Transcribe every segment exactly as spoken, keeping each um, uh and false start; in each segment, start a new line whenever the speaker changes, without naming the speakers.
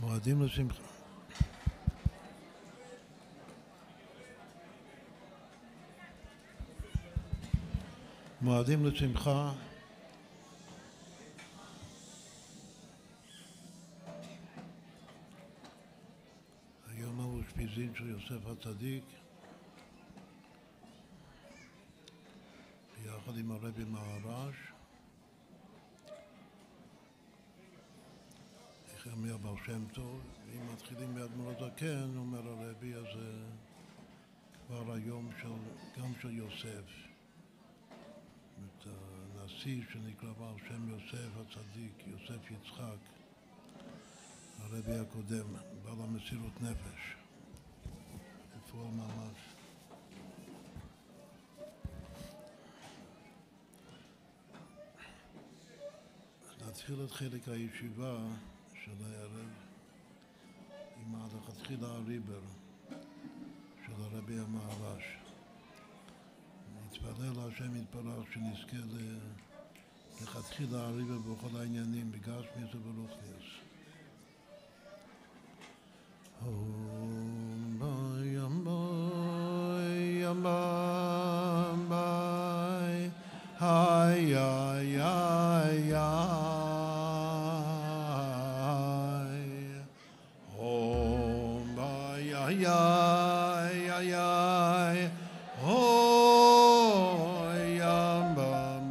מועדים לשמחה. מועדים לשמחה. היום האושפיזין של יוסף הצדיק ביחד עם הרבי מהר"ש, החמיא בר שם טוב. ואם מתחילים מאדמו"ר הזקן, אומר הרבי, אז כבר היום של, גם של יוסף, את הנשיא שנקרא בר שם יוסף הצדיק, יוסף יצחק, הרבי הקודם, בעל המסירות נפש, איפה ממש. אז נתחיל את חלק הישיבה של הערב עם הלכתחילה הריבר של הרבי המהר"ש. נתפלל להשם יתברך שנזכה לכתחילה הריבר בכל העניינים, בגשמיס וברוחניס. Om Bayam Bayam Bay Hay Hay Hay Hay Om Bayam Hay Hay Hay Om Bayam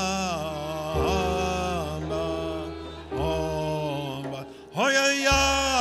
Hoy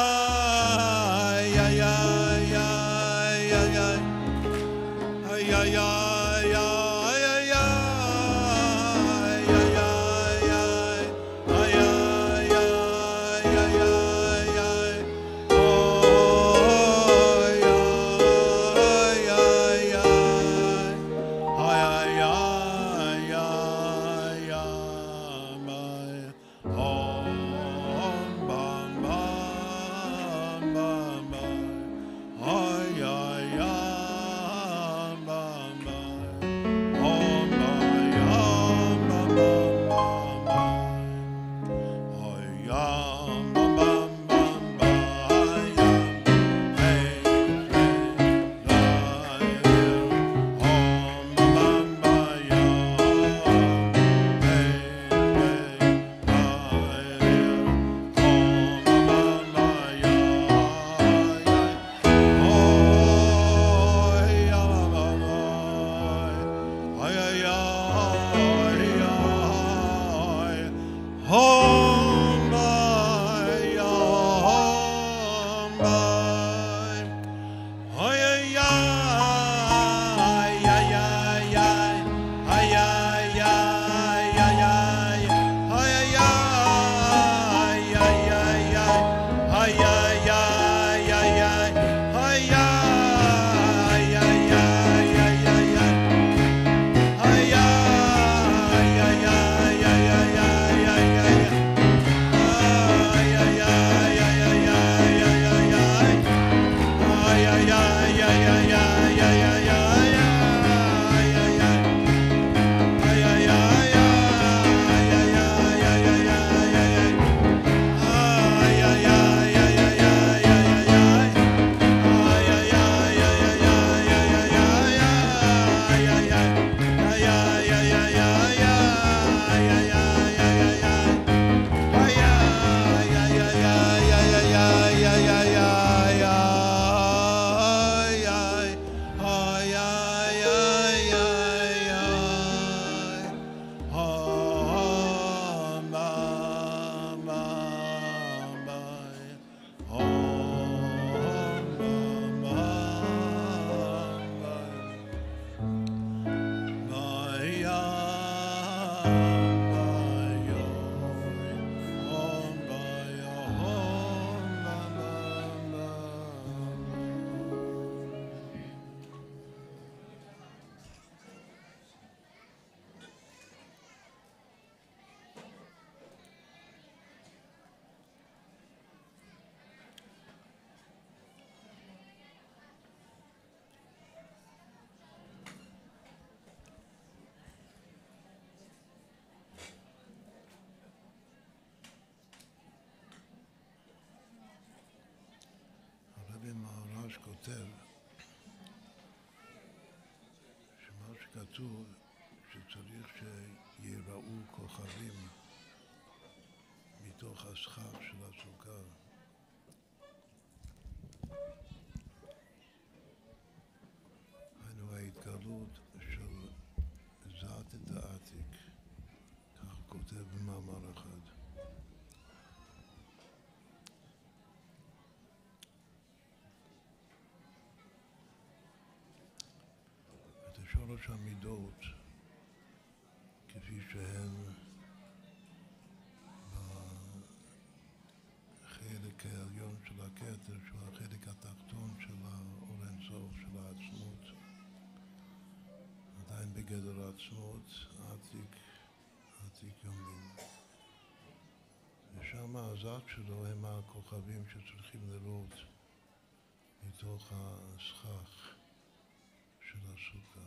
כתוב שצריך שיראו כוכבים מתוך הסכך של הסוכה. היינו ההתגלות של זעת את העתיק, כך כותב במאמר אחד. את השורש המידות, כפי שהן בחלק העליון של הכתר, שהוא החלק התחתון של האור אינסוף, של העצמות, עדיין בגדר העצמות, העתיק, העתיק יומין. ושם הזעת שלו הם הכוכבים שצריכים לראות מתוך הסכך של הסוכה.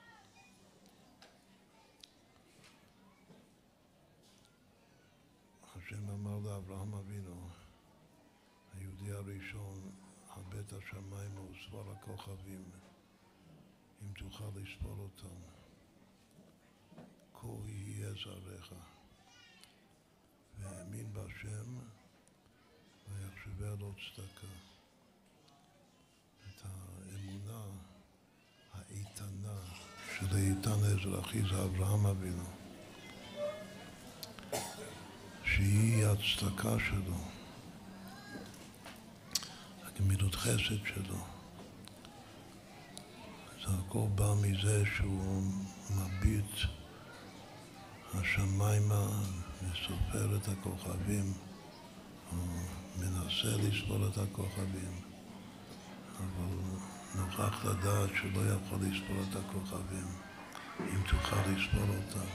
השם אמר לאברהם אבינו, היהודי הראשון, על בית השמיים וספר הכוכבים, אם תוכל לספור אותם, כה יהיה זרעך. והאמין בהשם ויחשביה לו צדקה. את האמונה האיתנה של האיתן האזרחי זה אברהם אבינו, שהיא הצדקה שלו, הגמילות חסד שלו. זה הכל בא מזה שהוא מביט השמיימה וסופר את הכוכבים, או מנסה לספור את הכוכבים, אבל נוכח לדעת שלא יכול לספור את הכוכבים, אם תוכל לספור אותם.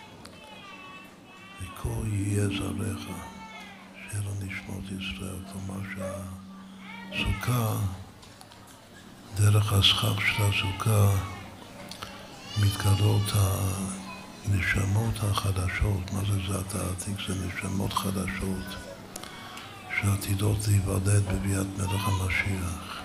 וכה יהיה זרעך, שיהיה לו נשמות ישראל, כלומר שהסוכה, דרך הסכך של הסוכה, מתגלות הנשמות החדשות. מה זה זעת העתיק? זה נשמות חדשות שעתידות להיוולד בביאת מלך המשיח.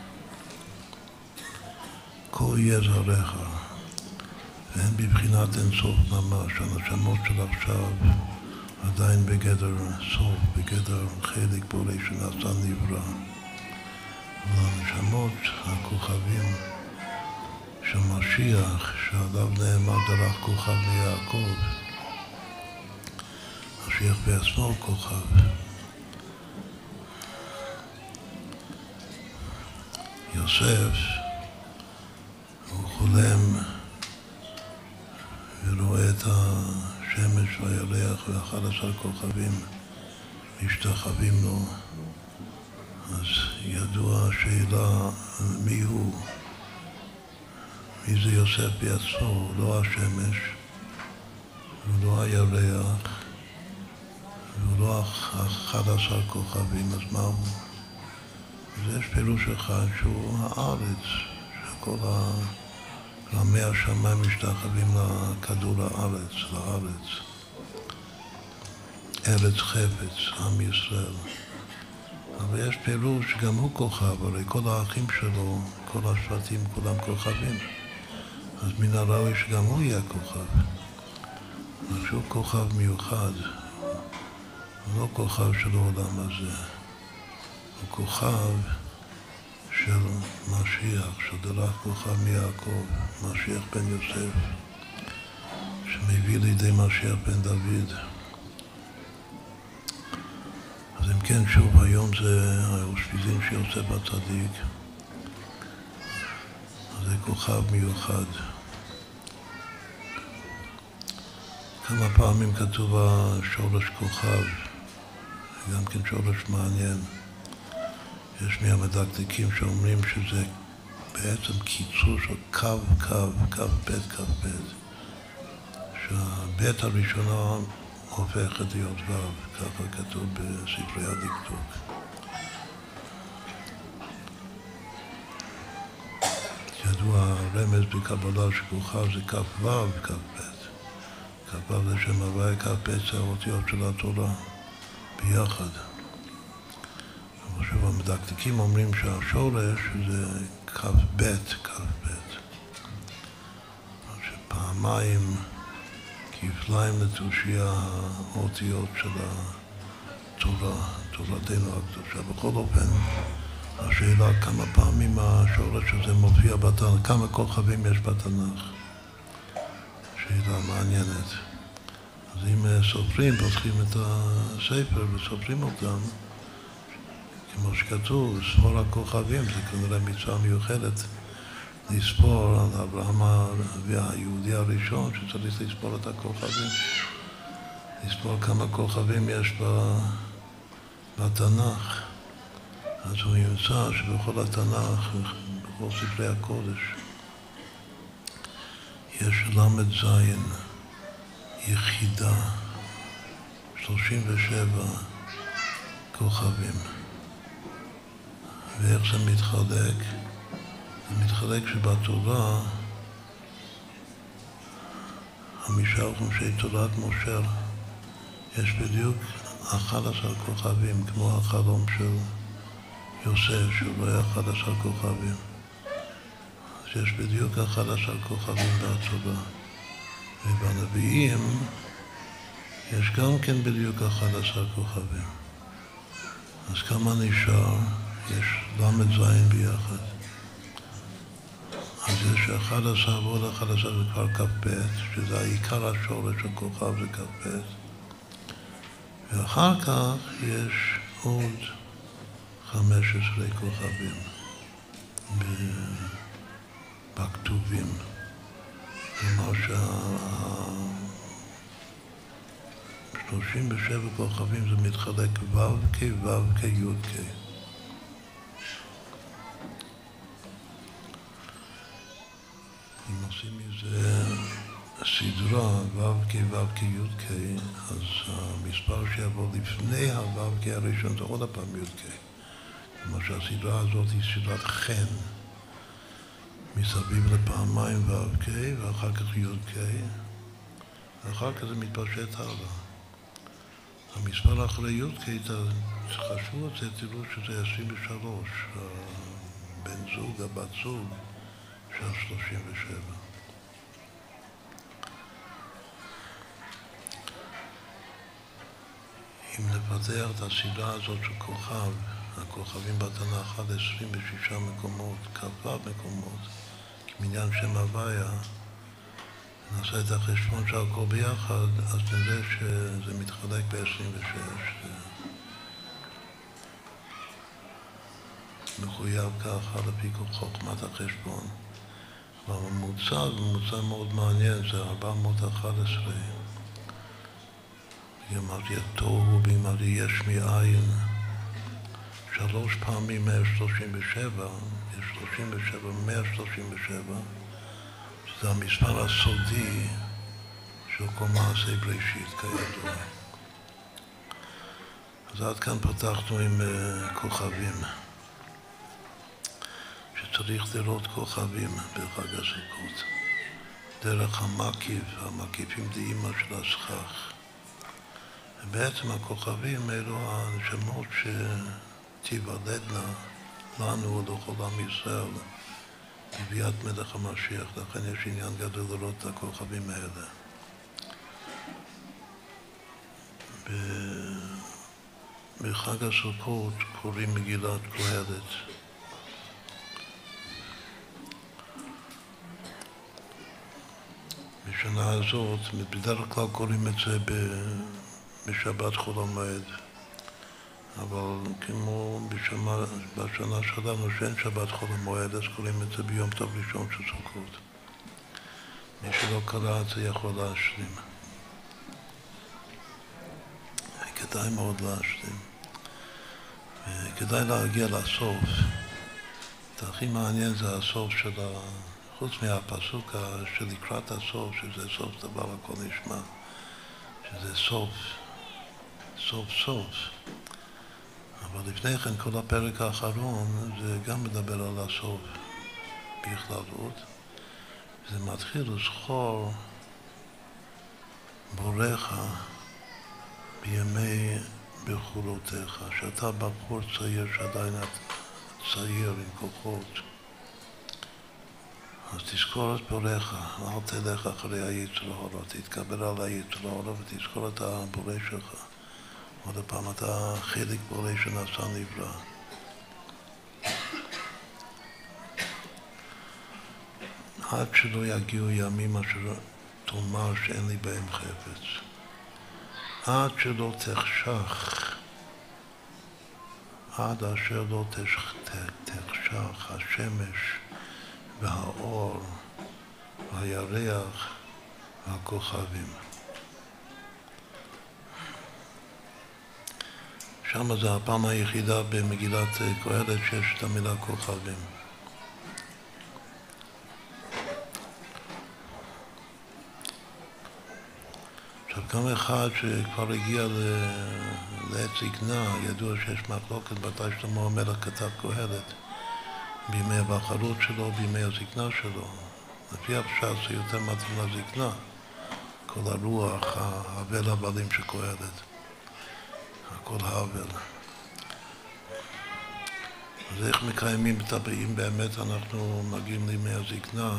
כה יהיה זרעך, והן בבחינת אינסוף ממש. הנשמות של עכשיו עדיין בגדר סוף, בגדר חלק בורא שנעשה נברא. והנשמות, הכוכבים של משיח, שעליו נאמר דרך כוכב מיעקב, משיח בעצמו כוכב. יוסף, הוא חולם ורואה את השמש והירח ואחד עשר כוכבים משתחווים לו. אז ידוע השאלה מי הוא, מי זה יוסף בעצמו, לא השמש, הוא לא הירח, הוא לא אחד עשר כוכבים, אז מה הוא? אז יש פירוש אחד שהוא הארץ, שכל רמי השמיים משתחווים לכדור הארץ, לארץ, ארץ חפץ, עם ישראל. אבל יש פירוש שגם הוא כוכב, הרי כל האחים שלו, כל השבטים, כולם כוכבים. אז מן הראוי שגם הוא יהיה כוכב. אבל שהוא כוכב מיוחד, הוא לא כוכב של העולם הזה. הוא כוכב של משיח, של דרך כוכב מיעקב, משיח בן יוסף, שמביא לידי משיח בן דוד. אז אם כן, שוב, היום זה האושפיזין שיוצא בצדיק, אז זה כוכב מיוחד. כמה פעמים כתוב השורש כוכב, גם כן שורש מעניין. יש מהמדקדקים שאומרים שזה בעצם קיצור של קו, קו, קו בית, קו בית. שהבית הראשונה הופכת להיות וו, ככה כתוב בספרי הדקדוק. ידוע הרמז בקבלה שכוכב זה כף וו, כף בית. כף וו זה שם הוואי, כף בית זה האותיות של התורה ביחד. עכשיו המדקדקים אומרים שהשורש זה כף בית, כף בית. שפעם מים כפליים לתושייה האותיות של התורה, תורתנו הקדושה. בכל אופן, השאלה כמה פעמים השורש הזה מופיע בתנ"ך, כמה כוכבים יש בתנ"ך. שאלה מעניינת. אז אם סופרים, פותחים את הספר וסופרים אותם, כמו שכתוב, ספור הכוכבים, זה כנראה מצווה מיוחדת לספור על אברהם והיהודי הראשון שצריך לספור את הכוכבים, לספור כמה כוכבים יש בתנ"ך. אז הוא ימצא שבכל התנ"ך, בכל ספרי הקודש, יש למד זין, יחידה, שלושים ושבע כוכבים. ואיך זה מתחלק? זה מתחלק שבתורה, חמישה חומשי תורת משה, יש בדיוק אחד עשר כוכבים, כמו החלום של יוסף, שהוא לא היה אחד עשר כוכבים. אז יש בדיוק אחד עשר כוכבים בתורה. ובנביאים יש גם כן בדיוק אחד עשר כוכבים. אז כמה נשאר? יש למד זין ביחד. אז יש אחד עשר ועוד אחד עשר זה כבר כ"ב, שזה העיקר השורש של כוכב זה כ"ב. ואחר כך יש עוד חמש עשרה כוכבים בכתובים. כלומר שה-שלושים ושבע כוכבים זה מתחלק ו' כ' ו' כ' י' כ'. אם עושים מזה סדרה ו' כ' ו' כ' י' כ', אז המספר שיבוא לפני הו' כ' הראשון זה עוד הפעם י' כ'. כלומר שהסדרה הזאת היא סדרת חן. מסביב לפעמיים ו' כ' ואחר כך י' כ' ואחר כך זה מתפשט הלאה. המספר אחרי י' כ', תחשבו את זה, תראו שזה עשרים ושלוש, הבן זוג, הבת זוג של שלושים ושבע. אם נפתח את הסדרה הזאת של כוכב, הכוכבים בתנ"ך עד עשרים ושישה מקומות, כ"ו מקומות, כמניין שם הוויה, נעשה את החשבון של הכל ביחד, אז נראה שזה מתחלק ב-עשרים ושש. מחויב ככה לפי חוכמת החשבון. והממוצע, ממוצע מאוד מעניין, זה ארבע מאות ואחת עשרה. אמרתי התוהו ואמרתי יש מאין. שלוש פעמים מאה שלושים ושבע, יש שלושים ושבע, מאה שלושים ושבע, שזה המספר הסודי של כל מעשה בראשית כידוע. אז עד כאן פתחנו עם uh, כוכבים, שצריך לראות כוכבים בחג הסוכות, דרך המקיף, המקיפים דאימא של הסכך. ובעצם הכוכבים אלו השמות ש... תיוולדנה לנו ולכל עם ישראל בביאת מלך המשיח, לכן יש עניין גדול לראות את הכוכבים האלה. בחג הסוכות קוראים מגילת קהלת. בשנה הזאת, בדרך כלל קוראים את זה בשבת חול המועד. אבל כמו בשמה, בשנה שלנו שאין שבת חול המועד, אז קוראים את זה ביום טוב ראשון של סוכות. מי שלא קרא את זה יכול להשלים. כדאי מאוד להשלים. כדאי להגיע לסוף. את הכי מעניין זה הסוף של ה... חוץ מהפסוק של לקראת הסוף, שזה סוף דבר הכל נשמע. שזה סוף. סוף סוף. אבל לפני כן, כל הפרק האחרון, זה גם מדבר על הסוף בכללות. זה מתחיל לזכור בוריך בימי בחורותיך, שאתה בחור צעיר שעדיין צעיר עם כוחות. אז תזכור את בורך, אל תלך אחרי היצר הרע, תתקבל על היצר הרע ותזכור את הבורא שלך. עוד פעם, אתה חלק בורא שנעשה נברא. עד שלא יגיעו ימים אשר תאמר שאין לי בהם חפץ. עד שלא תחשך, עד אשר לא תחשך השמש והאור והירח והכוכבים. שם זה הפעם היחידה במגילת קהלת שיש את המילה כוכבים. עכשיו, גם אחד שכבר הגיע לעת זקנה, ידוע שיש מחלוקת מתי שלמה המלך כתב קהלת, בימי הבחרות שלו, בימי הזקנה שלו. לפי הפשט זה יותר מתאים לזקנה, כל הרוח, ההבל הבלים של קהלת, הכל ההבל. אז איך מקיימים את הבאים? באמת אנחנו מגיעים לימי הזקנה,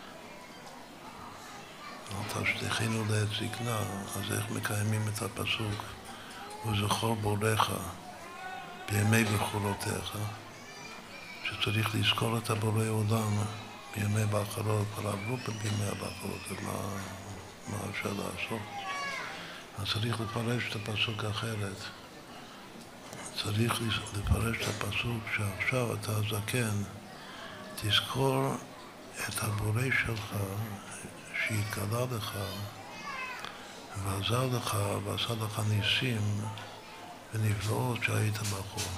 אל תשליכנו לעת זקנה, אז איך מקיימים את הפסוק? וזכור בורך בימי בחורותיך, שצריך לזכור את הבורא עולם בימי בחרות, כבר עברו בימי הבחרות, מה, מה אפשר לעשות? אז צריך לפרש את הפסוק אחרת. צריך לפרש את הפסוק שעכשיו אתה זקן, תזכור את הבורא שלך שהתגלה לך ועזר לך ועשה לך ניסים ונפלאות שהיית בחור.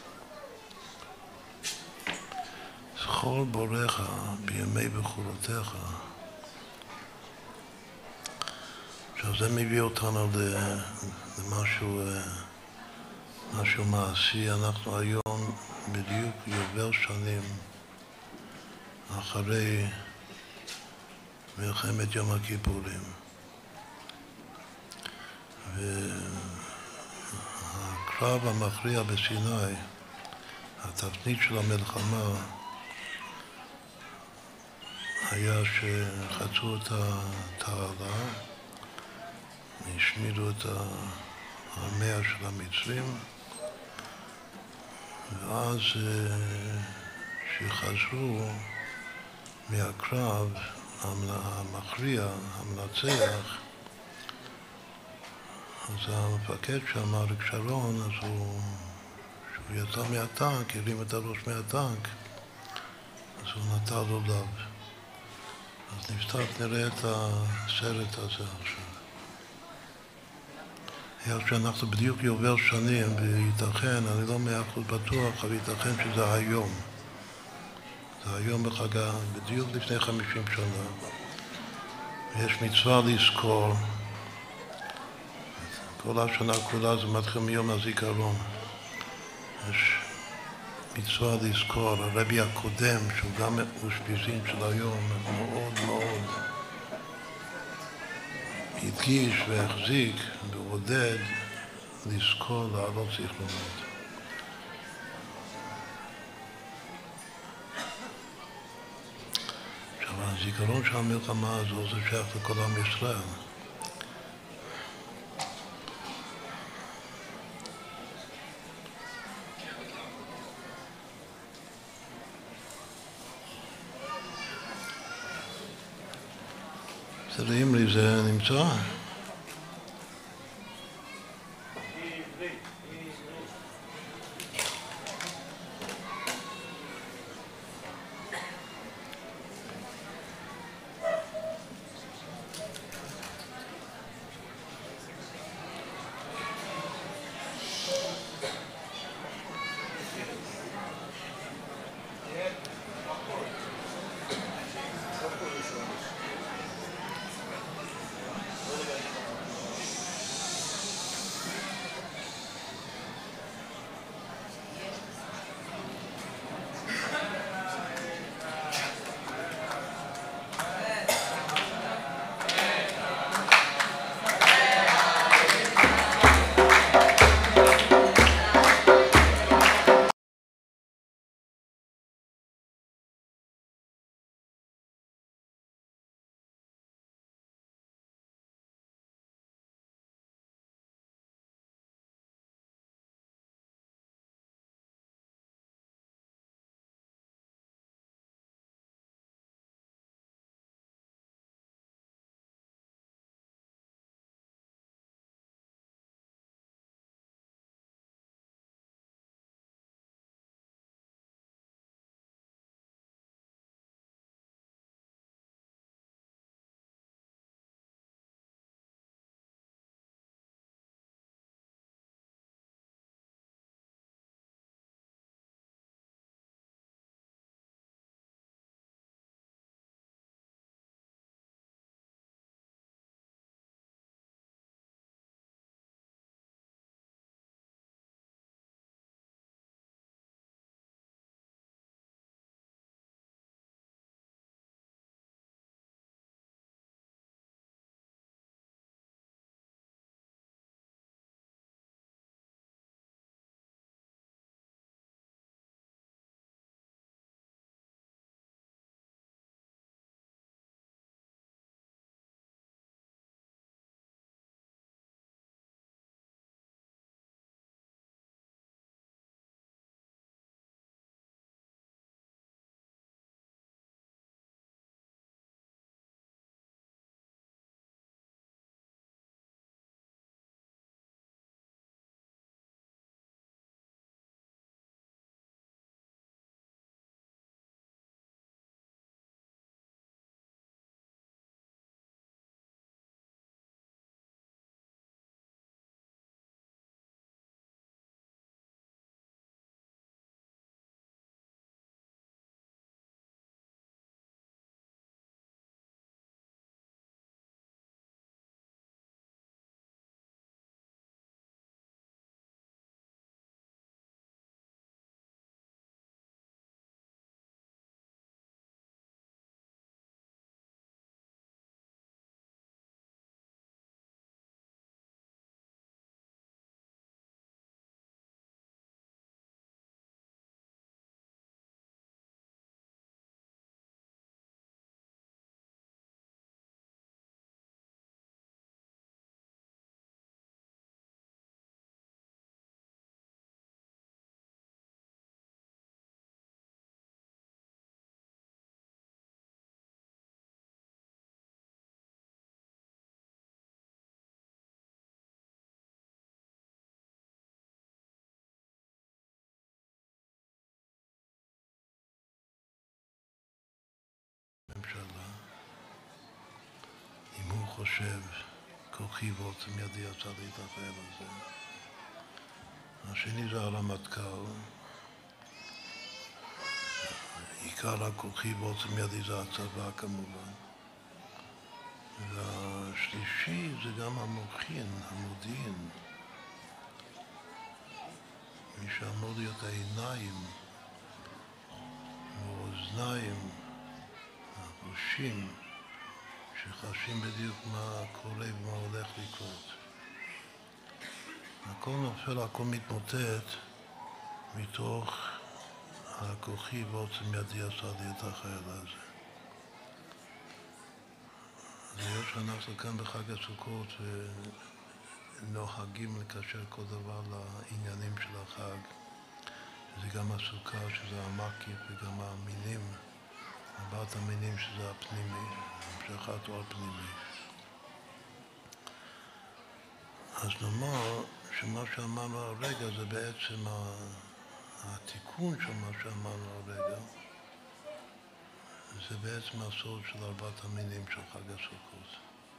זכור בורך בימי בחורותיך. עכשיו זה מביא אותנו למשהו משהו מעשי. אנחנו היום בדיוק יובל שנים אחרי מלחמת יום הכיפורים. והקרב המכריע בסיני, התפנית של המלחמה, היה שחצו את התעלה, השמידו את המאה של המצרים, ואז שחזרו מהקרב המכריע, המנצח, אז המפקד שם, אריק שרון, אז הוא, כשהוא יצא מהטנק, הרים את הראש מהטנק, אז הוא נטע לו לב. אז נפתח, נראה את הסרט הזה עכשיו. היה שאנחנו בדיוק יובל שנים, וייתכן, אני לא מאה אחוז בטוח, אבל ייתכן שזה היום. זה היום בחגה, בדיוק לפני חמישים שנה. יש מצווה לזכור. כל השנה כולה זה מתחיל מיום הזיכרון. יש מצווה לזכור. הרבי הקודם, שהוא גם אושפיזין של היום, מאוד מאוד הדגיש והחזיק ועודד לזכור לעלות זיכרונות. עכשיו, הזיכרון של המלחמה הזו זה שייך לכל עם ישראל. תראים לי, זה נמצא? חושב, כוחי ועוצם ידי יצא לי את החייל הזה. השני זה הרמטכ"ל. עיקר הכוחי ועוצם ידי זה הצבא כמובן. והשלישי זה גם המוחין, המודיעין. מי שאמור להיות העיניים, האוזניים, הראשים, שחשים בדיוק מה קורה ומה הולך לקרות. הכל נופל, הכל מתמוטט מתוך הכוחי ועוצם ידי עשה לי את החייל הזה. אז היות שאנחנו כאן בחג הסוכות ונוהגים לקשר כל דבר לעניינים של החג, שזה גם הסוכה, שזה המקיף וגם המינים, ארבעת המינים שזה הפנימי, המשכת אור פנימי. אז נאמר שמה שאמרנו הרגע זה בעצם התיקון של מה שאמרנו הרגע, זה בעצם הסוד של ארבעת המינים של חג הסוכות.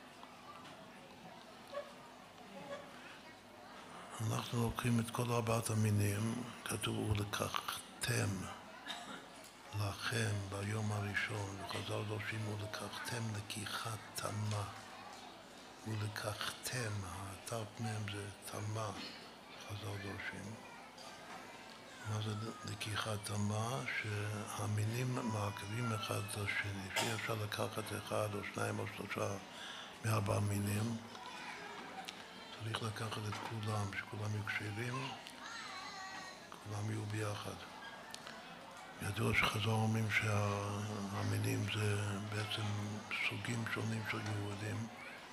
אנחנו לוקחים את כל ארבעת המינים, כתוב ולקחתם לכם ביום הראשון, וחז"ל דורשים ולקחתם לקיחת תמה. ולקחתם, התרת מהם זה תמה, חז"ל דורשים. מה זה לקיחת תמה? שהמינים מעכבים אחד את השני, שאי אפשר לקחת אחד או שניים או שלושה מארבע מינים. צריך לקחת את כולם, שכולם יהיו קשרים, כולם יהיו ביחד. ידוע שחז"ל אומרים שהמינים זה בעצם סוגים שונים של יהודים,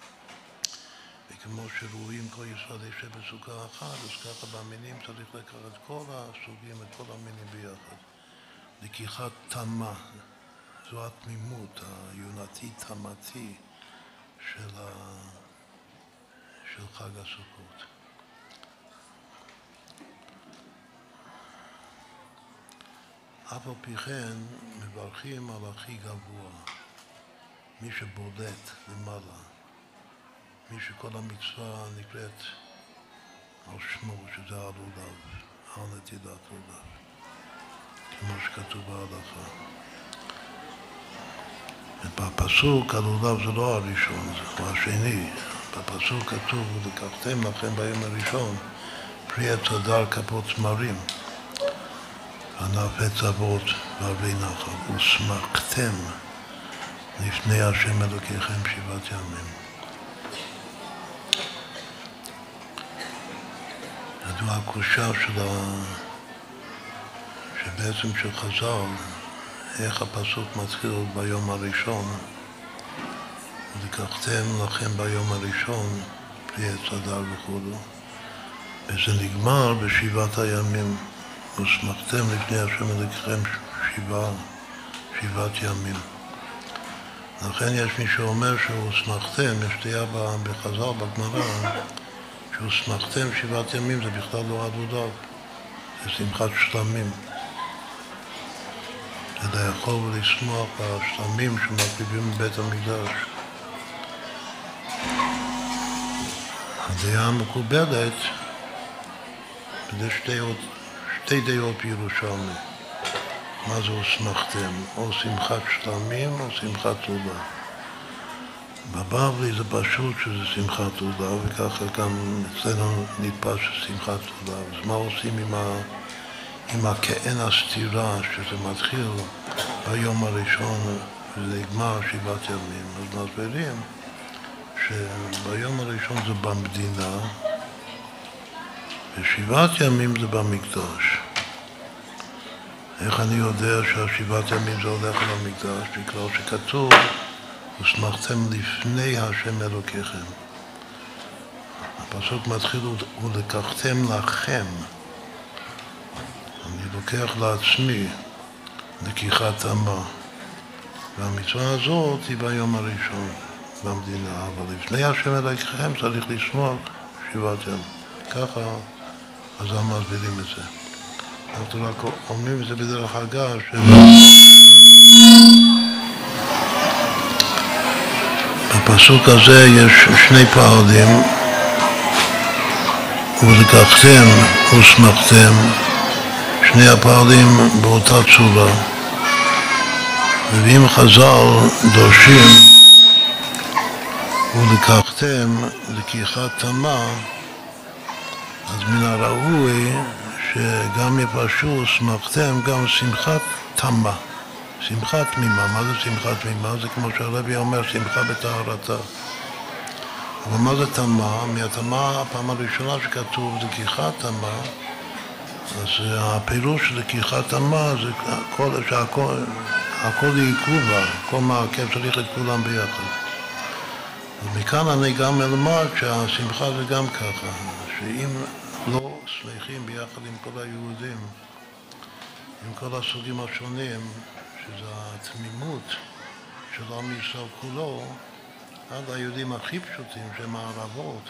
וכמו שרואים כל ישראל יושב בסוכה אחת, אז ככה במינים צריך לקחת את כל הסוגים, את כל המינים ביחד. לקיחת תמה, זו התמימות, היונתי תמתי של, ה... של חג הסוכות. אף על פי כן מברכים על הכי גבוה, מי שבולט למעלה, מי שכל המצווה נקראת על שמו, שזה הלולב, על נטילת לולב, כמו שכתוב בהלכה. בפסוק הלולב זה לא הראשון, זה השני. בפסוק כתוב ולקחתם לכם ביום הראשון פרי עץ הדר כפות צמרים, ענף עץ אבות וערבי נחל, ושמחתם לפני השם אלוקיכם שבעת ימים. ידוע הקושה של ה... שבעצם של חז"ל, איך הפסוק מתחיל ביום הראשון, ולקחתם לכם ביום הראשון פרי עץ הדר וכו', וזה נגמר בשבעת הימים, ושמחתם לפני השם אלוקיכם שבעה, שבעת ימים. לכן יש מי שאומר שהושמחתם, יש תהיה בחז"ל בגמרא, שהושמחתם שבעת ימים זה בכלל לא הלולב, זה שמחת שלמים. זה לאכול ולשמוח בשלמים שמקריבים בבית המקדש. הדעה המקובלת, זה שתי, שתי דעות בירושלמי. מה זה הושמחתם? או שמחת שלמים או שמחת לולב. בבבלי זה פשוט שזה שמחת לולב, וככה גם אצלנו נתפס שמחת לולב. אז מה עושים עם, ה... עם הכעין הסתירה שזה מתחיל ביום הראשון וזה נגמר שבעת ימים? אז מסבירים שביום הראשון זה במדינה ושבעת ימים זה במקדש. איך אני יודע שהשבעת ימים זה הולך למקדש? בגלל שכתוב ושמחתם לפני השם אלוקיכם. הפסוק מתחיל ולקחתם לכם. אני לוקח לעצמי לקיחת תמה. והמצווה הזאת היא ביום הראשון במדינה, אבל לפני השם אלוקיכם צריך לשמוח שבעת ימים. ככה אז הם מסבירים את זה. אנחנו רק אומרים את זה בדרך אגב, בפסוק הזה יש שני פועלים, ולקחתם ושמחתם, שני הפועלים באותה צורה. ואם חז"ל דורשים ולקחתם לקיחת תמה, אז מן הראוי שגם יפרשו שמחתם גם שמחת תמה, שמחת תמימה. מה זה שמחת תמימה? זה כמו שהרבי אומר, שמחה בטהרתה. אבל מה זה תמה? מהתמה, הפעם הראשונה שכתוב לקיחת תמה, אז הפירוש של לקיחת תמה זה הכל, שהכל, הכל יקובה, כל מעכב צריך את כולם ביחד. ומכאן אני גם אלמד שהשמחה זה גם ככה, שאם לא שמחים ביחד עם כל היהודים, עם כל הסוגים השונים, שזה התמימות של עם ישראל כולו, עד היהודים הכי פשוטים שהם הערבות,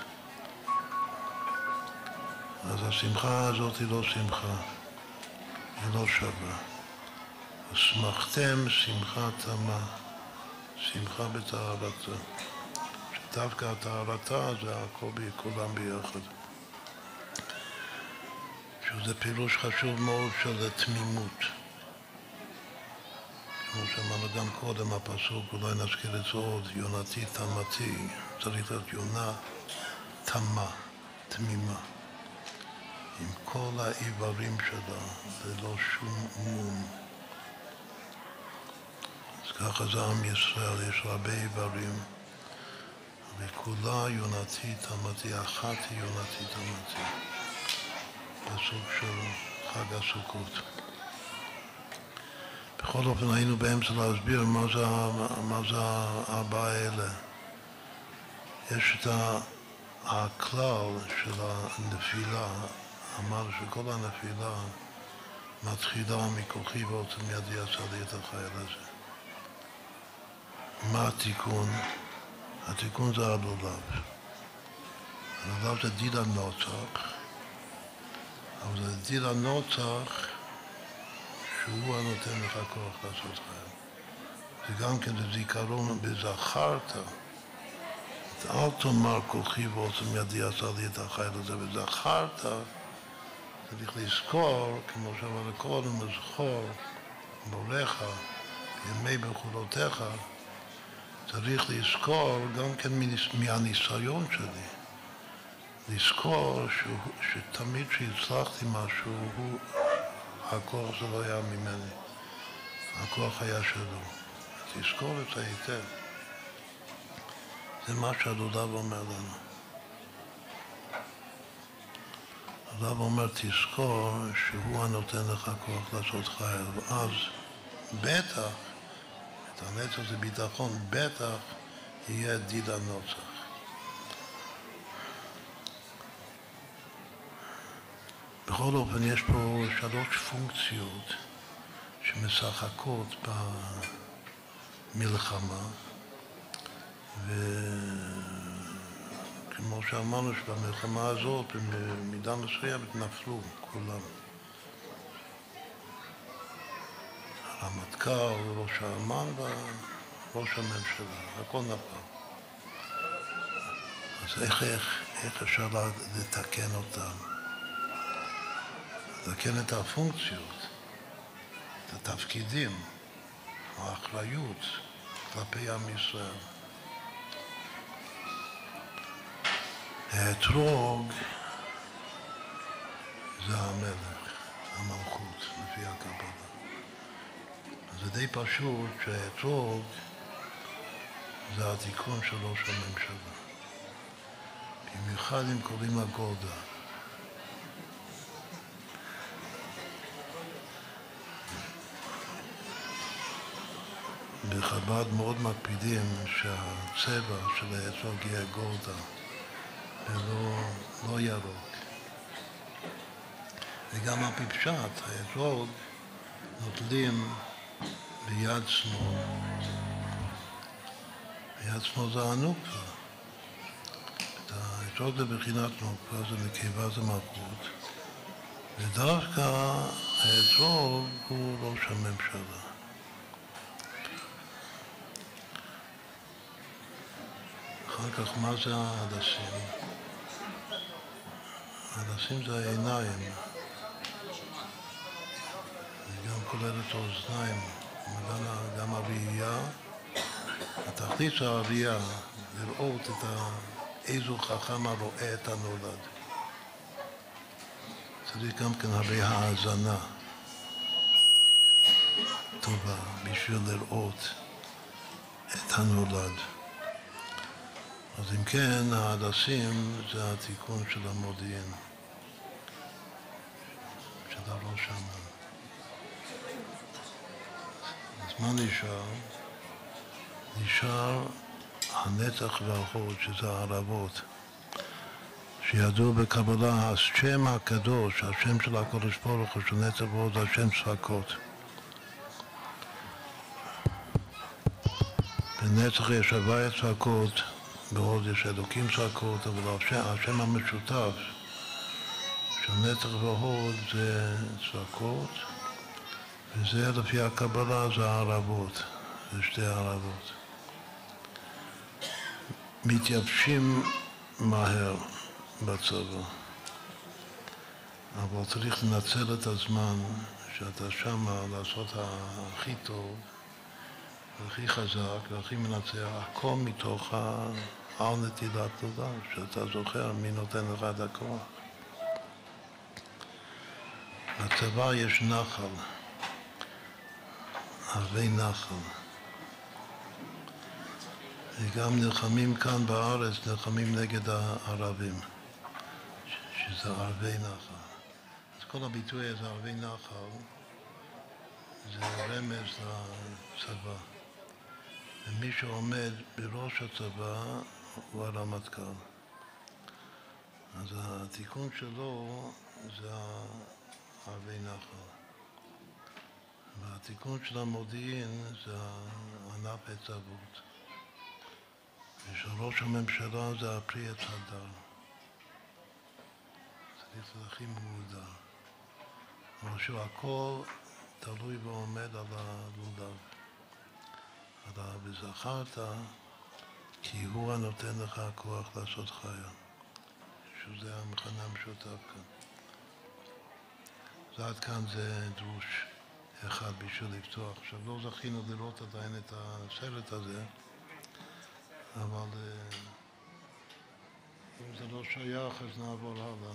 אז השמחה הזאת היא לא שמחה, היא לא שווה. שמחתם שמחה תמה, שמחה בטהרתה. שדווקא הטהרתה זה הכל בכולם ביחד. שזה פירוש חשוב מאוד של תמימות. כמו שאמרנו גם קודם הפסוק, אולי נזכיר את זה עוד, יונתי תמתי, צריך להיות יונה תמה, תמימה. עם כל האיברים שלה, ללא שום מום. אז ככה זה עם ישראל, יש הרבה איברים, וכולה יונתי תמתי, אחת היא יונתי תמתי. בסוג של חג הסוכות. בכל אופן היינו באמצע להסביר מה זה, מה זה הארבעה האלה. יש את הכלל של הנפילה, אמר שכל הנפילה מתחילה מכוחי ועוצם ידי עשה לי את החייל הזה. מה התיקון? התיקון זה הלולב. הלולב זה דיד הנוצח, אבל זה דיד הנוצח שהוא הנותן לך כוח לעשות חייל. זה גם כן זה זיכרון בזכרת. אל תאמר כוחי ועוצם ידי עשה לי את החייל הזה, וזכרת צריך לזכור, כמו שאמר קודם, לזכור מוריך, ימי בחולותיך, צריך לזכור גם כן מהניסיון שלי, לזכור שהוא, שתמיד שהצלחתי משהו, הוא, הכוח זה לא היה ממני, הכוח היה שלו. תזכור את זה היטב. זה מה שהלולב אומר לנו. הלולב אומר, תזכור שהוא הנותן לך כוח לעשות חייל, ואז בטח, את הנצח זה ביטחון, בטח יהיה דיד הנוצח. בכל אופן יש פה שלוש פונקציות שמשחקות במלחמה, וכמו שאמרנו שבמלחמה הזאת במידה מסוימת נפלו כולם. הרמטכ"ל, ראש האמ"ן וראש הממשלה, הכל נפל. אז איך, איך, איך אפשר לתקן אותם? לתקן את הפונקציות, את התפקידים, האחריות כלפי עם ישראל. האתרוג זה המלך, המלכות, לפי הקבלה. אז זה די פשוט שהאתרוג זה התיקון של ראש הממשלה. במיוחד אם קוראים לה גולדה. בחב"ד מאוד מקפידים שהצבע של האתרוג יהיה גולדה ולא לא ירוק. וגם על פי פשט, האתרוג נוטלים ביד שמאל. ביד שמאל זה הנוקבה. האתרוג זה בחינת נוקבה, זה נקבה, זה מלכות. ודווקא האתרוג הוא ראש הממשלה. אחר כך, מה זה ההדסים? ההדסים זה העיניים. זה גם כולל את האוזניים, גם, גם הראייה. התכלית של הראייה, לראות את ה... איזו חכם הרואה את הנולד. צריך גם כן הרבה האזנה טובה בשביל לראות את הנולד. אז אם כן, ההדסים זה התיקון של המודיעין, של הראש שם. אז מה נשאר? נשאר הנצח וההוד, שזה הערבות, שידעו בקבלה השם הקדוש, השם של הקדוש ברוך הוא, של נצח והוד, זה השם צפקות. בנצח יש הוויה צפקות, בהוד יש אלוקים צפקות, אבל השם, השם המשותף של נצח והוד זה צפקות, וזה לפי הקבלה זה הערבות, זה שתי הערבות. מתייבשים מהר בצבא, אבל צריך לנצל את הזמן שאתה שמה לעשות הכי טוב והכי חזק והכי מנצח, הכל מתוך העל נטילת תודה, שאתה זוכר מי נותן לך את הכוח. בצבא יש נחל, הרבה נחל. וגם נלחמים כאן בארץ, נלחמים נגד הערבים, שזה ערבי נחל. אז כל הביטוי הזה, ערבי נחל, זה רמז לצבא. ומי שעומד בראש הצבא הוא הרמטכ"ל. אז התיקון שלו זה ערבי נחל. והתיקון של המודיעין זה ענף הצוות. ושל ראש הממשלה זה הפרי עץ הדר. צריך להכי מודע. אבל שהכל תלוי ועומד על הלולב. על וזכרת, כי הוא הנותן לך כוח לעשות חיה. שזה המכנה המשותף כאן. אז עד כאן זה דרוש אחד בשביל לפתוח. עכשיו לא זכינו לראות עדיין את הסרט הזה, אבל אם זה לא שייך אז נעבור הלאה.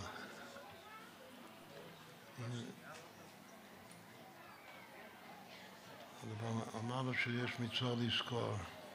אמרנו שיש מצווה לזכור.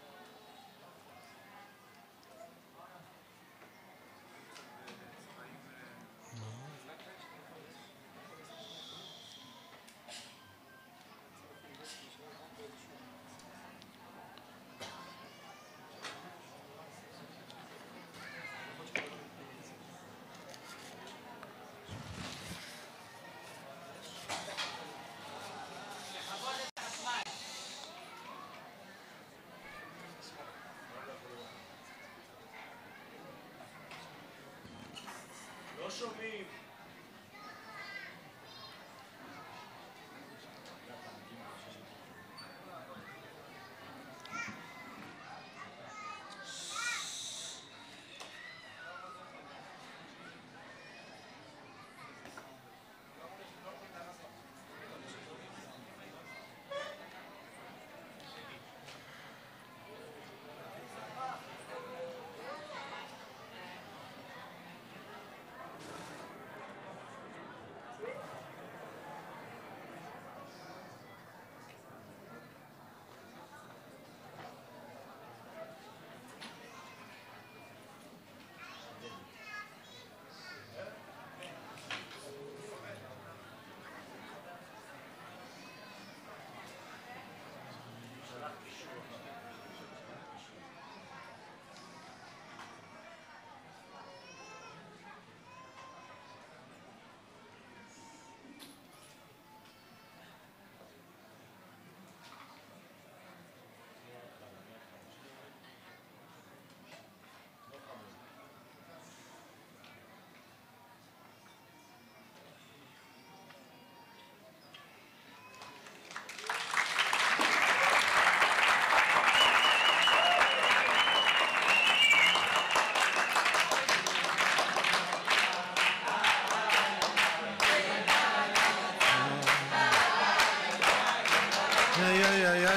שומעים.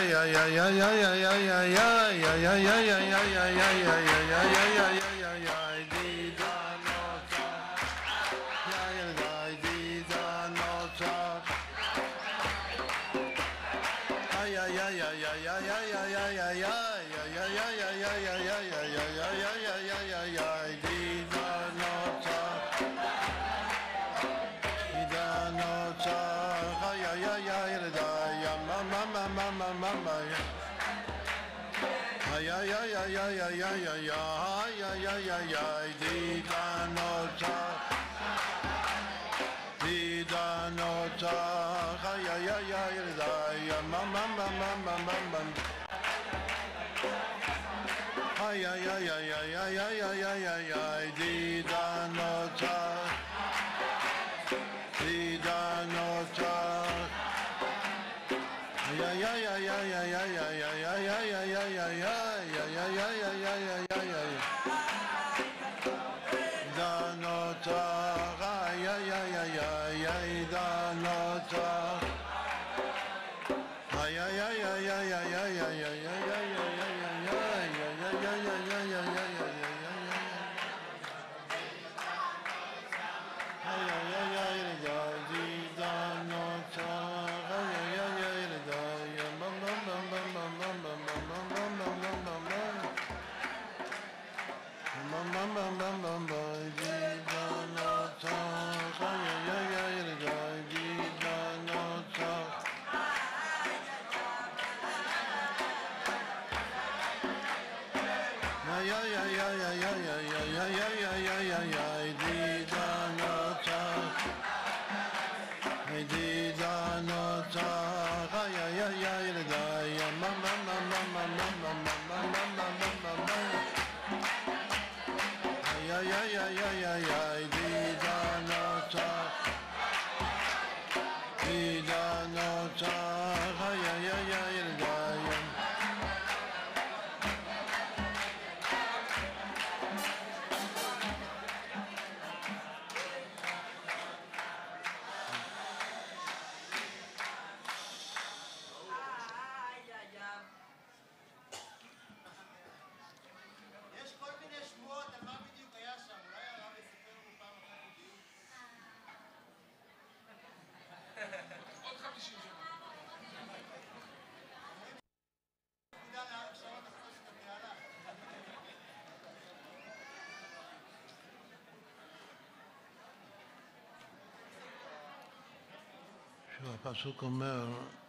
הפסוק אומר,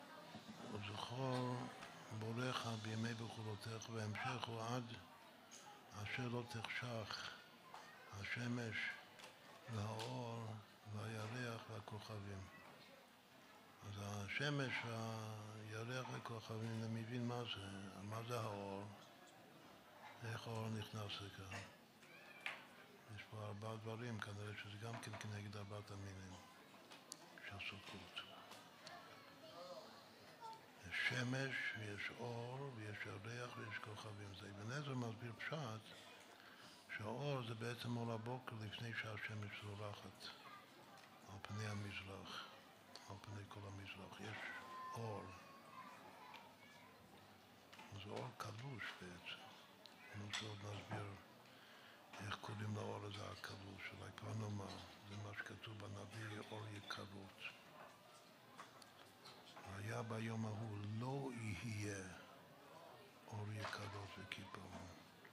וזכור בורך בימי בחולותיך, והמשך הוא עד אשר לא תחשך השמש והאור והירח והכוכבים. אז השמש והירח והכוכבים, אני מבין מה זה, מה זה האור, איך האור נכנס לכאן. יש פה ארבעה דברים, כנראה שזה גם כן כנגד ארבעת המינים של סוכות. יש שמש ויש אור ויש ירח ויש כוכבים. זה אבן עזרא מסביר פשט שהאור זה בעצם אור הבוקר לפני שהשמש זורחת על פני המזרח, על פני כל המזרח. יש אור. זה אור קדוש בעצם. אני רוצה עוד להסביר איך קוראים לאור הזה הקדוש. אולי כבר נאמר, זה מה שכתוב בנביא, אור יקרות. היה ביום ההוא לא יהיה אור יקרות וקיפאון.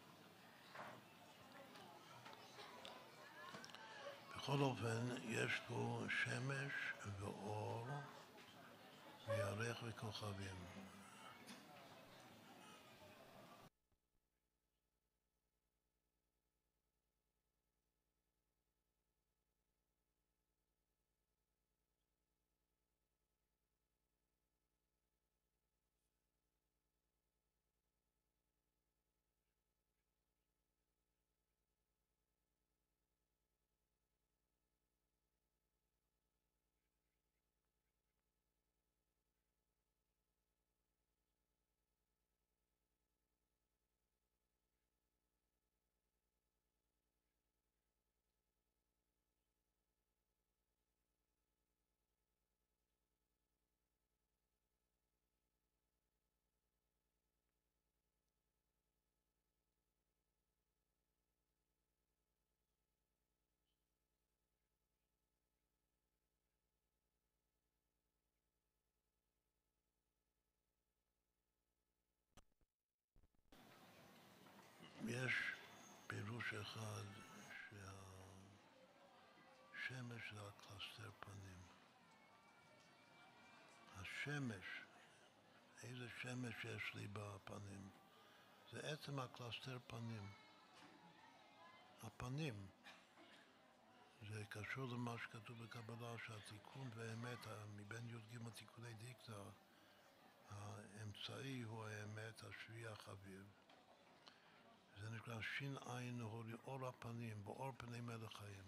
בכל אופן, יש פה שמש ואור וירח וכוכבים. אחד שהשמש זה הקלסתר פנים. השמש, איזה שמש יש לי בפנים? זה עצם הקלסתר פנים. הפנים. זה קשור למה שכתוב בקבלה שהתיקון והאמת, מבין י"ג תיקוני דיקטה, האמצעי הוא האמת, השביעי החביב. זה נקרא שין עין נהורי, אור הפנים, באור פני מלך חיים.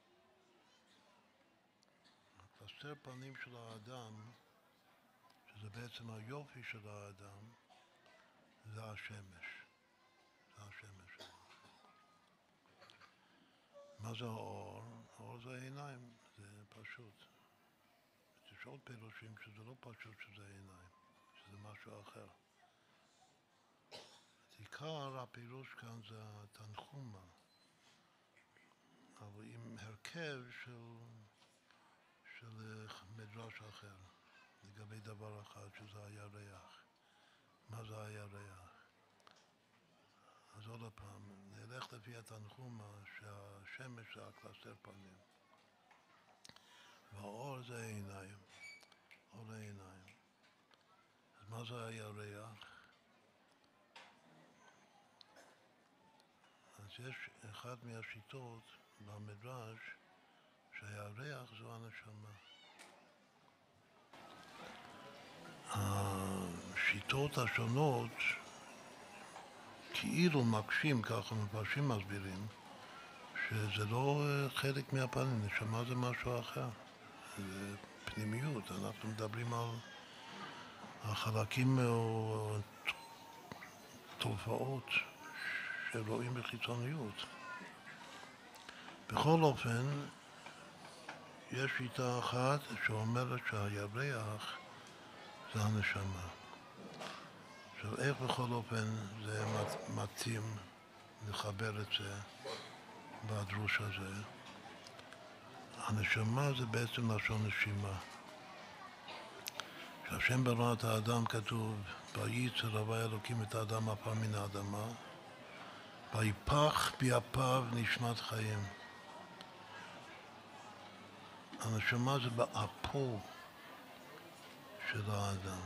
הקלסתר פנים של האדם, שזה בעצם היופי של האדם, זה השמש. זה השמש. מה זה האור? האור זה העיניים, זה פשוט. יש עוד פירושים שזה לא פשוט שזה העיניים, שזה משהו אחר. עיקר הפירוש כאן זה התנחומה, אבל עם הרכב של, של מדרש אחר, לגבי דבר אחד, שזה הירח. מה זה הירח? אז עוד פעם, נלך לפי התנחומה שהשמש זה הקלסתר פנים. והאור זה העיניים, אור העיניים. אז מה זה הירח? אז יש אחד מהשיטות במדרש שהירח זו הנשמה. השיטות השונות כאילו מקשים, ככה מפרשים מסבירים, שזה לא חלק מהפנים, נשמה זה משהו אחר. זה פנימיות, אנחנו מדברים על החלקים או תופעות שרואים בחיצוניות. בכל אופן, יש שיטה אחת שאומרת שהירח זה הנשמה. עכשיו, איך בכל אופן זה מתאים לחבר את זה בדרוש הזה? הנשמה זה בעצם לשון נשימה. כשהשם ברא את האדם כתוב, וייצר הווה אלוקים את האדם עפר מן האדמה, ויפח באפיו נשמת חיים. הנשמה זה באפו של האדם.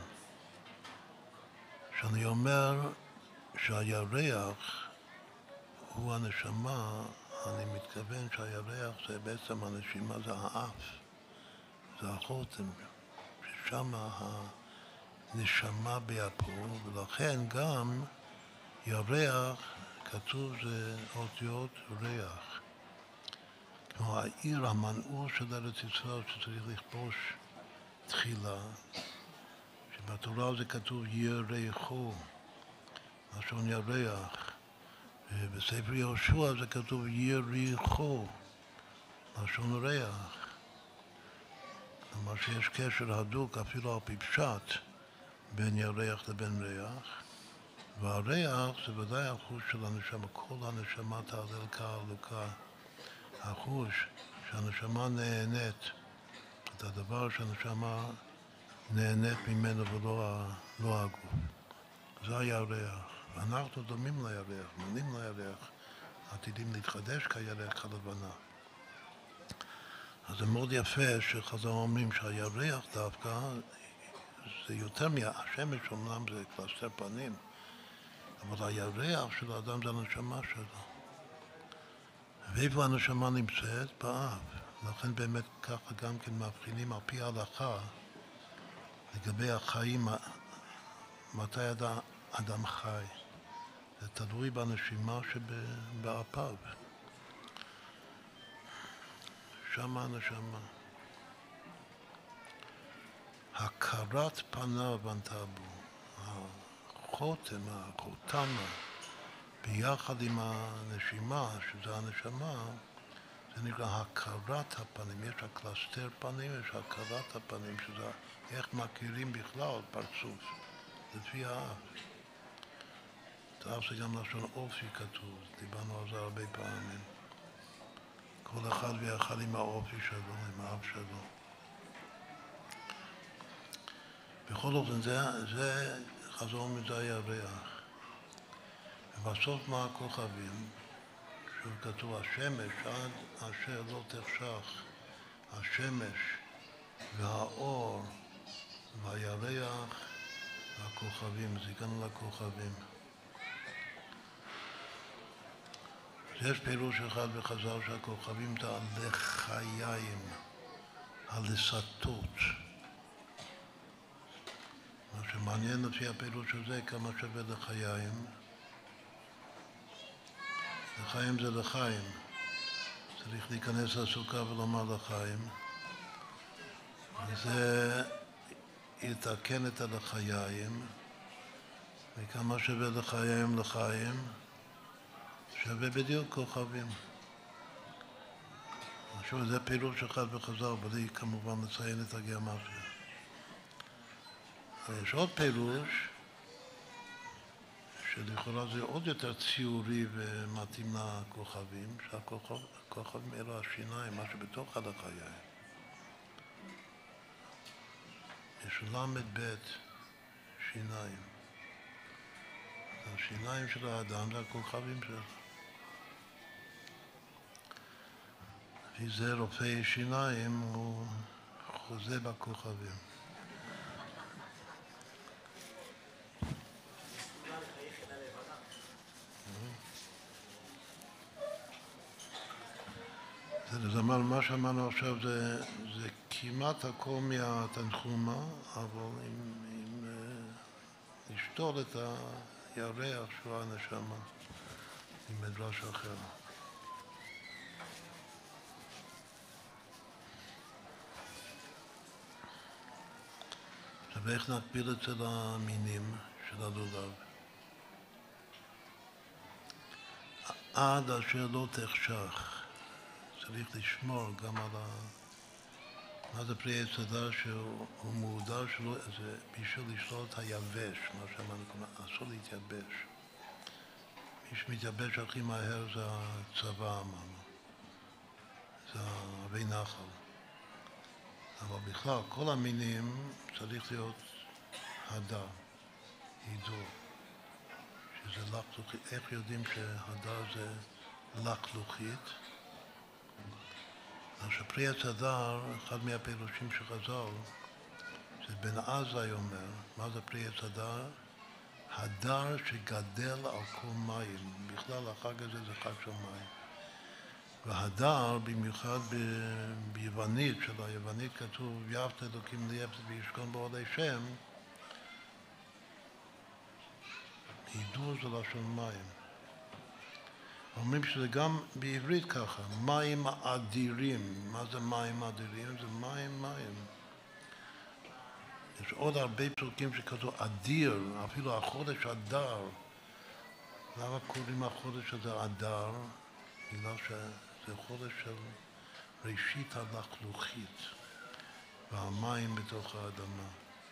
כשאני אומר שהירח הוא הנשמה, אני מתכוון שהירח זה בעצם הנשימה, זה האף, זה החותם, ששם הנשמה באפו, ולכן גם ירח כתוב זה אותיות ריח. כמו העיר המנעור של ארץ ישראל שצריך לכבוש תחילה, שבתורה זה כתוב ירחו, לשון ירח. בספר יהושע זה כתוב יריחו, לשון ריח. כלומר שיש קשר הדוק אפילו על פי פשט בין ירח לבין ריח. והריח זה ודאי החוש של הנשמה, כל הנשמה תהלל כהלוקה. החוש שהנשמה נהנית, את הדבר שהנשמה נהנית ממנו ולא לא הגוף. זה הירח. ואנחנו דומים לירח, מונים לירח, עתידים להתחדש כירח הלבנה. אז זה מאוד יפה שחז"ל אומרים שהירח דווקא זה יותר מהשמש, אומנם זה קלסתר פנים, אבל הירח של האדם זה הנשמה שלו. ואיפה הנשמה נמצאת? באף. לכן באמת ככה גם כן מבחינים על פי ההלכה לגבי החיים, מתי אדם, אדם חי. זה תלוי בנשימה שבאפיו. שם הנשמה. הכרת פניו בנתה בו. החותם, החותמה, ביחד עם הנשימה, שזה הנשמה, זה נקרא הכרת הפנים. יש הקלסתר פנים, יש הכרת הפנים, שזה איך מכירים בכלל פרצוף, לפי האף. את האף זה גם לשון אופי כתוב, דיברנו על זה הרבה פעמים. כל אחד ואחד עם האופי שלו, עם האף שלו. בכל אופן, זה, זה חזור מזה הירח. ובסוף מה הכוכבים? שוב כתוב השמש עד אשר לא תחשך, השמש והאור והירח והכוכבים, אז הגענו לכוכבים. יש פירוש אחד בחז"ל שהכוכבים זה הלחיים, הלסתות. מה שמעניין לפי הפירוש הזה, כמה שווה לחיים. לחיים זה לחיים. צריך להיכנס לסוכה ולומר לחיים. וזה יתקן את הלחיים. וכמה שווה לחיים לחיים, שווה בדיוק כוכבים. עכשיו זה פירוש אחד בחז"ל, בלי כמובן לציין את הגיאומטריה. יש עוד פירוש, שלכאורה זה עוד יותר ציורי ומתאים לכוכבים, שהכוכבים אלו השיניים, מה שבתוך הלחיים. יש למד בית שיניים. השיניים של האדם זה הכוכבים שלו. לפי זה רופא שיניים הוא חוזה בכוכבים. זה מה שאמרנו עכשיו זה, זה כמעט הכל מהתנחומה, אבל אם, אם נשתול את הירח שהוא הנשמה עם מדרש אחר. עכשיו איך נקביל את זה למינים של הלולב? עד אשר לא תחשך. צריך לשמור גם על ה... מה זה פרי עץ הדר שהוא מועדר שלו, זה בשביל לשלול את היבש, מה שאמרנו, אסור להתייבש. מי שמתייבש הכי מהר זה הצבא, אמרנו. זה הרבה נחל. אבל בכלל, כל המינים צריך להיות הדר, הידור. שזה לחלוכית. איך יודעים שהדר זה לחלוכית? עכשיו פרי עץ הדר, אחד מהפירושים שחז"ל, זה בן עזאי אומר, מה זה פרי עץ הדר? הדר שגדל על כל מים. בכלל החג הזה זה חג של מים. והדר, במיוחד ב- ביוונית, של היוונית כתוב, ואהבת אלוקים ליבט וישכון באוהלי שם, הידור זה לשון מים. אומרים שזה גם בעברית ככה, מים אדירים. מה זה מים אדירים? זה מים מים. יש עוד הרבה פסוקים שכתוב אדיר, אפילו החודש אדר. למה קוראים החודש הזה אדר? בגלל שזה חודש של ראשית הלחלוכית והמים בתוך האדמה.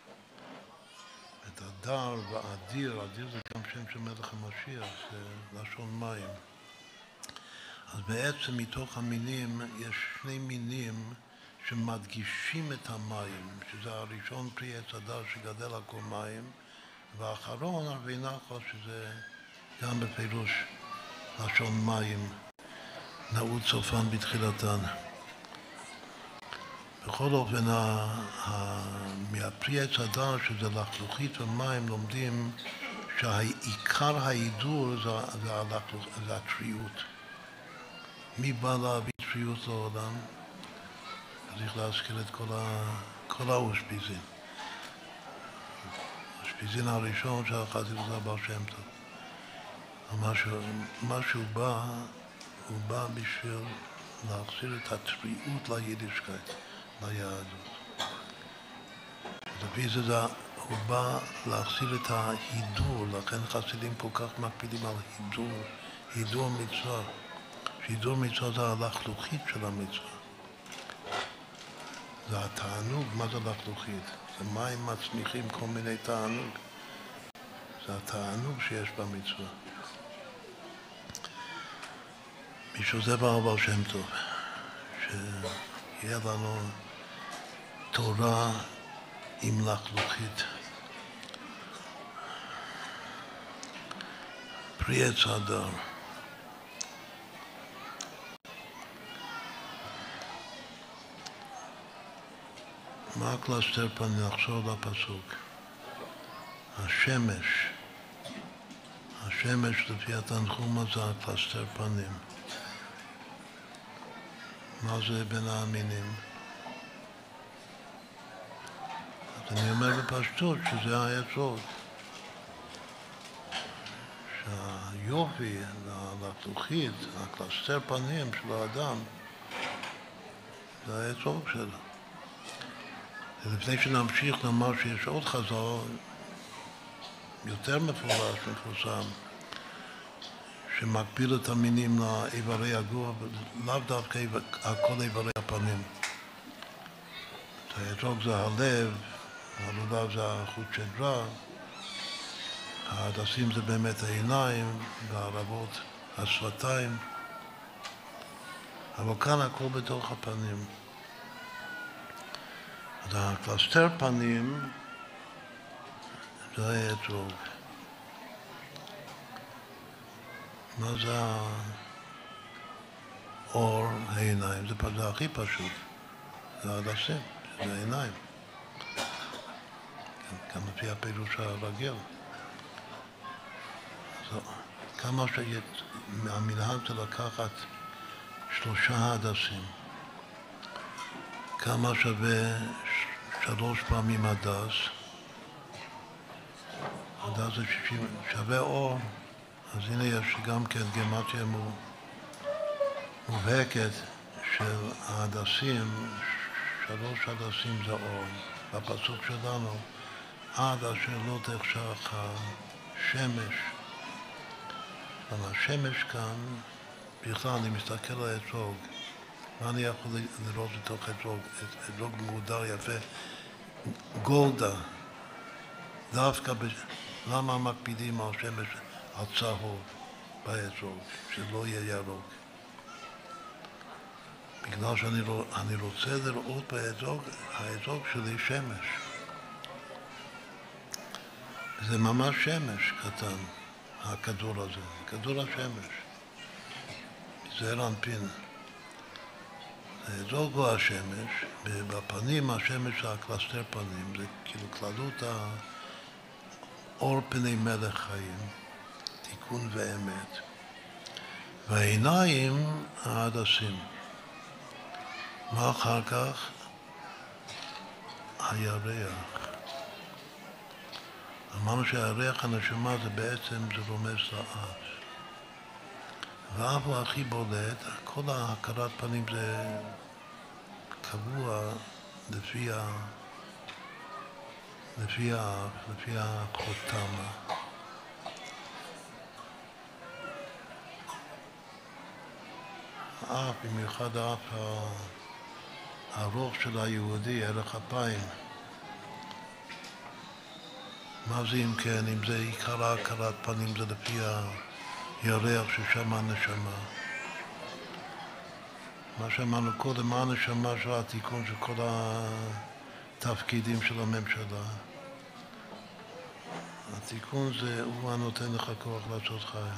את אדר ואדיר, אדיר זה גם שם של מלך המשיח, זה לשון מים. אז בעצם מתוך המינים יש שני מינים שמדגישים את המים, שזה הראשון פרי עץ הדר שגדל על כל מים, והאחרון ערבי נחל שזה גם בפירוש לשון מים, נעוץ סופן בתחילתן. בכל אופן, מהפרי עץ הדר שזה לחלוכית ומים לומדים שהעיקר ההידור זה, זה, זה הטריות. מי בא להביא טריות לעולם? צריך להזכיר את כל, ה... כל האושפיזין. האושפיזין הראשון שאחזתי לזה הבעל שם טוב. משהו, משהו בא, הוא בא בשביל להחזיר את הטריות ליידישקייט, ליהדות. לפי זה, זה הוא בא להחזיר את ההידור, לכן חסידים כל כך מקפידים על הידור, הידור מצווה. הידור מצווה זה הלחלוכית של המצווה. זה התענוג, מה זה לחלוכית? זה מים מצמיחים כל מיני תענוג. זה התענוג שיש במצווה. בשביל זה בא הבעל שם טוב, שיהיה לנו תורה עם לחלוכית. פרי עץ הדר. מה הקלסתר פנים? נחזור לפסוק. השמש, השמש לפי התנחום הזה, הקלסתר פנים. מה זה בין המינים? אז אני אומר בפשטות שזה היסוד. שהיופי, הלחלוכית, הקלסתר פנים של האדם, זה היסוד שלו. ולפני שנמשיך נאמר שיש עוד חז"ל יותר מפורש, מפורסם, שמקביל את המינים לאיברי הגוף, לאו דווקא כל איברי הפנים. היסוד זה הלב, הלולב זה החוט שדרה, ההדסים זה באמת העיניים, והערבות השפתיים, אבל כאן הכל בתוך הפנים. אז הקלסתר פנים זה היסוד. מה זה האור העיניים? זה, זה הכי פשוט. זה ההדסים, זה העיניים. גם לפי הפירוש הרגיל. אז כמה שהמנהג זה לקחת שלושה הדסים. כמה שווה שלוש פעמים הדס. הדס זה שישים, שווה אור. אז הנה יש גם כן גימטריה מובהקת של ההדסים, שלוש הדסים זה אור. בפסוק שלנו, עד אשר לא תחשך השמש. אבל השמש כאן, בכלל אני מסתכל על האתרוג, מה אני יכול לראות בתוך אתרוג? אתרוג מוגדר יפה, גולדה, דווקא, ב... למה מקפידים על שמש, על צהוב באתרוג, שלא יהיה ירוק? בגלל שאני לא, אני רוצה לראות באתרוג, האתרוג שלי שמש. זה ממש שמש קטן, הכדור הזה, כדור השמש. זעיר אנפין. האתרוג הוא השמש, ובפנים השמש זה הקלסתר פנים, זה כאילו כללות האור פני מלך חיים, תיקון ואמת. והעיניים ההדסים. מה אחר כך? הירח. אמרנו שהריח הנשמה זה בעצם, זה רומז לאף. והאף הוא הכי בולט, כל ההכרת פנים זה קבוע לפי, ה... לפי האף, לפי החותם. האף, במיוחד האף הארוך של היהודי, ערך אפיים. מה זה אם כן? אם זה עיקר ההכרת פנים, זה לפי הירח ששם הנשמה. מה שאמרנו קודם, מה הנשמה של התיקון של כל התפקידים של הממשלה. התיקון זה הוא הנותן לך כוח לעשות חיים.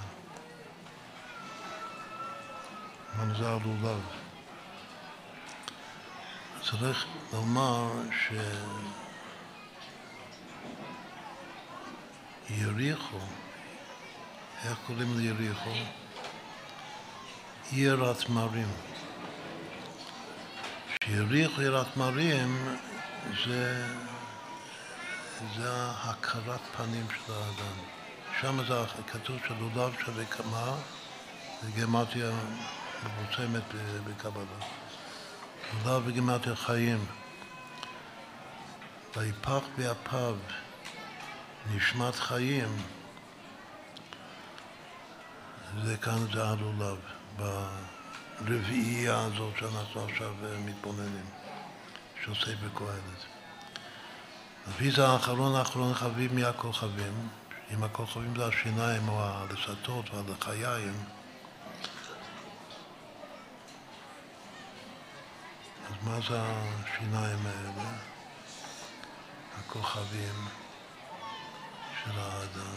זה הלולב. צריך לומר ש... יריחו, איך קוראים ליריחו? עיר התמרים. שיריחו עיר התמרים זה, זה הכרת פנים של האדם. שם זה כתוב שלולב שווה כמה, זה גימטריה מבוצמת בקבלה. לולב וגימטריה חיים. ויפח באפיו נשמת חיים, זה כאן זה הלולב, ברביעייה הזאת שאנחנו עכשיו מתבוננים, שעושה בקהלת. לפי זה האחרון האחרון חביב מהכוכבים, אם הכוכבים זה השיניים או הלסתות או הלחיים, אז מה זה השיניים האלה? הכוכבים של האדם.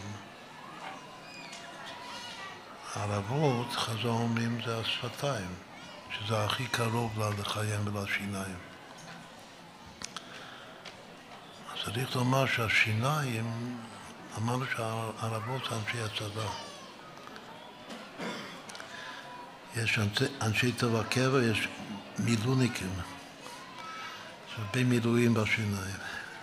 הערבות, חז"ל אומרים, זה השפתיים, שזה הכי קרוב ללחיים ולשיניים. צריך לומר שהשיניים, אמרנו שהערבות זה אנשי הצבא. יש אנשי, אנשי צבא קבע, יש מילואימניקים. יש הרבה מילואים בשיניים.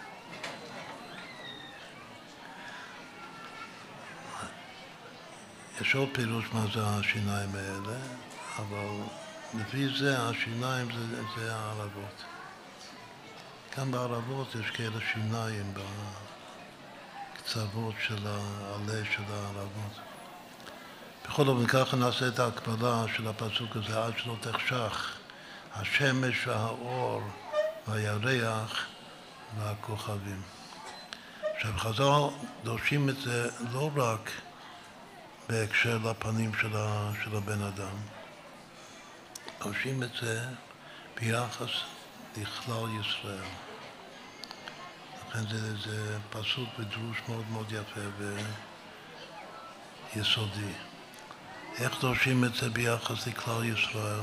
יש עוד פירוש מה זה השיניים האלה, אבל לפי זה השיניים זה, זה הערבות. גם בערבות יש כאלה שיניים בקצוות של העלה של הערבות. בכל אופן, ככה נעשה את ההקבלה של הפסוק הזה, עד שלא תחשך השמש והאור והירח והכוכבים. עכשיו, חז"ל דורשים את זה לא רק בהקשר לפנים של, ה, של הבן אדם, דורשים את זה ביחס לכלל ישראל. לכן זה, זה פסוק ודרוש מאוד מאוד יפה ויסודי. איך דורשים את זה ביחס לכלל ישראל?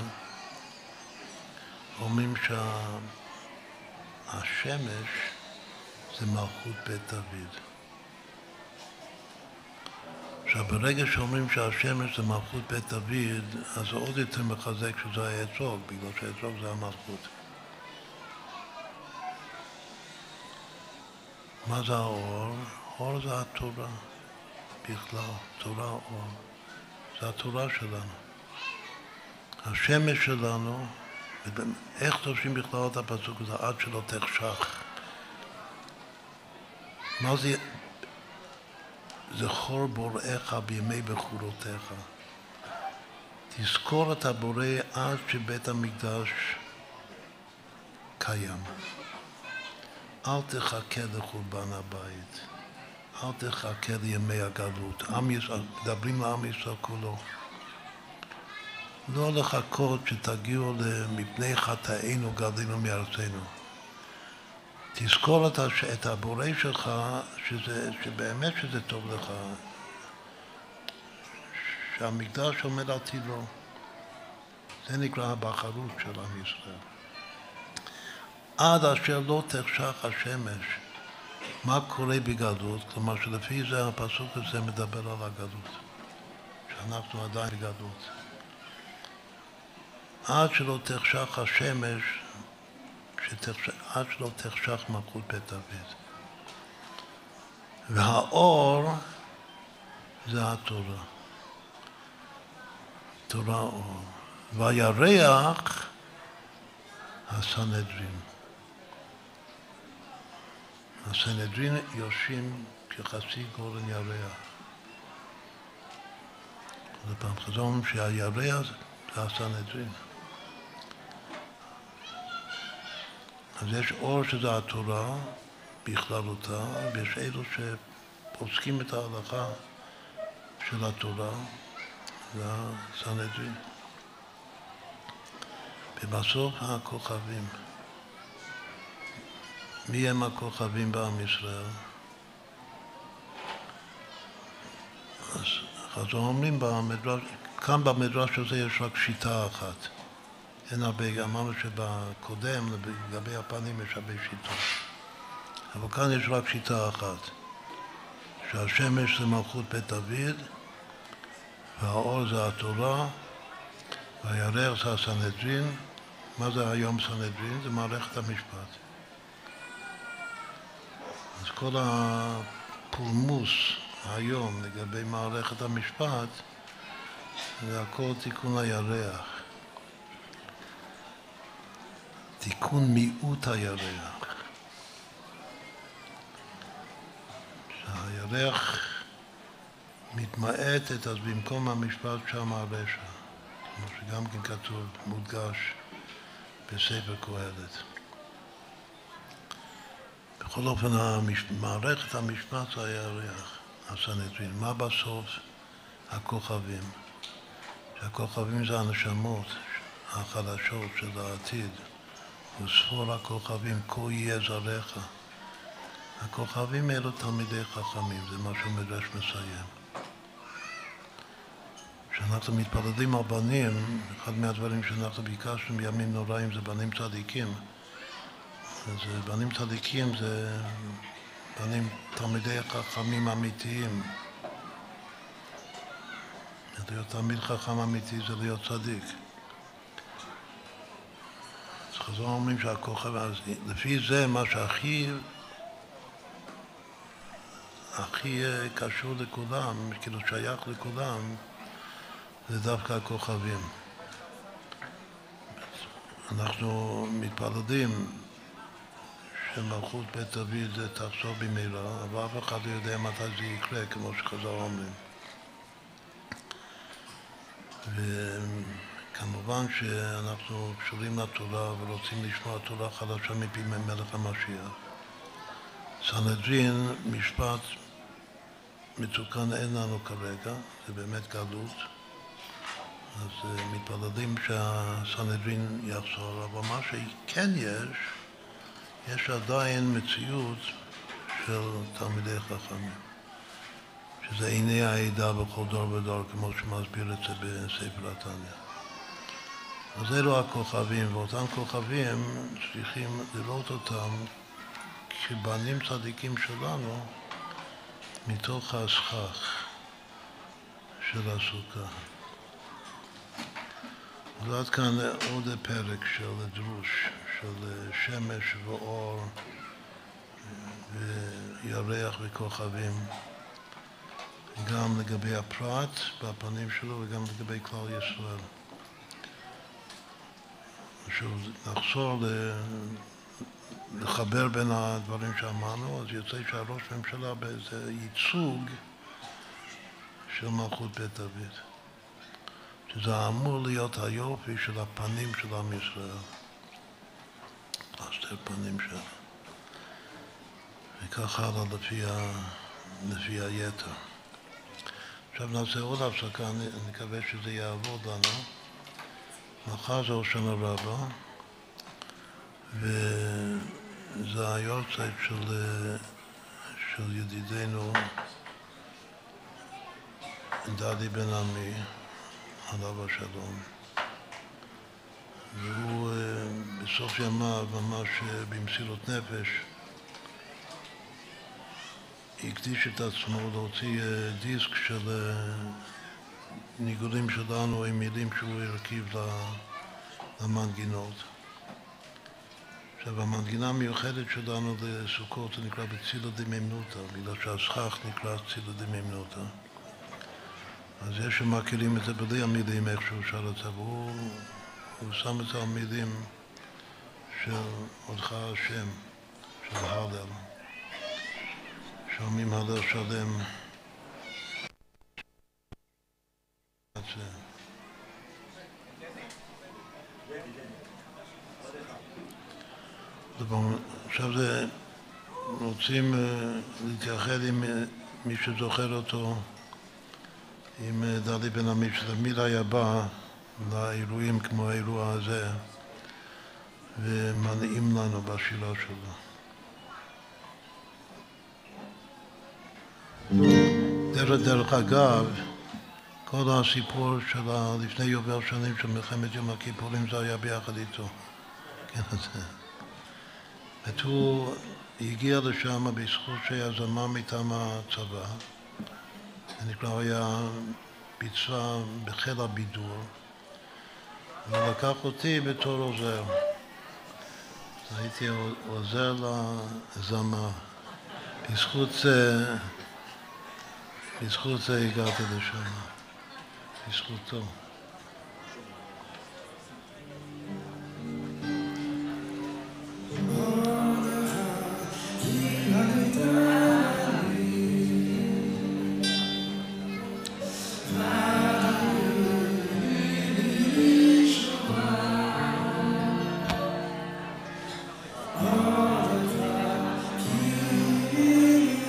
אומרים שהשמש זה מלכות בית דוד. עכשיו, ברגע שאומרים שהשמש זה מלכות בית דוד, אז זה עוד יותר מחזק שזה האתרוג, בגלל שהאתרוג זה המלכות. מה זה האור? אור זה התורה, בכלל, תורה אור. זה התורה שלנו. השמש שלנו, איך דורשים בכלל את הפסוק הזה? עד שלא תחשך. מה זה? זכור בוראיך בימי בחורותיך. תזכור את הבורא עד שבית המקדש קיים. אל תחכה לחורבן הבית. אל תחכה לימי הגלות. עם ישראל, מדברים לעם ישראל כולו. לא לחכות שתגיעו למפני חטאינו גלינו מארצנו. תזכור את, הש... את הבורא שלך, שזה, שבאמת שזה טוב לך, שהמקדש עומד על טיבו. זה נקרא הבחרות של עם ישראל. עד אשר לא תחשך השמש, מה קורה בגלות? כלומר שלפי זה הפסוק הזה מדבר על הגלות, שאנחנו עדיין בגלות. עד שלא תחשך השמש, שתחשך, עד שלא תחשך מלכות בית דוד. והאור זה התורה. תורה אור. והירח הסנהדרין. הסנהדרין יושבים כחצי גורן ירח. זה פעם חזון שהירח זה הסנהדרין. אז יש אור שזה התורה בכללותה, ויש אלו שפוסקים את ההלכה של התורה, זה הסנהדרין. ובסוף הכוכבים. מי הם הכוכבים בעם ישראל? אז חז"ל אומרים במדרש, כאן במדרש הזה יש רק שיטה אחת. אין הרבה, אמרנו שבקודם, לגבי הפנים יש הרבה שיטות. אבל כאן יש רק שיטה אחת. שהשמש זה מלכות בית דוד, והאור זה התורה, והירח זה הסנהדרין. מה זה היום סנהדרין? זה מערכת המשפט. אז כל הפולמוס היום לגבי מערכת המשפט, זה הכל תיקון הירח. תיקון מיעוט הירח. שהירח מתמעטת, אז במקום המשפט שם הרשע. כמו שגם כן כתוב, מודגש בספר קהלת. בכל אופן, מערכת המשפט זה הירח, הסנהדרין. מה בסוף? הכוכבים. שהכוכבים זה הנשמות החדשות של העתיד. וספור הכוכבים, כה יהיה זרעך. הכוכבים אלו תלמידי חכמים, זה מה שהמדרש מסיים. כשאנחנו מתפללים על בנים, אחד מהדברים שאנחנו ביקשנו בימים נוראים זה בנים צדיקים. אז בנים צדיקים זה בנים תלמידי חכמים אמיתיים. להיות תלמיד חכם אמיתי זה להיות צדיק. אז חז"ל אומרים שהכוכב, אז לפי זה מה שהכי הכי קשור לכולם, כאילו שייך לכולם, זה דווקא הכוכבים. אנחנו מתפללים שמלכות בית דוד תחזור במהרה, אבל אף אחד לא יודע מתי זה יקרה, כמו שחז"ל אומרים. וכמובן שאנחנו קשורים לתורה ורוצים לשמוע תורה חדשה מפי מלך המשיח. סנהדרין, משפט מתוקן אין לנו כרגע, זה באמת גלות. אז מתפללים שהסנהדרין יחזור, אבל מה שכן יש, יש עדיין מציאות של תלמידי חכמים, שזה עיני העדה בכל דור ודור, כמו שמסביר את זה בספר התניא. אז אלו הכוכבים, ואותם כוכבים צריכים לראות אותם כבנים צדיקים שלנו מתוך הסכך של הסוכה. אז עד כאן עוד פרק של דרוש, של שמש ואור וירח וכוכבים, גם לגבי הפרט בפנים שלו וגם לגבי כלל ישראל. שוב, נחזור לחבר בין הדברים שאמרנו, אז יוצא שהראש ממשלה באיזה ייצוג של מלכות בית דוד. שזה אמור להיות היופי של הפנים של עם ישראל. פלסטר פנים שלו. וכך הלאה לפי, ה... לפי היתר. עכשיו נעשה עוד הפסקה, אני מקווה שזה יעבוד לנו. מחר זה ראשון רבה, וזה היורצייט של, של ידידנו דדי בן עמי, עליו השלום. והוא בסוף ימיו, ממש במסירות נפש, הקדיש את עצמו להוציא דיסק של ניגודים שלנו עם מילים שהוא הרכיב למנגינות. עכשיו, המנגינה המיוחדת שלנו לסוכות זה נקרא בצילה דממנותא, בגלל שהסכך נקרא צילה דממנותא. אז יש שמכירים את זה בלי המילים איך שהוא שר את זה, והוא הוא שם את זה על מילים של עודך השם, של הלל. שומעים הלל שלם. עכשיו זה רוצים להתייחד עם מי שזוכר אותו, עם דדי בן עמי, שתמיד היה בא לאירועים כמו האירוע הזה ומנעים לנו בשירה שלו. דרך, דרך אגב, כל הסיפור של לפני יובל שנים של מלחמת יום הכיפורים זה היה ביחד איתו. כן, זה. והוא הגיע לשם בזכות שהיה זמר מטעם הצבא. זה נקרא, היה ביצוע בחיל הבידור. ולקח אותי בתור עוזר. הייתי עוזר לזמר. בזכות זה, בזכות זה הגעתי לשם. בזכותו.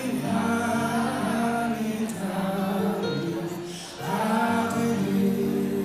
Hallelujah.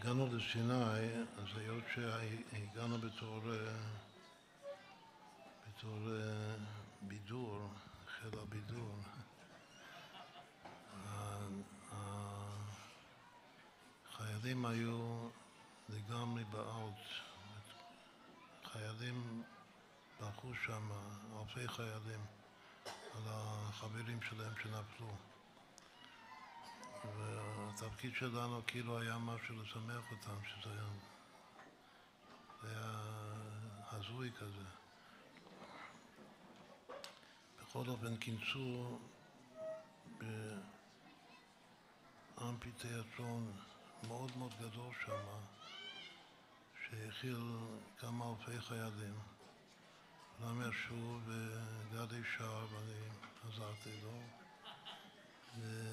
הגענו לסיני, אז היות שהגענו בתור, בתור בידור, חיל הבידור, החיילים היו לגמרי באאוט, חיילים ברחו שם, אלפי חיילים, על החברים שלהם שנפלו. והתפקיד שלנו כאילו היה משהו לשמח אותם, שזה היה, היה הזוי כזה. בכל אופן כינסו באמפיתיאטרון מאוד מאוד גדול שם, שהכיל כמה אלפי חיילים. כולם ישבו וגדי שר ואני עזרתי לו. ו...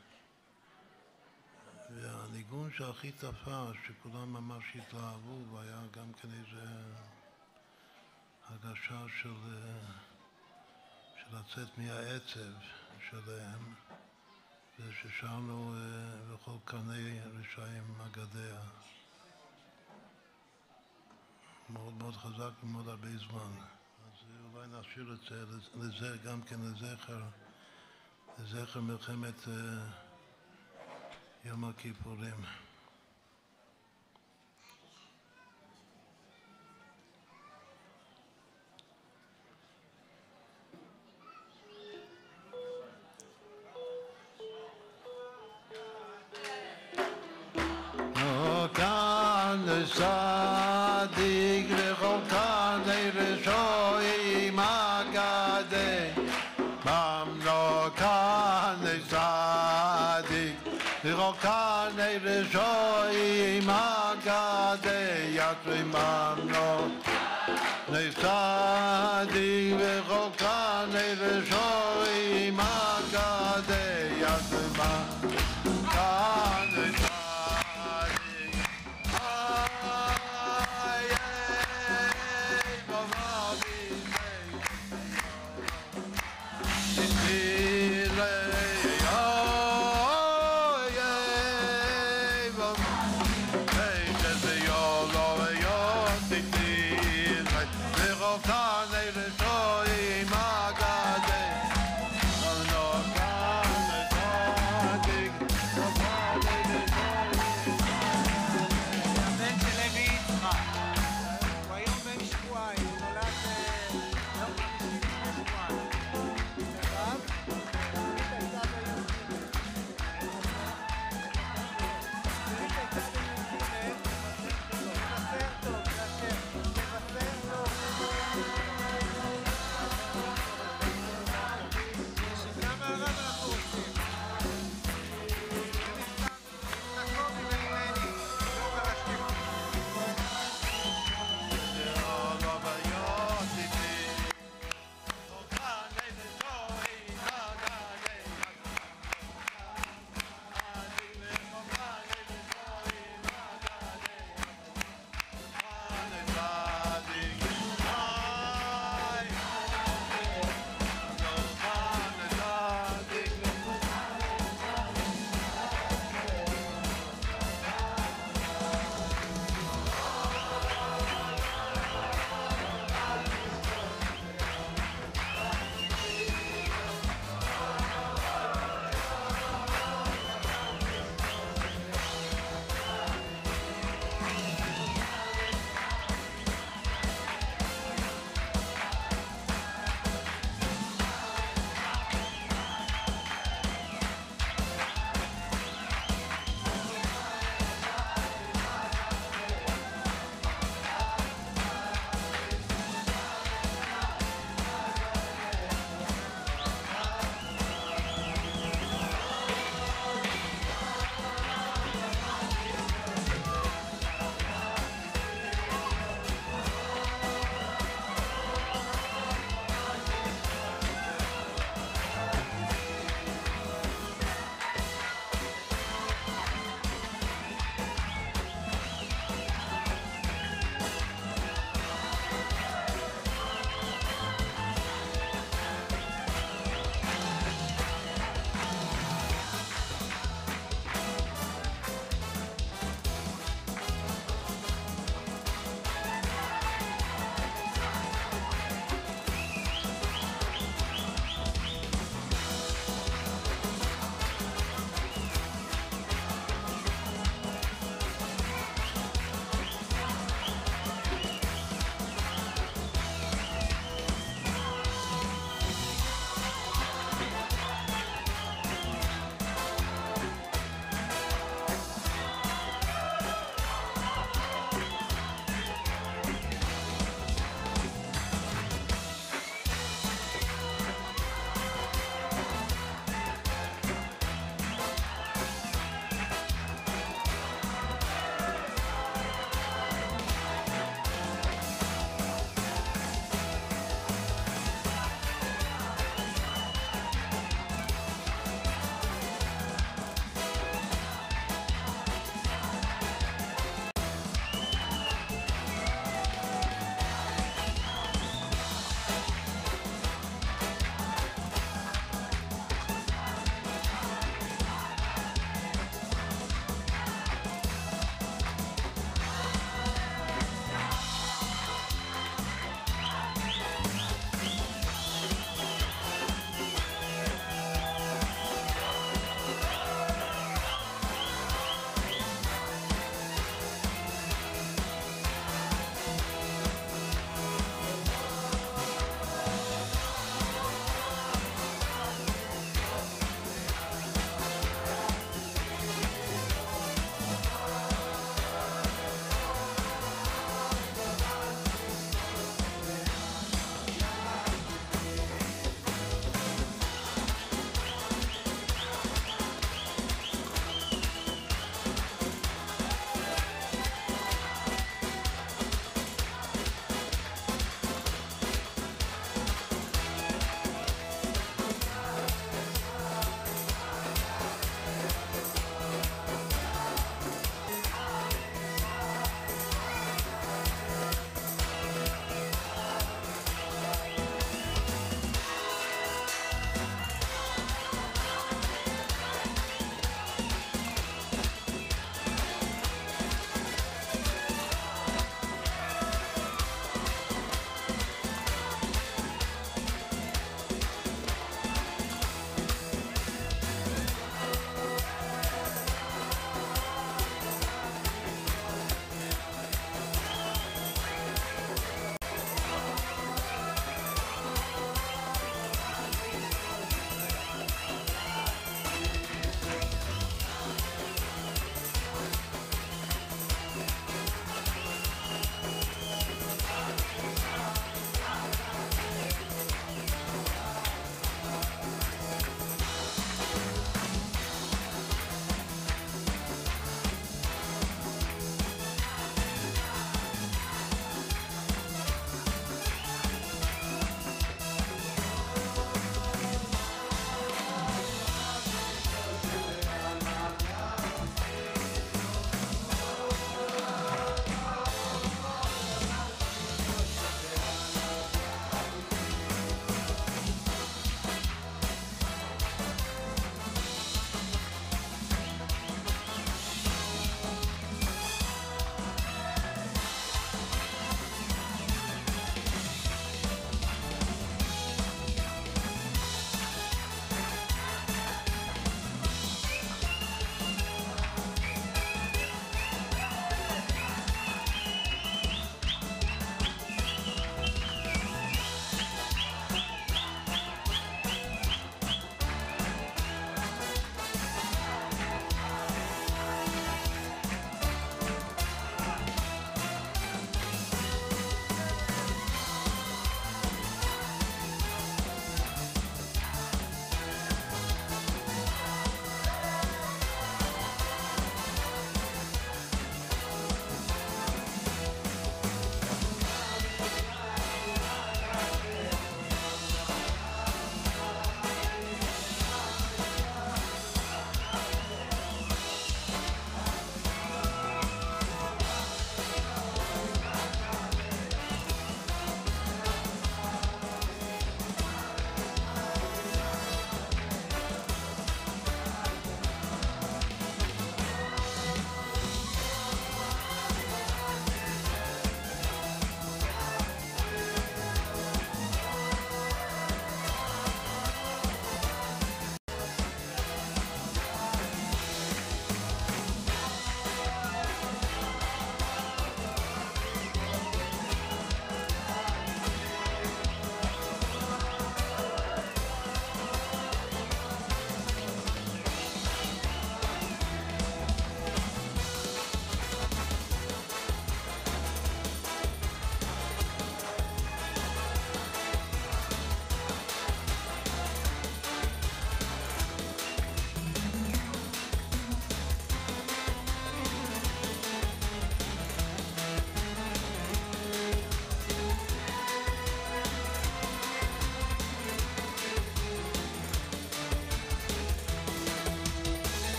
והניגון שהכי תפס, שכולם ממש התלהבו, והיה גם כן איזו הרגשה של, של לצאת מהעצב שלהם, זה ששרנו בכל קרני רשעים אגדיה. מאוד מאוד חזק ומאוד הרבה זמן. אז אולי נשאיר את זה, לזה גם כן לזכר, לזכר מלחמת יום הכיפורים. צדיק וכל קרני רשעים אגדי ממלוכן צדיק וכל קרני רשעים אגדי יתרי ממלוכן צדיק וכל קרני רשעים אגדי יתרי ממלוכן צדיק Can't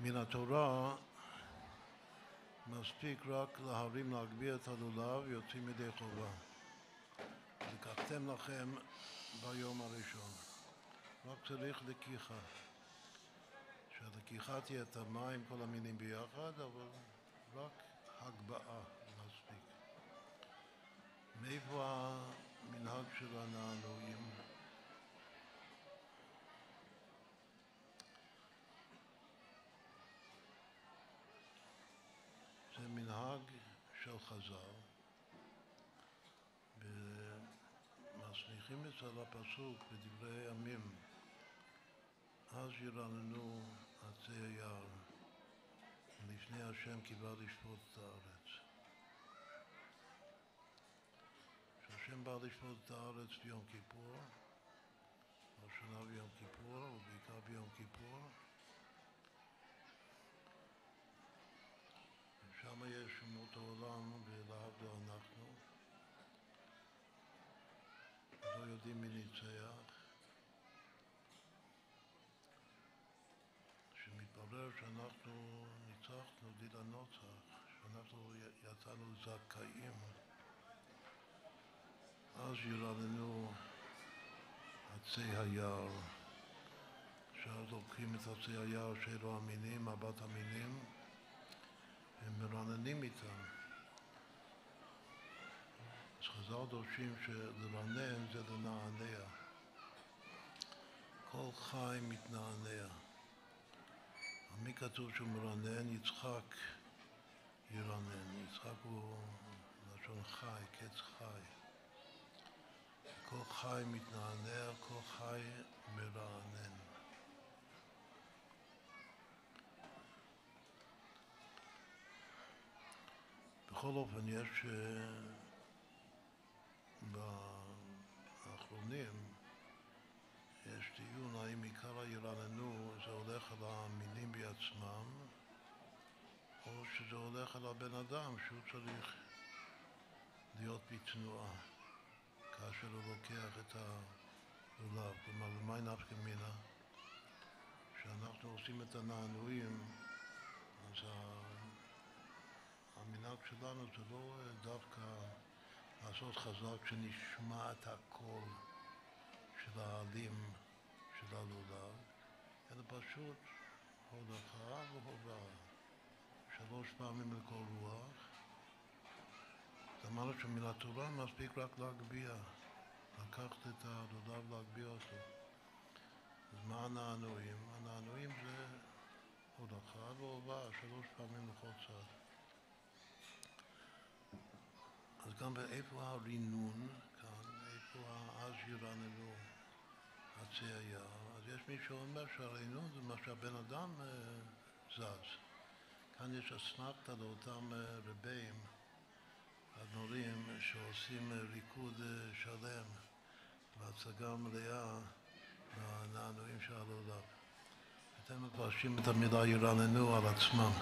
מן התורה מספיק רק להרים להגביה את הלולב, יוצאים ידי חובה. לקחתם לכם ביום הראשון. רק צריך לקיחה. שהלקיחה תהיה את המים, כל המינים ביחד, אבל רק הגבעה מספיק. מאיפה המנהג של הנענועים? זה מנהג של חז"ל, ומסמיכים אצל הפסוק בדברי הימים, אז ירננו עצי היער, לפני השם כי בא לשפוט את הארץ. כשהשם בא לשפוט את הארץ ביום כיפור, השנה ביום כיפור, ובעיקר ביום כיפור, שם יש שמות העולם ולהבדיל אנחנו לא יודעים מי ניצח. שמתברר שאנחנו ניצחנו דיל הנוצח, שאנחנו יצאנו זכאים, אז ירננו עצי היער, שאז לוקחים את עצי היער שאלו המינים, ארבעת המינים, הם מרננים איתם. אז חז"ל דורשים שלרנן זה לנענע. כל חי מתנענע. מי כתוב שהוא מרנן? יצחק ירנן. יצחק הוא לשון חי, קץ חי. כל חי מתנענע, כל חי מרענן. בכל אופן, יש באחרונים, יש דיון האם עיקר הירננו זה הולך על המינים בעצמם, או שזה הולך על הבן אדם שהוא צריך להיות בתנועה כאשר הוא לוקח את הלולב. כלומר, למי נפקא מינה? כשאנחנו עושים את הנענועים, אז המנהג שלנו זה לא דווקא לעשות חזק שנשמע את הקול של העלים של הלולב, אלא פשוט הולכה והובעה, שלוש פעמים לכל רוח. זאת אומרת שמן התורה מספיק רק להגביה, לקחת את הלולב להגביה אותו. אז מה הנענועים? הנענועים זה הולכה והובעה, שלוש פעמים לכל צד. אז גם באיפה הרינון, כאן, איפה אז ירננו עצי היער, אז יש מי שאומר שהרינון זה מה שהבן אדם אה, זז. כאן יש אסמכתא לאותם אה, רבים, אדמו"רים, שעושים אה, ריקוד אה, שלם והצגה מלאה מהנענועים של הלולב. אתם מפרשים את המילה ירננו על עצמם,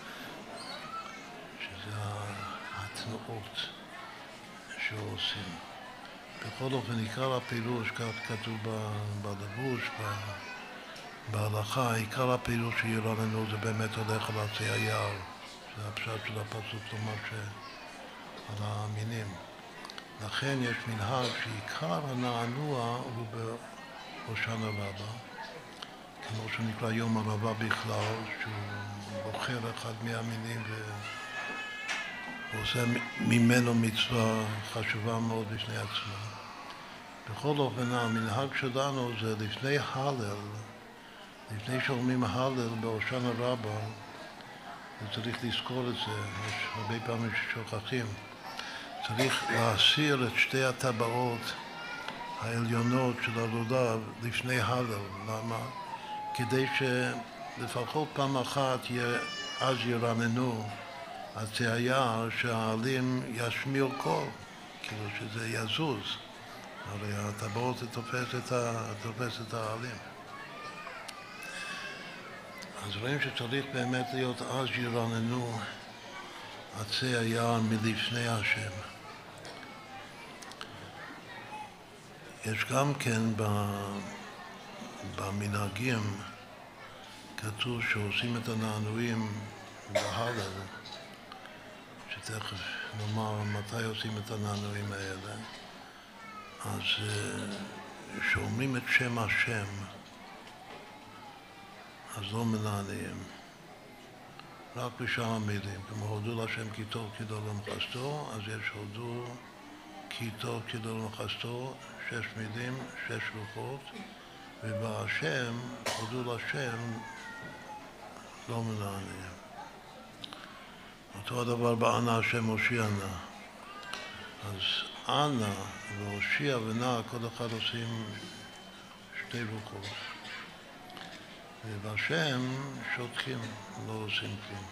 שזה התנועות שעושים. בכל אופן, עיקר הפירוש, כך כתוב בלבוש, בהלכה, עיקר הפירוש שירננו זה באמת הולך על עצי היער. זה הפשט של הפסוק, כלומר על המינים. לכן יש מנהג שעיקר הנענוע הוא בהושענא רבה, כמו שנקרא יום הרבה בכלל, שהוא בוחר אחד מהמינים ו... הוא עושה ממנו מצווה חשובה מאוד בפני עצמה. בכל אופן, המנהג שלנו זה לפני הלל, לפני שאומרים הלל בהושענא רבה, וצריך לזכור את זה, יש הרבה פעמים ששוכחים, צריך להסיר את שתי הטבעות העליונות של הלולב לפני הלל. למה? כדי שלפחות פעם אחת יהיה אז ירננו עצי היער, שהעלים ישמיעו קול, כאילו שזה יזוז. הרי הטבעות תופס את, ה... תופס את העלים. אז רואים שצריך באמת להיות אז ירננו עצי היער מלפני השם. יש גם כן במנהגים כתוב שעושים את הנענועים בהלל, שתכף נאמר מתי עושים את הנענועים האלה, אז שאומרים את שם השם, אז לא מנענעים, רק בשאר המילים, כמו הודו להשם כי טוב כי טוב למחסתו, אז יש הודו כי טוב כי טוב למחסתו, שש מילים, שש רוחות, ובהשם, הודו להשם, לא מנענעים. אותו הדבר באנה השם הושיע נא. אז אנה והושיע ונא, כל אחד עושים שתי רוחות. ובהשם שותקים, לא עושים כלום.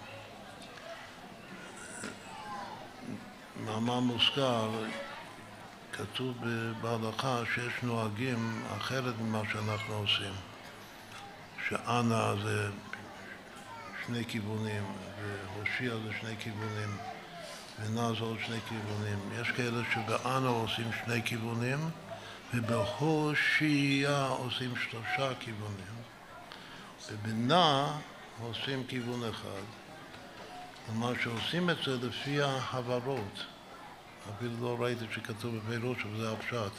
מאמר מוזכר, כתוב בהלכה שיש נוהגים אחרת ממה שאנחנו עושים. שאנה זה שני כיוונים, והושיע זה שני כיוונים, ונע זה עוד שני כיוונים. יש כאלה שבאנה עושים שני כיוונים, ובהושיע עושים שלושה כיוונים. ובנע עושים כיוון אחד. כלומר שעושים את זה לפי ההברות. אפילו לא ראיתי שכתוב בפירוש, אבל זה הפשט.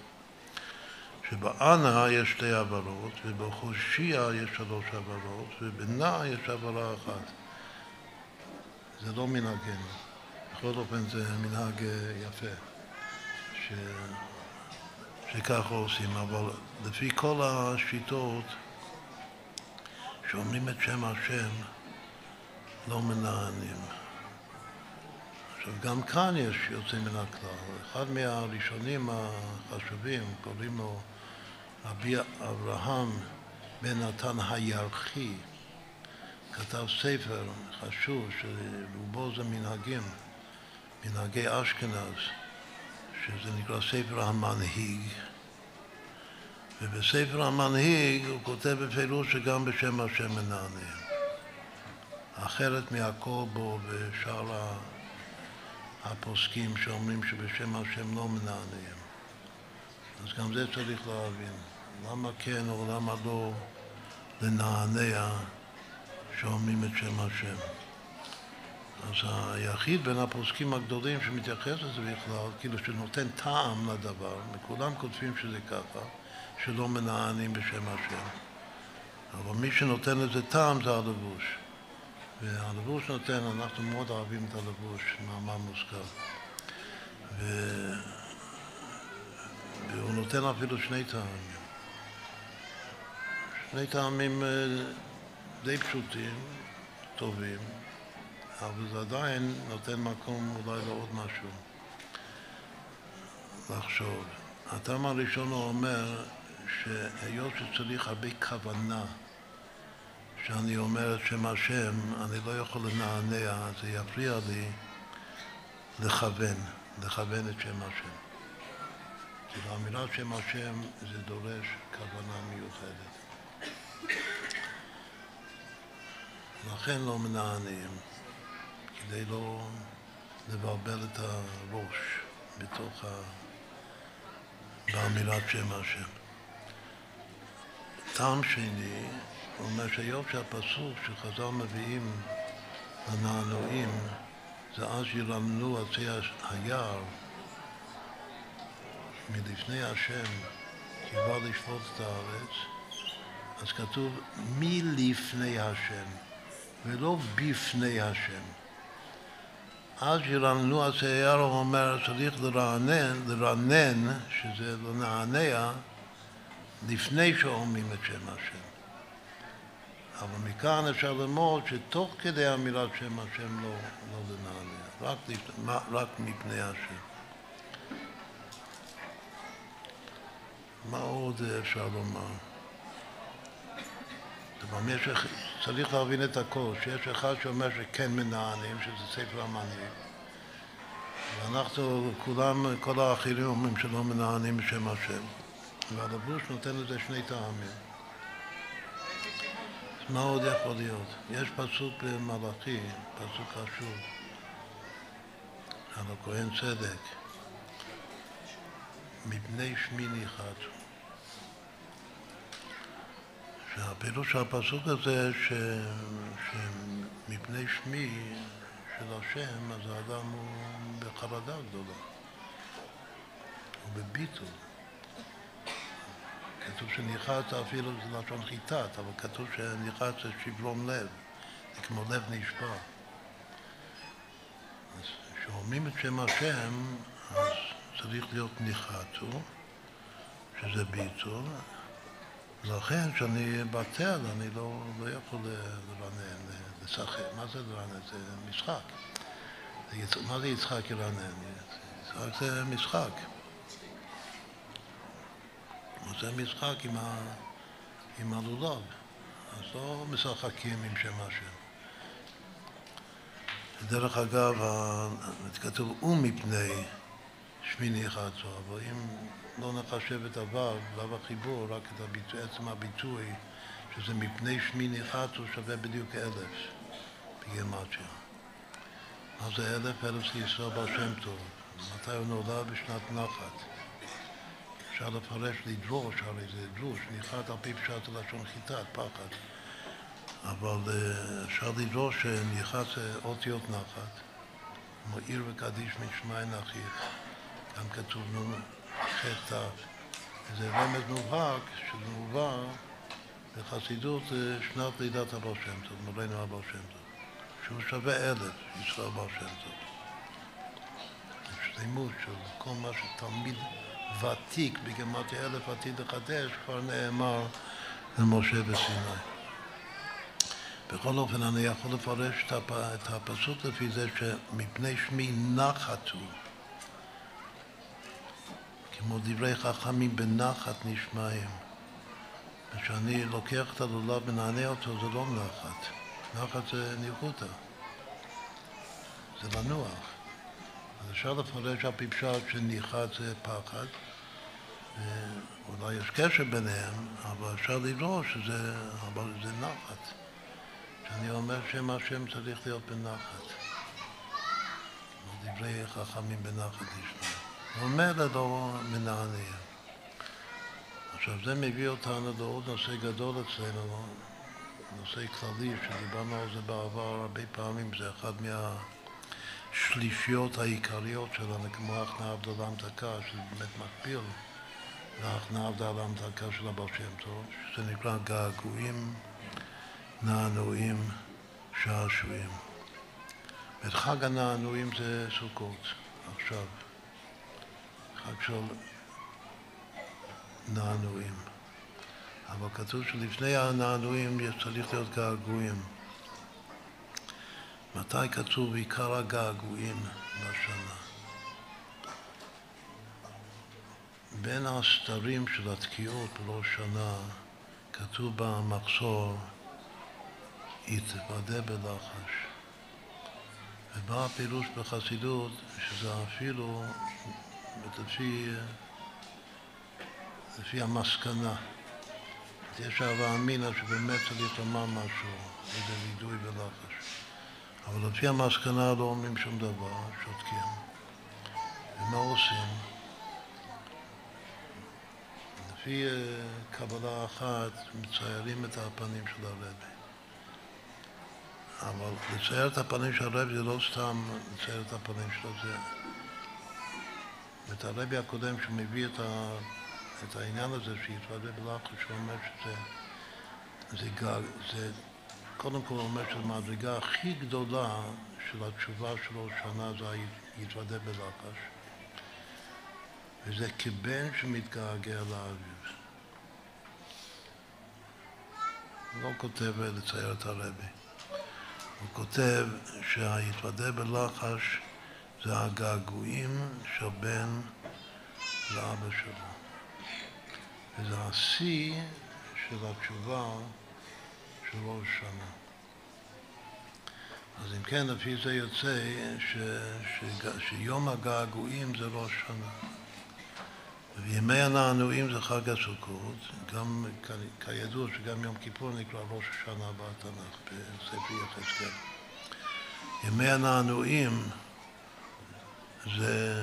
שבאנה יש שתי הברות, ובהושיע יש שלוש הברות, ובנע יש הברה אחת. זה לא מנהגנו. בכל אופן זה מנהג יפה, ש... שככה עושים, אבל לפי כל השיטות שאומרים את שם השם, לא מנענים. עכשיו, גם כאן יש יוצא מן הכלל. אחד מהראשונים החשובים, קוראים לו רבי אברהם בן נתן הירחי, כתב ספר חשוב שרובו זה מנהגים, מנהגי אשכנז, שזה נקרא ספר המנהיג. ובספר המנהיג הוא כותב בפירוש שגם בשם השם מנענים. אחרת מהכל בו ושאר הפוסקים שאומרים שבשם השם לא מנענים. אז גם זה צריך להבין. למה כן או למה לא לנענע שאומרים את שם השם. אז היחיד בין הפוסקים הגדולים שמתייחס לזה בכלל, כאילו שנותן טעם לדבר, וכולם כותבים שזה ככה, שלא מנענים בשם השם. אבל מי שנותן לזה טעם זה הלבוש. והלבוש נותן, אנחנו מאוד אוהבים את הלבוש, מאמר מוזכר. ו... והוא נותן אפילו שני טעמים. שני טעמים די פשוטים, טובים, אבל זה עדיין נותן מקום אולי לעוד משהו לחשוב. הטעם הראשון הוא אומר שהיות שצריך הרבה כוונה שאני אומר את שם השם, אני לא יכול לנענע, זה יפריע לי לכוון, לכוון את שם השם. כי באמרת שם השם זה דורש כוונה מיוחדת. לכן לא מנענעים, כדי לא לבלבל את הראש בתוך ה... באמירת שם השם. טעם שני, הוא אומר שהיות שהפסוק שחז"ל מביאים לנענועים, זה אז ירמנו עצי היער מלפני השם, כי בא לשפוט את הארץ, אז כתוב מלפני השם, ולא בפני השם. אז ירמנו עצי היער, הוא אומר, צריך לרענן, לרענן, שזה לנענע, לפני שאומרים את שם השם. אבל מכאן אפשר ללמוד שתוך כדי אמירת שם השם לא, לא לנענע, רק, רק מפני השם. מה עוד אפשר לומר? יש, צריך להבין את הכל, שיש אחד שאומר שכן מנענים, שזה ספר המנהיג. ואנחנו כולם, כל האחרים אומרים שלא מנענים בשם השם. והלבוש נותן לזה שני טעמים. מה עוד יכול להיות? יש פסוק במלאכי, פסוק חשוב, על הכהן צדק, מפני שמי ניחתו. שהפילוש של הפסוק הזה, ש... שמפני שמי של השם, אז האדם הוא בחרדה גדולה. הוא בביטול. כתוב שניחת אפילו זה לשון חיטת, אבל כתוב שניחת זה שברון לב, זה כמו לב נשבר. אז כשאומרים את שם השם, אז צריך להיות ניחתו, שזה ביטול. לכן כשאני בטל, אני לא, לא יכול לרנן, לשחק. מה זה לרנן? זה משחק. זה יצ... מה זה יצחק לרנן? יצחק זה משחק. זה משחק עם, ה... עם הלולב. אז לא משחקים עם שם השם. דרך אגב, כתוב ומפני שמי ניחתו, אבל אם לא נחשב את הוו, וו החיבור, רק את הביטוי, עצם הביטוי, שזה מפני שמי ניחתו, שווה בדיוק אלף בגימטריה. מה זה אלף? אלף זה ישראל בר שם טוב. מתי הוא נולד? בשנת נחת. אפשר לפרש לדרוש, הרי זה דרוש, ניחת על פי פשט לשון חיטת, פחד. אבל אפשר לדרוש שניחת זה אותיות נחת, כמו עיר וקדיש משמיים אחיך, גם כתוב נו חטא. זה רמז מובהק שמובא בחסידות שנת לידת הבעל שם טוב, מורנו הבעל שם טוב, שהוא שווה אלף, ישראל בעל שם טוב. שלמות של כל מה שתלמיד ותיק בגימטריה אלף עתיד לחדש כבר נאמר למשה בסיני. בכל אופן אני יכול לפרש את הפסוק לפי זה שמפני שמי נחתו, כמו דברי חכמים בנחת נשמעים. כשאני לוקח את הלולב ונענה אותו זה לא נחת, נחת זה ניחותא, זה לנוח. אז אפשר לפרש על פי פשט שניחת זה פחד, ואולי יש קשר ביניהם, אבל אפשר לדרוש שזה, אבל זה נחת. שאני אומר שם השם צריך להיות בנחת. דברי חכמים בנחת נשמע. הוא אומר לדור מנעניה. עכשיו זה מביא אותנו לעוד נושא גדול אצלנו, נושא כללי שדיברנו על זה בעבר הרבה פעמים, זה אחד מהשלישיות העיקריות שלנו, כמו הכנעה הבדלה המתקה, שזה באמת מקביל להכנעה הבדלה המתקה של הבעל שם טוב, שזה נקרא געגועים, נענועים, שעשועים. את חג הנענועים זה סוכות, עכשיו. חג של נענועים. אבל כתוב שלפני הנענועים צריך להיות געגועים. מתי כתוב עיקר הגעגועים בשנה? בין הסתרים של התקיעות בראש שנה כתוב במחסור יתוודה בלחש. ובא הפירוש בחסידות שזה אפילו לפי, לפי המסקנה. יש אהבה אמינה שבאמת צריך לומר משהו, איזה וידוי ולחש. אבל לפי המסקנה לא אומרים שום דבר, שותקים. ומה עושים? לפי קבלה אחת מציירים את הפנים של הרבי. אבל לצייר את הפנים של הרבי זה לא סתם לצייר את הפנים שלו, זה... את הרבי הקודם שמביא את, ה... את העניין הזה שיתוודה בלחש, הוא אומר שזה... זה גג... זה... קודם כל הוא אומר שהמדרגה הכי גדולה של התשובה שלו שנה זה יתוודה בלחש. וזה כבן שמתגעגע לאביו. הוא לא כותב לצייר את הרבי. הוא כותב שהיתוודה בלחש זה הגעגועים של בן לאבא שלו. וזה השיא של התשובה של ראש שנה. אז אם כן, לפי זה יוצא ש, ש, שיום הגעגועים זה ראש שנה. וימי הנענועים זה חג הסוכות, גם כידוע שגם יום כיפור נקרא ראש השנה בתנ"ך, בספר יחזקאל. ימי הנענועים זה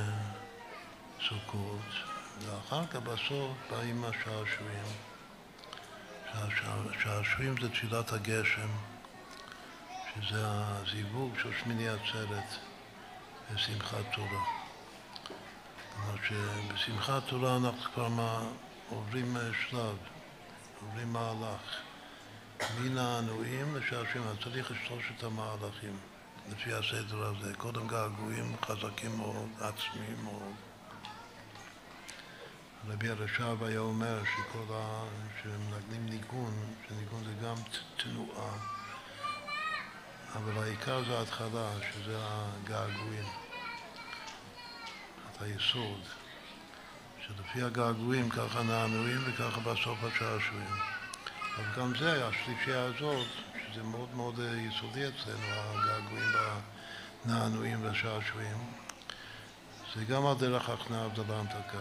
סוכות, ואחר כך בסוף באים השעשועים, שעשועים זה תפילת הגשם, שזה הזיווג של שמיני עצרת בשמחת תורה. כלומר שבשמחת תורה אנחנו כבר עוברים שלב, עוברים מהלך. מן הענועים לשעשועים, אז צריך את שלושת המהלכים לפי הסדר הזה. קודם געגועים חזקים מאוד, עצמיים מאוד. רבי הרש"ב היה אומר שכל ה... שמנגנים ניגון, שניגון זה גם תנועה, אבל העיקר זה ההתחלה, שזה הגעגועים, את היסוד, שלפי הגעגועים ככה נענועים וככה בסוף השעשועים. אבל גם זה, השלישייה הזאת, שזה מאוד מאוד יסודי אצלנו, הגעגועים והנענועים והשעשועים, זה גם הדרך הכנעה הבדלה המתקה.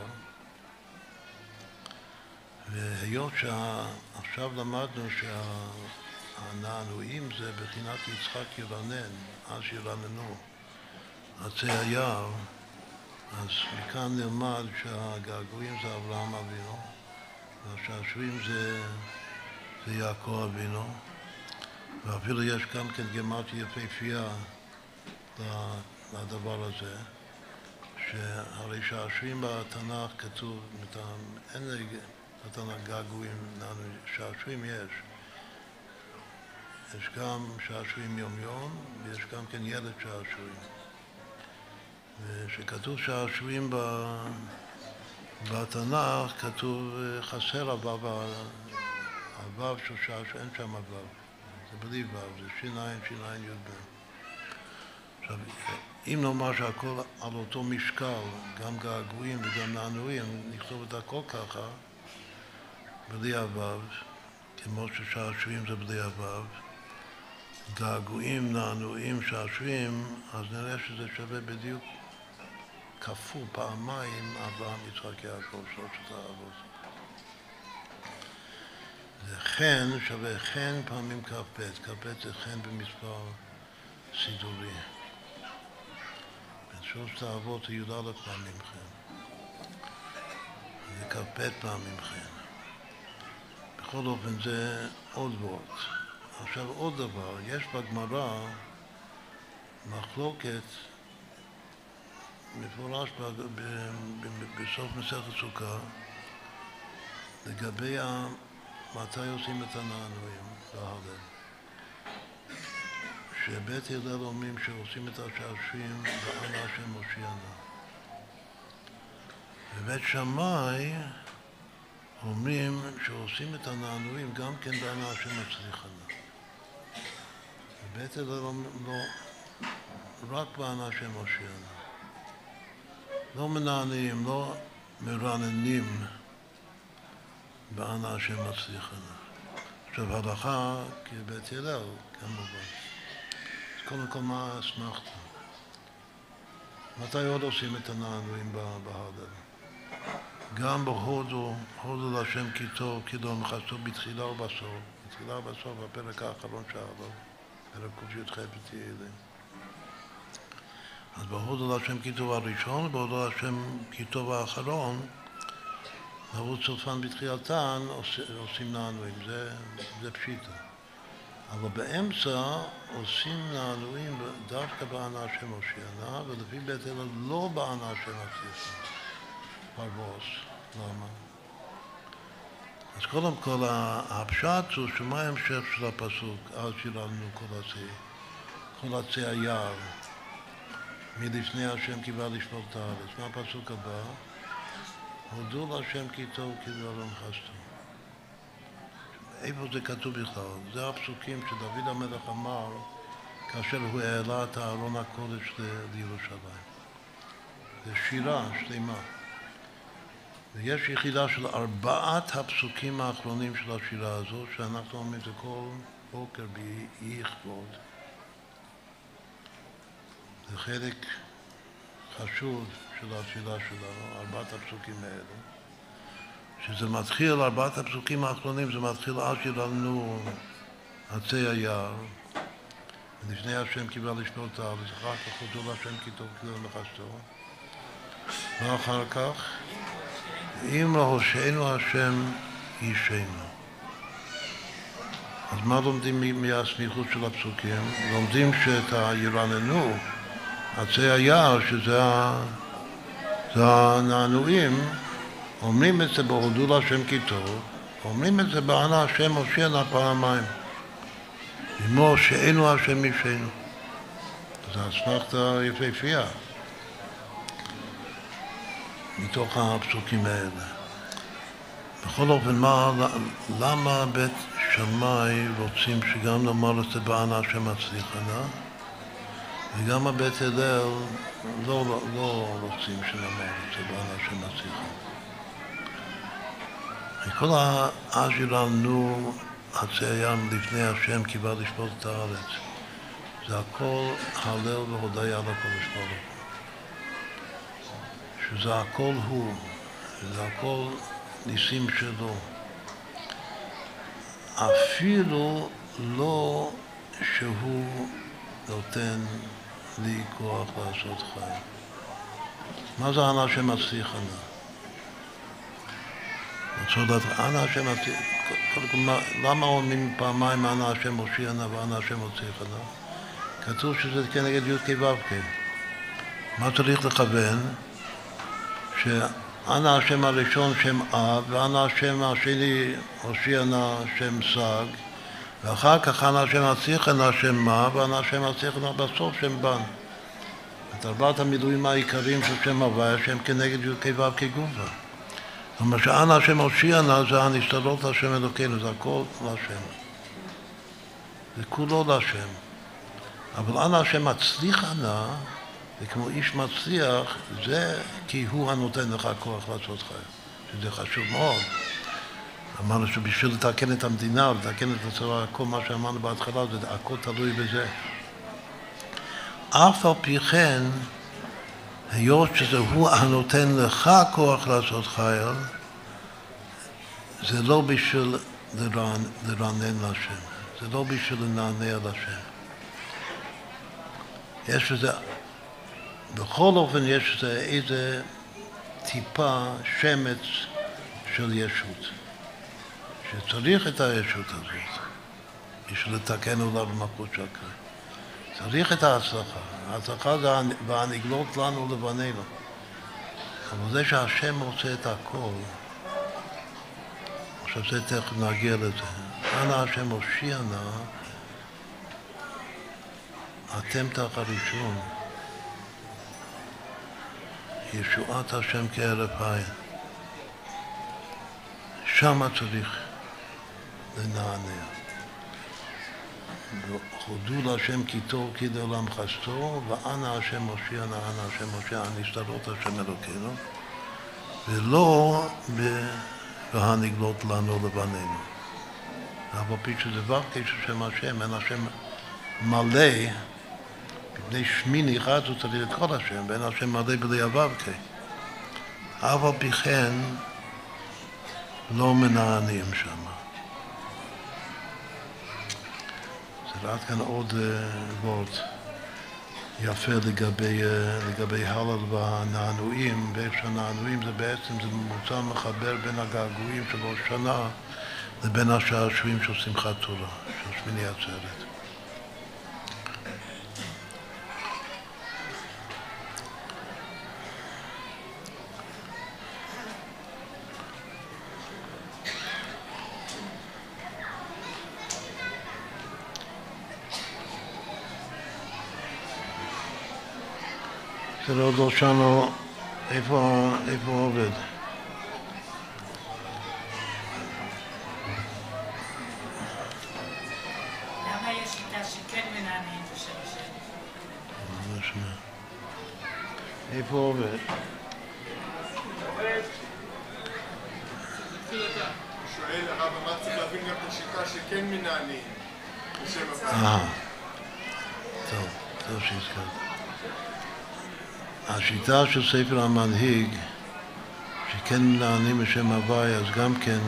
והיות שעכשיו למדנו שהנענועים זה בחינת יצחק ירנן, אז ירננו, עצי היער, אז מכאן נלמד שהגעגועים זה אברהם אבינו, והשעשועים זה, זה יעקב אבינו, ואפילו יש גם כן גימטריה יפהפייה לדבר הזה, שהרי שעשועים בתנ"ך כתוב, אין בתנ"ך געגועים, שעשועים יש. יש גם שעשועים יום יום, ויש גם כן ילד שעשועים. וכשכתוב שעשועים בתנ"ך, כתוב חסר הוו, הוו של שעשועים, אין שם הוו. זה בלי וו, זה שיניים, שיניים י"ב. עכשיו, אם נאמר שהכל על אותו משקל, גם געגועים וגם נענועים, נכתוב את הכל ככה, בלי הוו, כמו ששעשועים זה בלי הוו, געגועים, נענועים, שעשועים, אז נראה שזה שווה בדיוק כפול, פעמיים, אברהם, יצחק, יעקב, שלושת האבות. זה חן שווה חן פעמים כ"ב, כ"ב זה חן במספר סידורי. בין שלושת האבות זה י"א פעמים חן. זה כ"ב פעמים חן. בכל אופן זה עוד וורט. עכשיו עוד דבר, יש בגמרא מחלוקת מפורש בסוף מסכת סוכה לגבי מתי עושים את הנענועים בהלל. שבית הלל אומרים שעושים את השעשועים באנה השם מושיענה. ובית שמאי אומרים שעושים את הנענועים גם כן באנה השם מצליחנה. ובית הלל אומרים לא, רק באנה השם מושיענה. לא מנענעים, לא מרעננים באנה השם מצליחנה. עכשיו הלכה כבית הלל כמובן. קודם כל מה אסמכת? מתי עוד עושים את הנענועים בהלל? גם בהודו, הודו להשם כי טוב, כי לא מחסו בתחילה ובסוף. בתחילה ובסוף, הפרק האחרון שעלו, פרק ק"ח בתהילים. אז בהודו להשם כי טוב הראשון, ובהודו להשם כי טוב האחרון, לרוץ סופן בתחילתן עושים נענועים, זה, זה פשיטה. אבל באמצע עושים נענועים דווקא באנה השם מושיענה, ולפי בית הלל לא באנה השם מצליחנה. פרבוס. למה? אז קודם כל, הפשט הוא שמה ההמשך של הפסוק, אז שילמנו כל עצי, כל עצי היער, מלפני השם כי בא לשמור את הארץ. מה הפסוק הבא? הודו להשם כי טוב כי לא חסדו. איפה זה כתוב בכלל? זה הפסוקים שדוד המלך אמר כאשר הוא העלה את ארון הקודש לירושלים. זה שירה שלמה. ויש יחידה של ארבעת הפסוקים האחרונים של השירה הזאת, שאנחנו אומרים את זה כל בוקר באי יכבוד. זה חלק חשוב של השירה שלנו, ארבעת הפסוקים האלה. שזה מתחיל, ארבעת הפסוקים האחרונים, זה מתחיל אז שלנו עצי היער, ולפני השם קיבל לשמור את הארץ, אחר כך הודו להשם כי טוב כי לא מחסדו. ואחר כך, אם הושענו השם אישנו. אז מה לומדים מהסמיכות של הפסוקים? לומדים שאת הירננו, עצי היער, שזה הנענועים, אומרים את זה בהודו להשם כי טוב, אומרים את זה בענה השם הושיענה פעמיים. לאמור שאינו השם אישנו. זה אסמכתה יפהפייה מתוך הפסוקים האלה. בכל אופן, מה, למה בית שמאי רוצים שגם נאמר את זה בענה השם הצליחנה, וגם הבית הלל לא, לא, לא רוצים שנאמר את זה בענה השם הצליחנה. וכל אז ירננו עצי הים לפני השם כי בא לשפוט את הארץ. זה הכל הלל והודיה לקדוש ברוך הוא. שזה הכל הוא, שזה הכל ניסים שלו. אפילו לא שהוא נותן לי כוח לעשות חיים. מה זה ענה שמצליחנה? רוצה לדעת, ענה השם מצליחנה, קודם כל, למה אומרים פעמיים ענה השם מושיענה וענה השם מצליחנה? כתוב שזה כנגד י' כ' ו' כ'. מה צריך לכוון? שענה השם הראשון שם אב, וענה השם השני הושיענה שם סג, ואחר כך ענה השם מצליחנה שם מה, וענה השם מצליחנה בסוף שם בן. את ארבעת המילואים העיקריים של שם הוויה שהם כנגד י' כ' ו' כ' גופה. זאת אומרת שענה השם הושיענה זה הנסתרות להשם אלוקינו, זה הכל להשם. זה כולו להשם. אבל ענה השם מצליחנה, וכמו איש מצליח, זה כי הוא הנותן לך כוח לעשות חיים. שזה חשוב מאוד. אמרנו שבשביל לתקן את המדינה, לתקן את הצבא, כל מה שאמרנו בהתחלה, זה הכל תלוי בזה. אף על פי כן, היות שזה הוא הנותן לך כוח לעשות חייל, זה לא בשביל לרענן, לרענן לשם. זה לא בשביל לנענע לשם. יש בזה, בכל אופן יש בזה איזה טיפה שמץ של ישות. שצריך את הישות הזאת, בשביל לתקן אותה במלכות שקר. צריך את ההצלחה. ההצלחה זה והנגלות לנו לבנינו. אבל זה שהשם רוצה את הכל, עכשיו זה תכף נגיע לזה. אנא השם הושיענה, התמתח הראשון, ישועת השם כהרף עין. שמה צריך לנענע. הודו להשם כי טוב כי לעולם חסדו, ואנא השם הושיענה, אנא השם הושיענה, נסתרות השם אלוקינו, ולא בהנגלות לנו לבנינו. אבל פי שזה דבר כשם השם, אין השם מלא, מפני שמיני אחד הוא צריך את כל השם, ואין השם מלא בלי הו"ק. אבל פי כן לא מנענים שם. זה רק כאן עוד וורט יפה לגבי, לגבי הלל והנענועים, ואיך שהנענועים זה בעצם, זה ממוצע מחבר בין הגעגועים של ראש שנה לבין השעשועים של שמחת תורה, של שמיני עצרת. זה עוד לא שאנו איפה, איפה עובד.
למה יש שיטה שכן מנענעים בשם השם?
איפה עובד?
שואל הרב, מה צריך להבין גם את השיטה שכן מנענעים בשם השם?
אה, טוב, טוב שהזכרת. השיטה של ספר המנהיג, שכן מנענים בשם הוויה, אז גם כן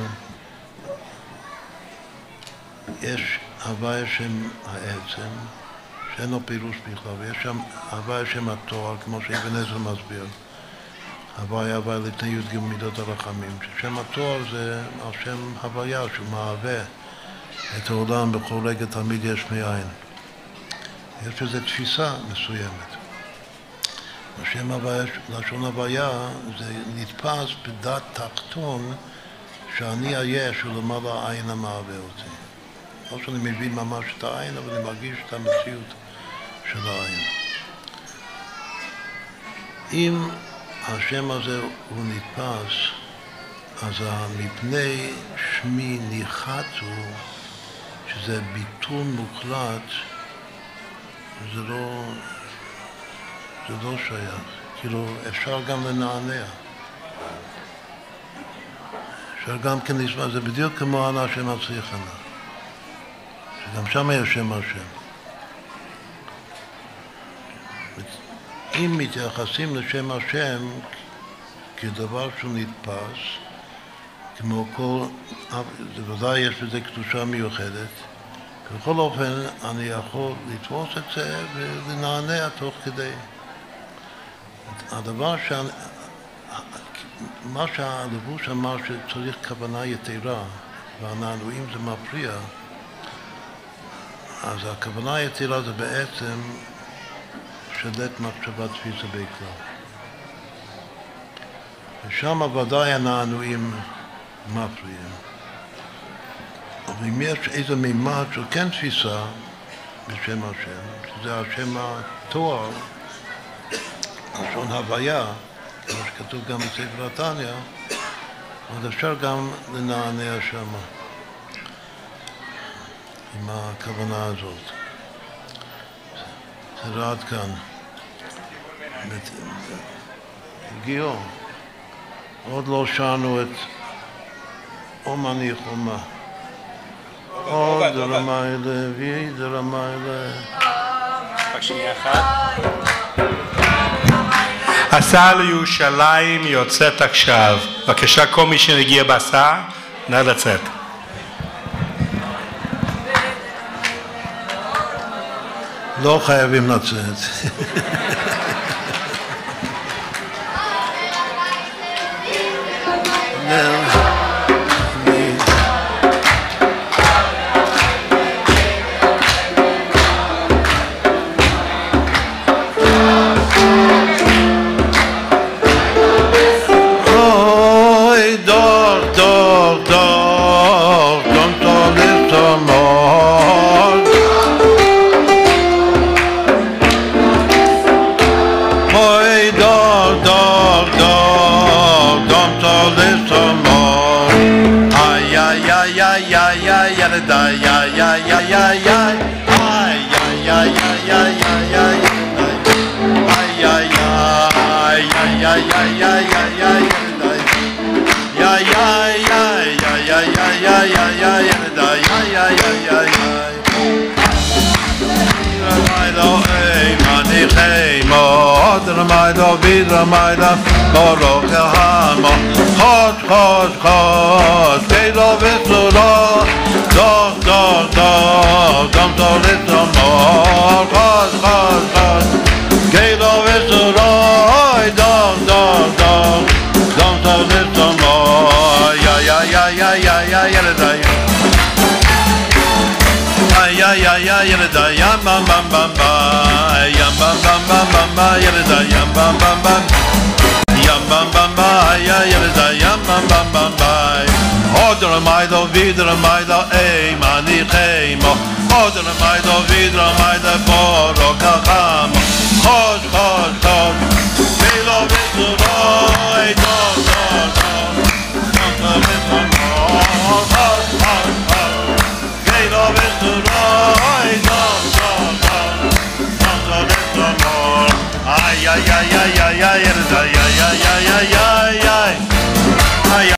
יש הוויה שם העצם, שאין לו פירוש בכלל, ויש שם הוויה שם התואר, כמו שאבן עזרא מסביר. הוויה הוויה לפני י"ג מידות הרחמים, ששם התואר זה על שם הוויה, שהוא מהווה, את העולם בכל רגע תמיד יש מאין. יש איזו תפיסה מסוימת. השם הוויה, לשון הוויה, זה נתפס בדעת תחתון שאני היש ולמעלה העין המהווה אותי. לא שאני מבין ממש את העין, אבל אני מרגיש את המציאות של העין. אם השם הזה הוא נתפס, אז מפני שמי ניחתו, שזה ביטול מוחלט, זה לא, זה לא שייך. כאילו, אפשר גם לנענע. אפשר גם כן לשמוע, זה בדיוק כמו אנא השם הצליחנה. שגם שם יש שם השם. אם מתייחסים לשם השם כדבר שהוא נתפס, כמו כל, זה ודאי יש בזה קדושה מיוחדת, בכל אופן אני יכול לתפוס את זה ולנענע תוך כדי. הדבר שאני, מה שהלבוש אמר שצריך כוונה יתרה, והנענועים זה מפריע, אז הכוונה היתרה זה בעצם שלט מחשבה תפיסה בכלל. ושם ודאי הנענועים מפריעים. אבל אם יש איזה מימד של כן תפיסה בשם השם, שזה השם התואר, לשון הוויה, כמו שכתוב גם בספר התניא, אז אפשר גם לנענע שם עם הכוונה הזאת. זה עד כאן. הגיעו. עוד לא שרנו את אומני חומה. עוד רמי לוי, דרמי לוי.
רק שנייה אחת. הסעה לירושלים יוצאת עכשיו. בבקשה, כל מי שנגיע בהסעה, נא לצאת.
לא חייבים לצאת. Ramayda Baruch Hama Chos Chos Chos Keilo V'Sura Doch Doch Doch Dom Tolit Amor Chos Chos Chos Keilo V'Sura Doch Doch Doch Dom Tolit Amor Ya Ya Ya Ya Ya Ya Yelday Ya Ya Ya Yelday Yam Bam Bam Bam Bam Yam Bam Bam Bam Bam Bam Yelday Yam Bam Bam Bam Yam Bam Bam Bam Ya Yelday Yam Bam Bam Bam Bam Odr Maido Vidr Maido Ey Mani Chemo Odr Maido Vidr Maido Boro Kacham Chos Chos Chos Kilo V'Suroi Dor Dor Dor Dor V'Suroi Chos Chos Chos Kilo V'Suroi Dor Dor Dor Dor V'Suroi Ay ay ay ay ay ay ay ay ay ay ay ay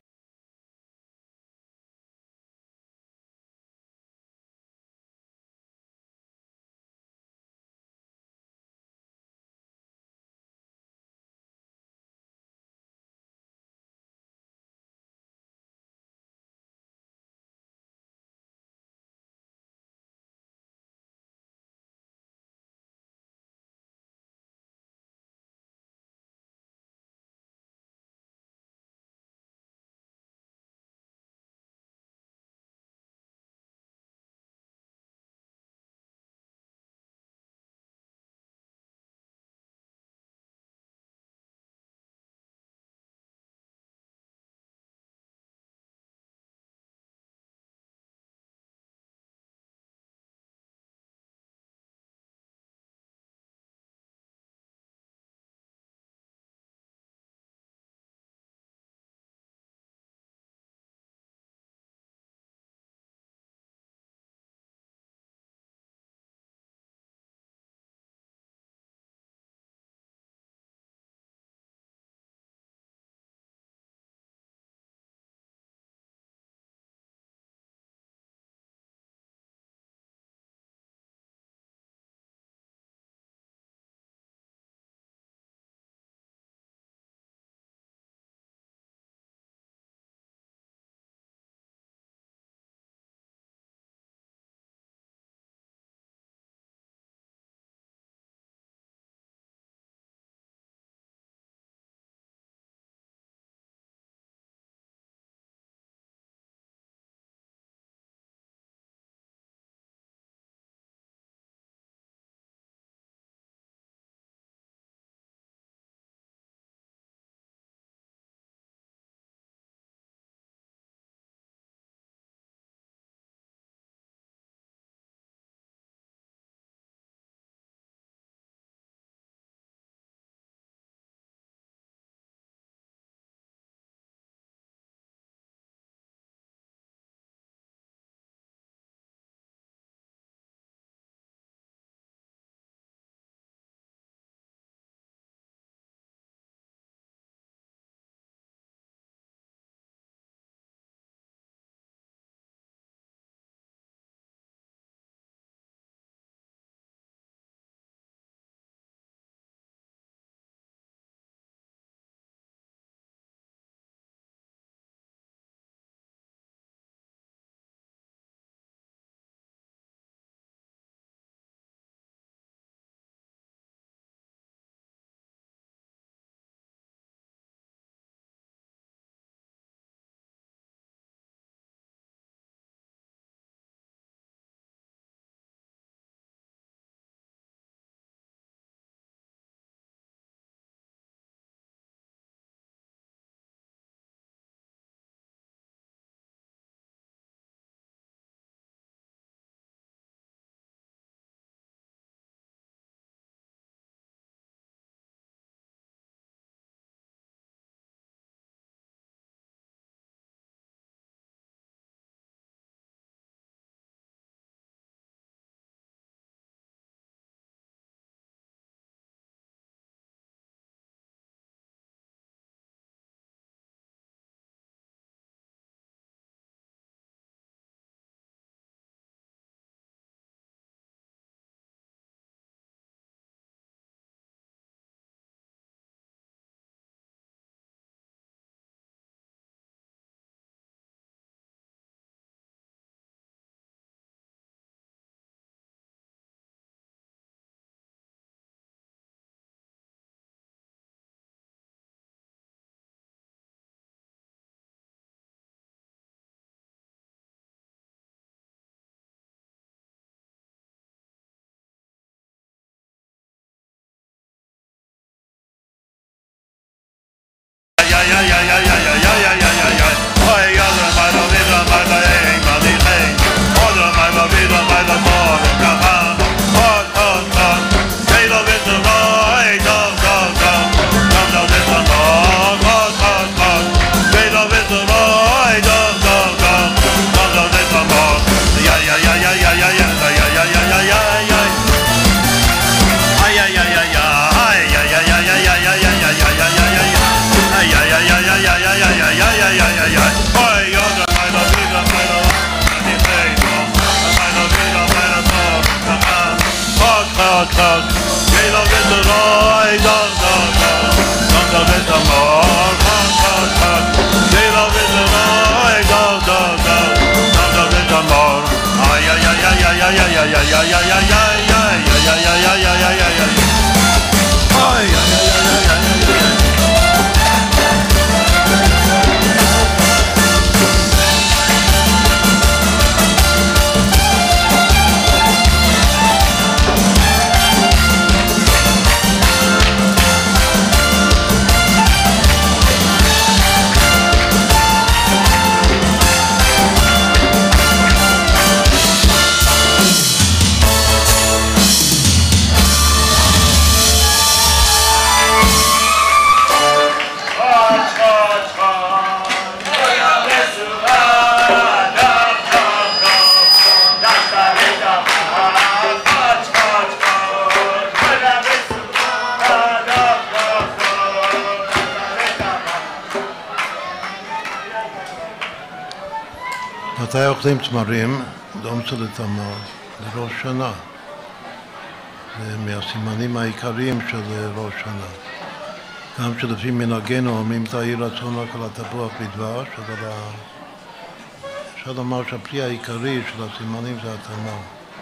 מתי אוכלים תמרים? דומצא לתמר, לראש שנה. זה מהסימנים העיקריים של ראש שנה. גם שלפי מנהגנו אומרים תהי רצון רק על התפוח בדבש, אבל אפשר לומר שהפרי העיקרי של הסימנים זה התמר.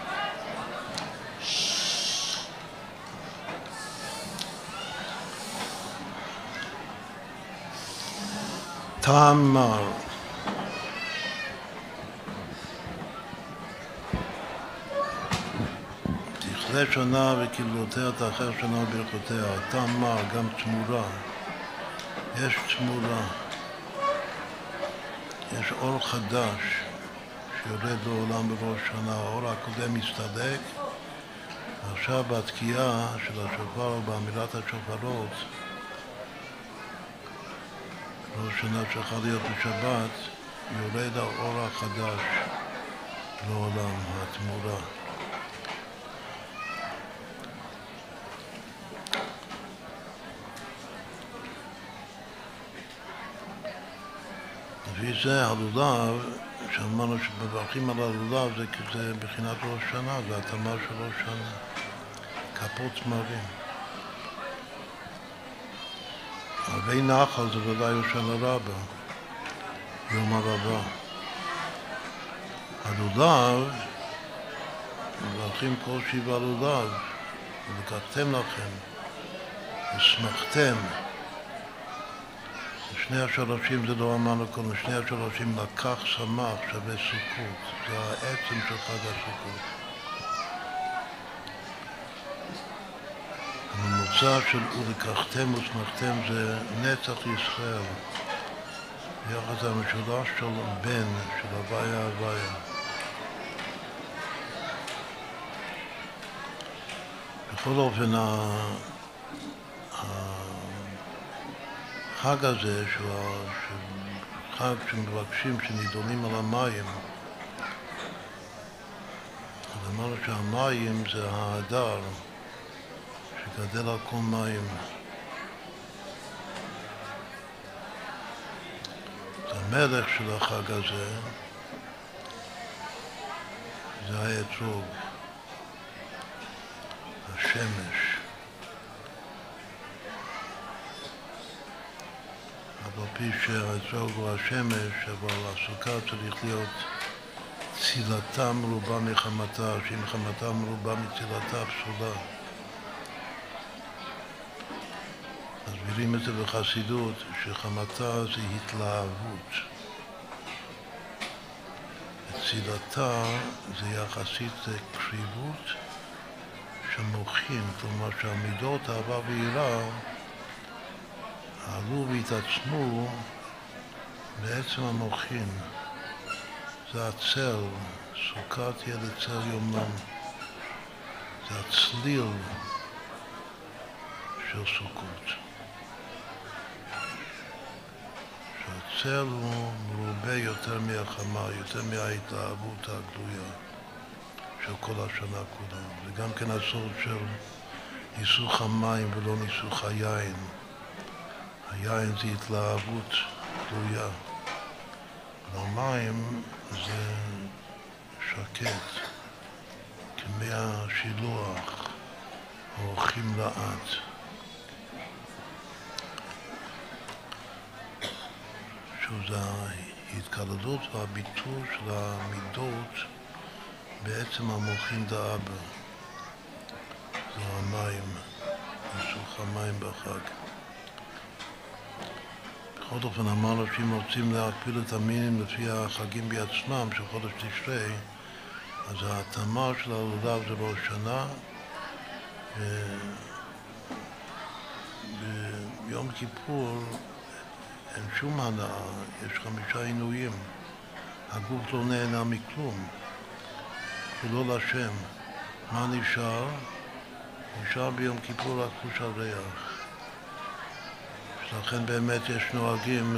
תמר. תכלה שנה וקללותיה תאחר שנה וברכותיה. תמר, גם תמורה. יש תמורה. יש אור חדש שיורד לעולם בראש שנה. האור הקודם מסתדק. עכשיו בתקיעה של השופר או באמירת השופרות, ראש שנה צריכה להיות בשבת, יורד האור החדש לעולם, התמורה. לפי זה הלולב, שאמרנו שמברכים על הלולב זה כזה בחינת ראש שנה, זה התמר של ראש שנה, כפות תמרים. הרבה נחל זה ודאי שנה רבה, יום הרבה. הלולב, מברכים כל שבעה לולב, ולקחתם לכם, ושמחתם. שני השורשים זה לא אמרנו קודם, שני השורשים לקח שמח שווה סוכות, זה העצם של חג הסוכות. הממוצע של ולקחתם ושמחתם זה נצח ישראל, ביחד המשולש של בן, של הוויה הוויה. בכל אופן, החג הזה, שהוא חג שמבקשים, שנידונים על המים, אז אמרנו שהמים זה ההדר שגדל על כל מים. המלך של החג הזה זה האתרוג, השמש. אבל פי שהאתרוג הוא השמש, אבל הסוכה צריך להיות צילתה מרובה מחמתה, שהיא מחמתה מרובה מצילתה פסולה. מסבירים את זה בחסידות, שחמתה זה התלהבות. צילתה זה יחסית קריבות של מוחין, כלומר שהמידות אהבה ויראה עלו והתעצמו בעצם המוחין. זה הצל, סוכה תהיה לצל יומם. זה הצליל של סוכות. שהצל הוא מרובה יותר מהחמה, יותר מההתלהבות הגלויה של כל השנה כולה. זה גם כן הסוד של ניסוך המים ולא ניסוך היין. היין זה התלהבות גלויה. והמים זה שקט, כמי השילוח, האורחים לאט. שזה ההתקלדות והביטול של המידות בעצם המוחין דאבא. זה המים, ניסוך המים בחג. בכל אופן אמרנו שאם רוצים להקפיל את המינים לפי החגים בעצמם של חודש תשרי, אז התמר של הלולב זה ראש שנה, וביום כיפור אין שום הנאה, יש חמישה עינויים. הגוף לא נהנה מכלום, כולו לשם. מה נשאר? נשאר ביום כיפור רק חוש הריח. לכן באמת יש נוהגים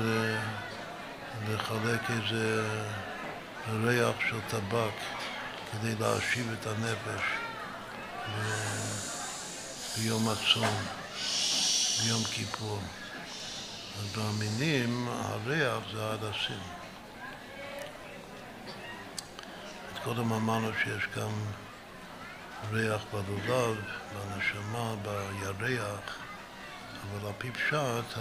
לחלק איזה ריח של טבק כדי להשיב את הנפש ביום הצום, ביום כיפור. אז במינים הריח זה הדסים. קודם אמרנו שיש גם ריח בלולב, בנשמה, בירח, אבל על פי פשט,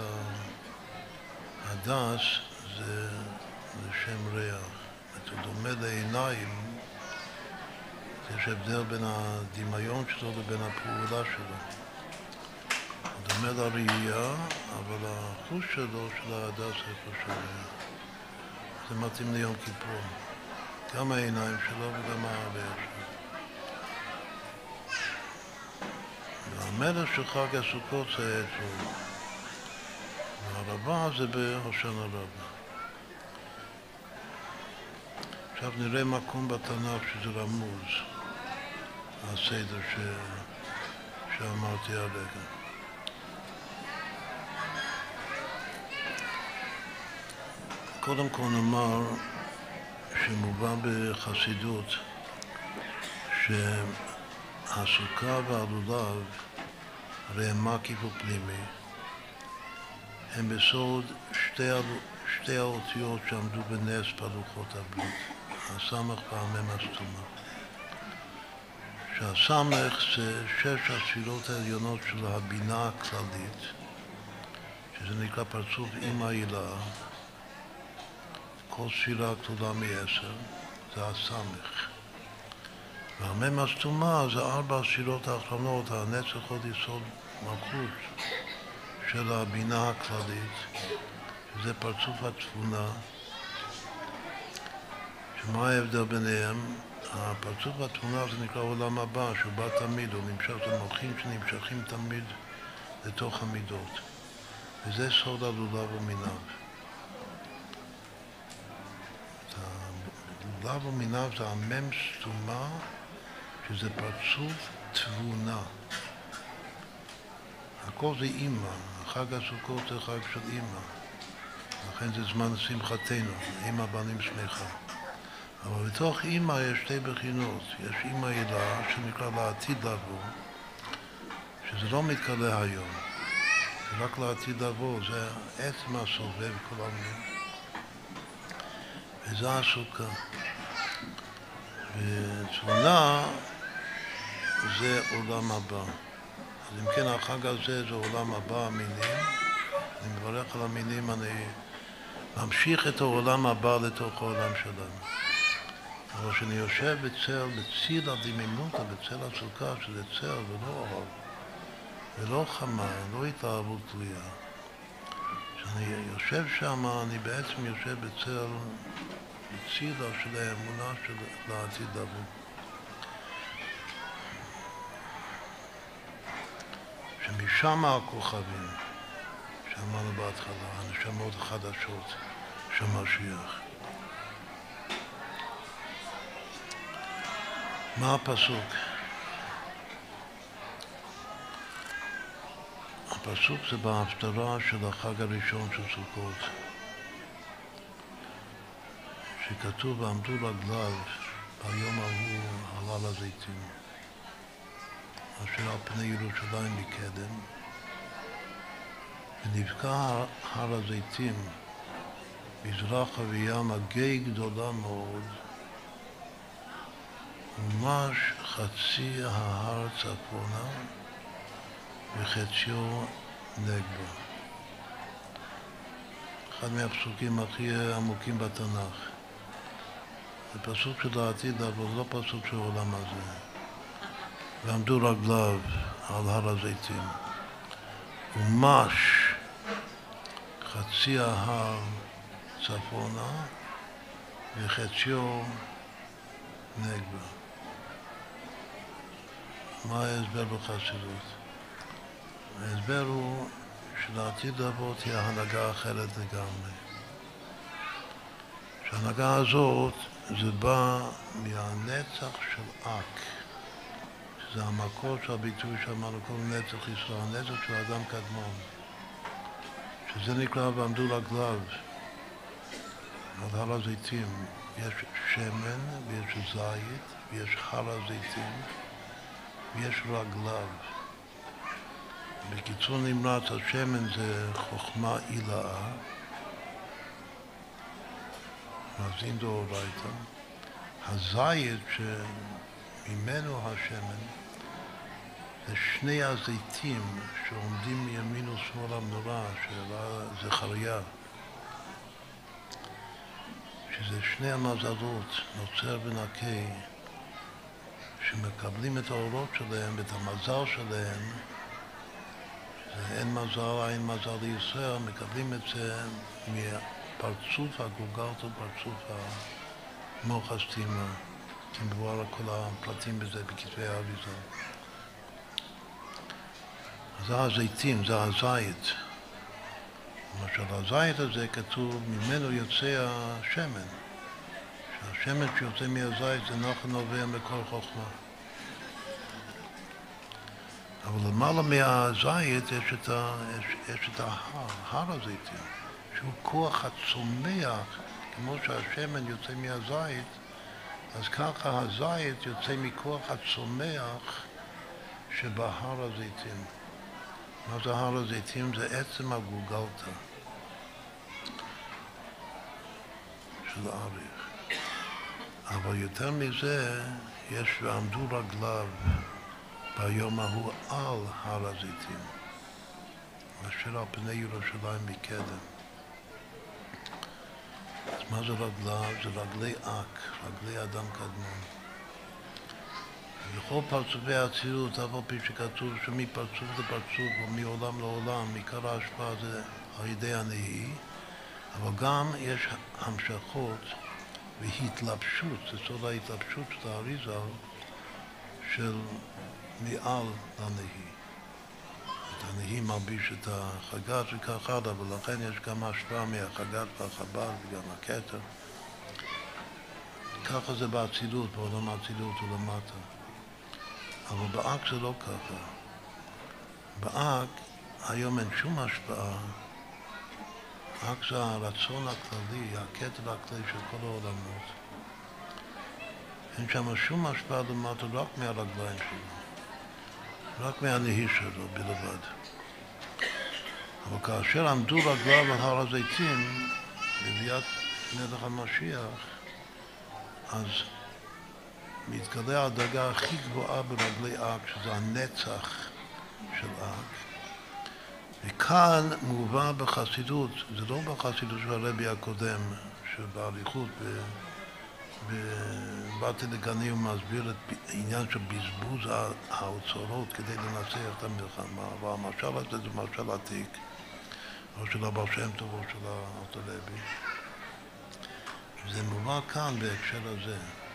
הדס זה, זה שם ריח. זה דומה לעיניים, יש הבדל בין הדמיון שלו לבין הפעולה שלו. הוא דומה לראייה, אבל החוש שלו, של ההדס, איפה שריח. זה מתאים ליום כיפור. גם העיניים שלו וגם הריח שלו. והמלך של חג הסוכות זה עצוב. והרבה זה בהושענא רבה. עכשיו נראה מקום בתנ"ך שזה רמוז, הסדר ש... שאמרתי הרגע. קודם כל נאמר שמובא בחסידות שהסוכה והלולב, הרי הם מקיף ופנימי, הם בסוד שתי, שתי האותיות שעמדו בנס בלוחות הברית, הסמך והמם הסתומה. שהסמך זה שש הספירות העליונות של הבינה הכללית, שזה נקרא פרצוף עם העילה, כל ספירה כלולה מעשר, זה הסמך. והמם הסתומה זה ארבע הספירות האחרונות, הנצח עוד יסוד מלכות של הבינה הכללית, שזה פרצוף התבונה. שמה ההבדל ביניהם? הפרצוף התבונה זה נקרא עולם הבא, שהוא בא תמיד, הוא נמשך, זה מוחים שנמשכים תמיד לתוך המידות. וזה סוד הלולב ומיניו. הלולב ומיניו זה המם סתומה, שזה פרצוף תבונה. הכל זה אימא, חג הסוכות זה חג של אימא. לכן זה זמן שמחתנו, אימא בנים שמחה. אבל בתוך אימא יש שתי בחינות. יש אימא הילה שנקרא לעתיד לבוא, שזה לא מתקלה היום. זה רק לעתיד לבוא, זה עצם הסובב כל המילים. וזה הסוכה. ותבונה זה עולם הבא. אז אם כן החג הזה זה עולם הבא, המינים. אני מברך על המינים, אני ממשיך את העולם הבא לתוך העולם שלנו. אבל כשאני יושב בצל, בציל הדמימות, בצל הסוכה, שזה צל ולא אור, ולא חמה, לא התאהבות תלויה. כשאני יושב שם, אני בעצם יושב בצל, בצילה של האמונה של לעתיד לבוא. שמשם הכוכבים, שאמרנו בהתחלה, הנשמות החדשות של משיח. מה הפסוק? הפסוק זה בהפטרה של החג הראשון של סוכות, שכתוב ועמדו רגליו ביום ההוא על הר הזיתים, אשר על פני ירושלים מקדם, ונבקע הר הזיתים מזרחה וים הגיא גדולה מאוד, ממש חצי ההר צפונה וחציו נגבה. אחד מהפסוקים הכי עמוקים בתנ"ך. זה פסוק של העתיד, אבל לא פסוק של העולם הזה. ועמדו רגליו על הר הזיתים. ממש חצי ההר צפונה וחציו נגבה. מה ההסבר בחסידות? ההסבר הוא שלעתיד לבוא תהיה הנהגה אחרת לגמרי. שההנהגה הזאת זה בא מהנצח של אק, שזה המקור של הביטוי שאמרנו כל נצח ישראל, הנצח של אדם קדמון, שזה נקרא ועמדו רגליו על הר הזיתים. יש שמן ויש זית ויש הר הזיתים ויש רגליו. בקיצור נמרץ, השמן זה חוכמה עילאה, רזין דאורייתא, הזית שממנו השמן זה שני הזיתים שעומדים מימין ושמאל המנורה של הזכריה, שזה שני המזלות, נוצר ונקי, שמקבלים את האורות שלהם ואת המזל שלהם, אין מזל, אין מזל לישראל, מקבלים את זה מפרצוף הגולגלתא, פרצוף המוח הסתימה, כי מבואר כל הפרטים בזה בכתבי האריזה. זה הזיתים, זה הזית. למשל, הזית הזה כתוב, ממנו יוצא השמן. שהשמן שיוצא מהזית זה נחל נובע מכל חוכמה. אבל למעלה מהזית יש את, ה, יש, יש את ההר, הר הזיתים, שהוא כוח הצומח, כמו שהשמן יוצא מהזית, אז ככה הזית יוצא מכוח הצומח שבהר הזיתים. מה זה הר הזיתים? זה עצם הגולגלתא של האריך. אבל יותר מזה, יש ועמדו רגליו ביום ההוא על הר הזיתים, אשר על פני ירושלים מקדם. אז מה זה רגליו? זה רגלי אק, רגלי אדם קדמון. בכל פרצופי האצילות, אף על פי שכתוב שמפרצוף לפרצוף ומעולם לעולם, עיקר ההשפעה זה על ידי הנהי, אבל גם יש המשכות והתלבשות, זה סוד ההתלבשות של האריזה, של מעל לנהי. את הנהי מלביש את החגת וכך הלאה, ולכן יש גם השפעה מהחגת והחב"ד וגם הכתר. ככה זה באצילות, בעולם האצילות ולמטה. אבל באק זה לא ככה. באק היום אין שום השפעה. אק זה הרצון הכללי, הכתר הכללי של כל העולמות. אין שם שום השפעה למטה, רק מהרגליים שלו. רק מהנהי שלו בלבד. אבל כאשר עמדו רגליו על הר הזיתים, בביאת מלך המשיח, אז מתגלה הדרגה הכי גבוהה ברגלי אק, שזה הנצח של אק. וכאן מובא בחסידות, זה לא בחסידות של הרבי הקודם, שבאריכות, ובאתי לגני ומסביר את העניין של בזבוז האוצרות כדי לנצח את המלחמה, והמשל הזה זה משל עתיק, או של הבעל שם טוב או של הארתולבי. זה מובא כאן בהקשר הזה.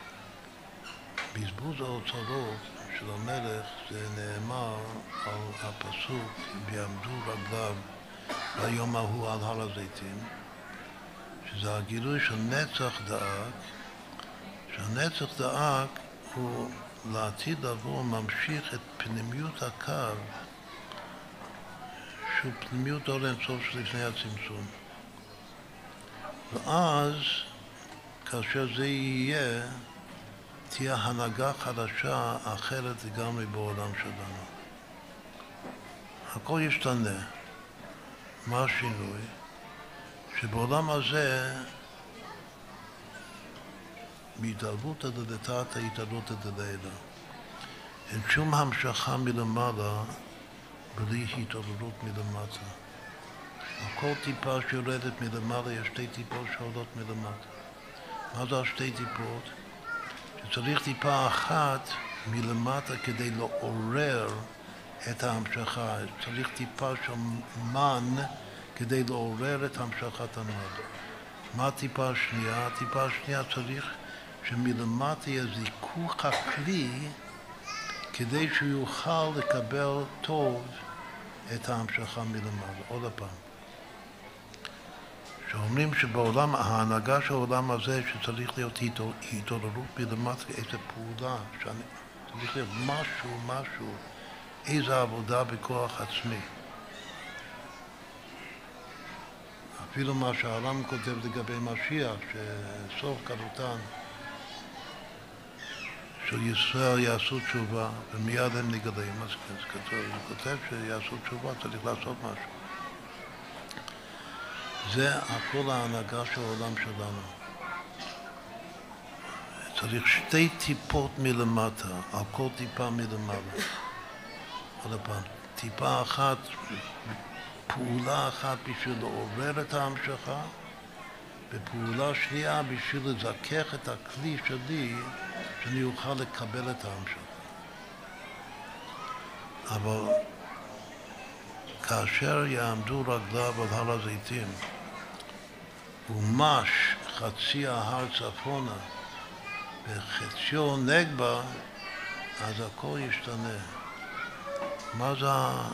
בזבוז האוצרות של המלך זה נאמר על הפסוק ויעמדו רגליו ביום ההוא על הר הזיתים, שזה הגילוי של נצח דאק, שהנצח דאק הוא לעתיד לבוא ממשיך את פנימיות הקו, שהוא פנימיות אור אינסוף שלפני הצמצום. ואז כאשר זה יהיה, תהיה הנהגה חדשה אחרת לגמרי בעולם שלנו. הכל ישתנה. מה השינוי? שבעולם הזה בהתערבות הדדתת ההתערבות הדלילה. אין שום המשכה מלמעלה בלי התעוררות מלמטה. הכל טיפה שיורדת מלמעלה, יש שתי טיפות שעולות מלמטה. מה זה השתי טיפות? שצריך טיפה אחת מלמטה כדי לעורר את ההמשכה. צריך טיפה של מן כדי לעורר את המשכת המד. מה הטיפה השנייה? הטיפה השנייה צריך שמלמטה יהיה זיכוך הכלי כדי שהוא יוכל לקבל טוב את ההמשכה מלמעלה. עוד הפעם. שאומרים שבעולם, ההנהגה של העולם הזה שצריך להיות התעוררות מלמטה, איזו פעולה, צריך להיות משהו, משהו, איזו עבודה בכוח עצמי. אפילו מה שהר"ם כותב לגבי משיח, שסוף גלותן של ישראל יעשו תשובה ומיד הם נגלים, אז הוא כותב שיעשו תשובה, צריך לעשות משהו. זה הכל ההנהגה של העולם שלנו. צריך שתי טיפות מלמטה, על כל טיפה מלמעלה. עוד פעם, טיפה אחת, פעולה אחת בשביל לעורר את ההמשכה, ופעולה שנייה בשביל לזכך את הכלי שלי, שאני אוכל לקבל את ההמשכה. אבל כאשר יעמדו רגליו על הר הזיתים, ומש חצי ההר צפונה, וחציו נגבה, אז הכל ישתנה. מה זה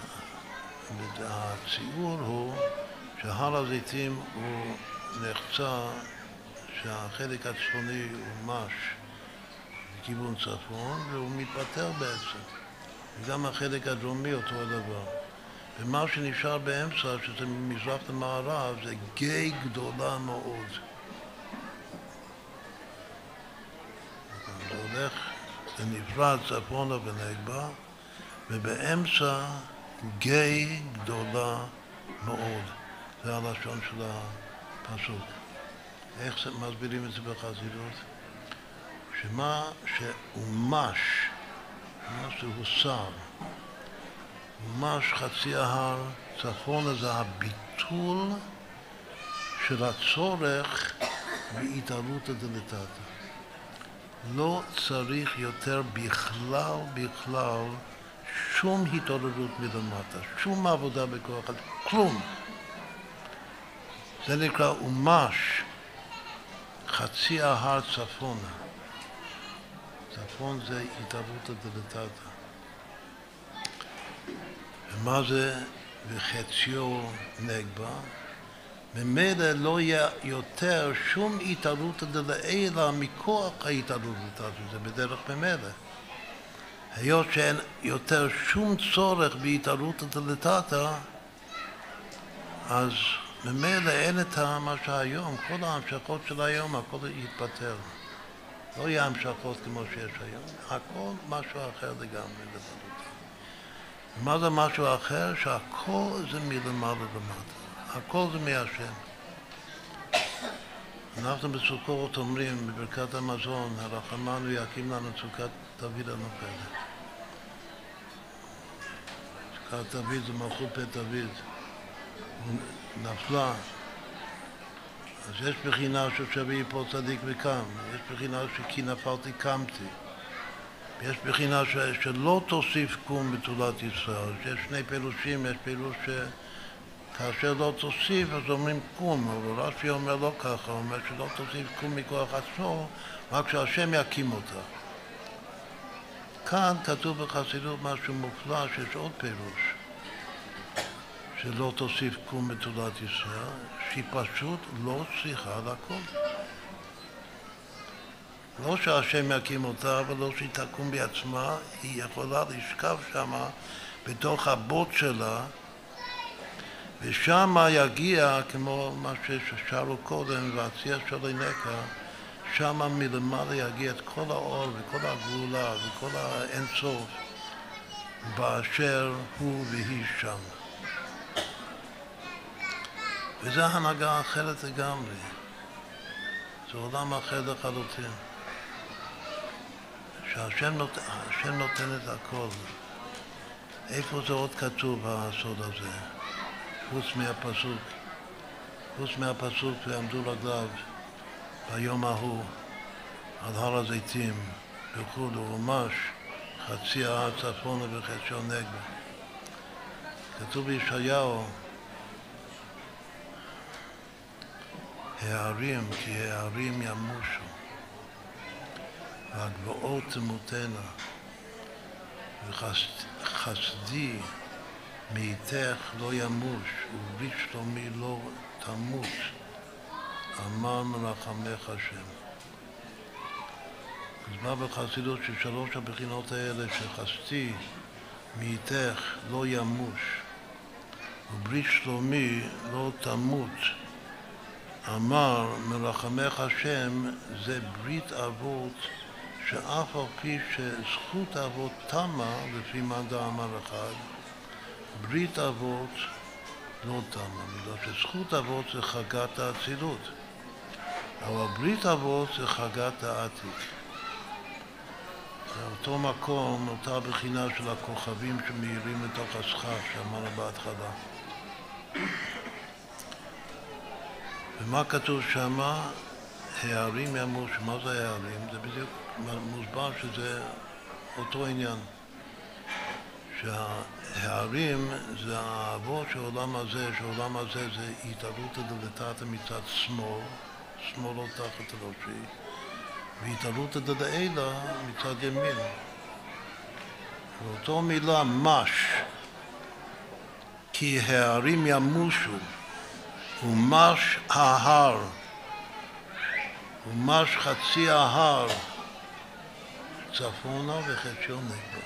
הציור הוא שהר הזיתים הוא נחצה, שהחלק הצפוני הוא מש לכיוון צפון, והוא מתפטר בעצם. וגם החלק הדרומי אותו הדבר. ומה שנשאר באמצע, שזה ממזרח למערב, זה גיא גדולה מאוד. זה הולך, זה נפרד צפונה ונגבה, ובאמצע גיא גדולה מאוד. זה הלשון של הפסוק. איך מסבירים את זה בחסידות? שמה שהומש, מה שהוסר, ממש חצי ההר צפונה זה הביטול של הצורך בהתעלותא דלתתא. לא צריך יותר בכלל, בכלל, שום התעוררות מלמטה, שום עבודה בכוח, כלום. זה נקרא אומש חצי ההר צפונה. צפון זה התעלותא דלתתא. ומה זה וחציו נגבה? ממילא לא יהיה יותר שום התעלותא דלעילא מכוח ההתעלותא, זה בדרך ממילא. היות שאין יותר שום צורך בהתעלותא דלתתא, אז ממילא אין את מה שהיום, כל ההמשכות של היום, הכל יתפטר. לא יהיה המשכות כמו שיש היום, הכל משהו אחר לגמרי. מה זה משהו אחר? שהכל זה מלמעלה למטה. הכל זה מהשם. אנחנו בסוכות אומרים, בברכת המזון, הרחמן ויקים לנו סוכת דוד הנופלת. סוכת דוד זה מלכות בית דוד. נפלה. אז יש בחינה ששווה יפול צדיק וקם. יש בחינה שכי נפלתי קמתי. יש בחינה ש... שלא תוסיף קום בתולת ישראל. יש שני פירושים, יש פירוש שכאשר לא תוסיף אז אומרים קום, אבל רש"י אומר לא ככה, הוא אומר שלא תוסיף קום מכוח עצמו, רק שהשם יקים אותה. כאן כתוב בחסידות משהו מופלא שיש עוד פירוש, שלא תוסיף קום בתולת ישראל, שהיא פשוט לא צריכה לכל. לא שהשם יקים אותה, אבל לא שהיא תקום בעצמה, היא יכולה לשכב שמה בתוך הבוט שלה, ושם יגיע, כמו מה ששרו קודם, והציע שלי נקע, שם מלמעלה יגיע את כל האור וכל הגאולה וכל האינסוף, באשר הוא והיא שם. וזו הנהגה אחרת לגמרי. זה עולם אחר לחלוטין. שהשם נות... נותן את הכל. איפה זה עוד כתוב הסוד הזה? חוץ מהפסוק. חוץ מהפסוק ועמדו רגליו ביום ההוא על הר הזיתים וכו' ומש חצי ההר צפונה וחציו נגבה. כתוב בישעיהו הערים כי הערים ימושו והגבעות תמותנה וחסדי מאיתך לא ימוש וברית שלומי לא תמות אמר מרחמך השם. אז מה בחסידות ששלוש הבחינות האלה שחסדי מאיתך לא ימוש וברית שלומי לא תמות אמר מרחמך השם, זה ברית אבות שאף על פי שזכות אבות תמה לפי מה דאמר אחד, ברית אבות לא תמה, בגלל שזכות אבות זה חגת האצילות, אבל ברית אבות זה חגת העתיק. באותו מקום, אותה בחינה של הכוכבים שמאירים לתוך הסכך שאמרנו בהתחלה. ומה כתוב שמה? הערים ימוש. מה זה הערים? זה בדיוק מוסבר שזה אותו עניין. שהערים זה האבות של העולם הזה, שהעולם הזה זה התעלות הדלתתא מצד שמאל, שמאלו תחת ראשי, והתעלות הדלעילה מצד ימין. ואותו מילה מש, כי הערים ימושו, ומש ההר, ומש חצי ההר, צפונה וחציו נגבה.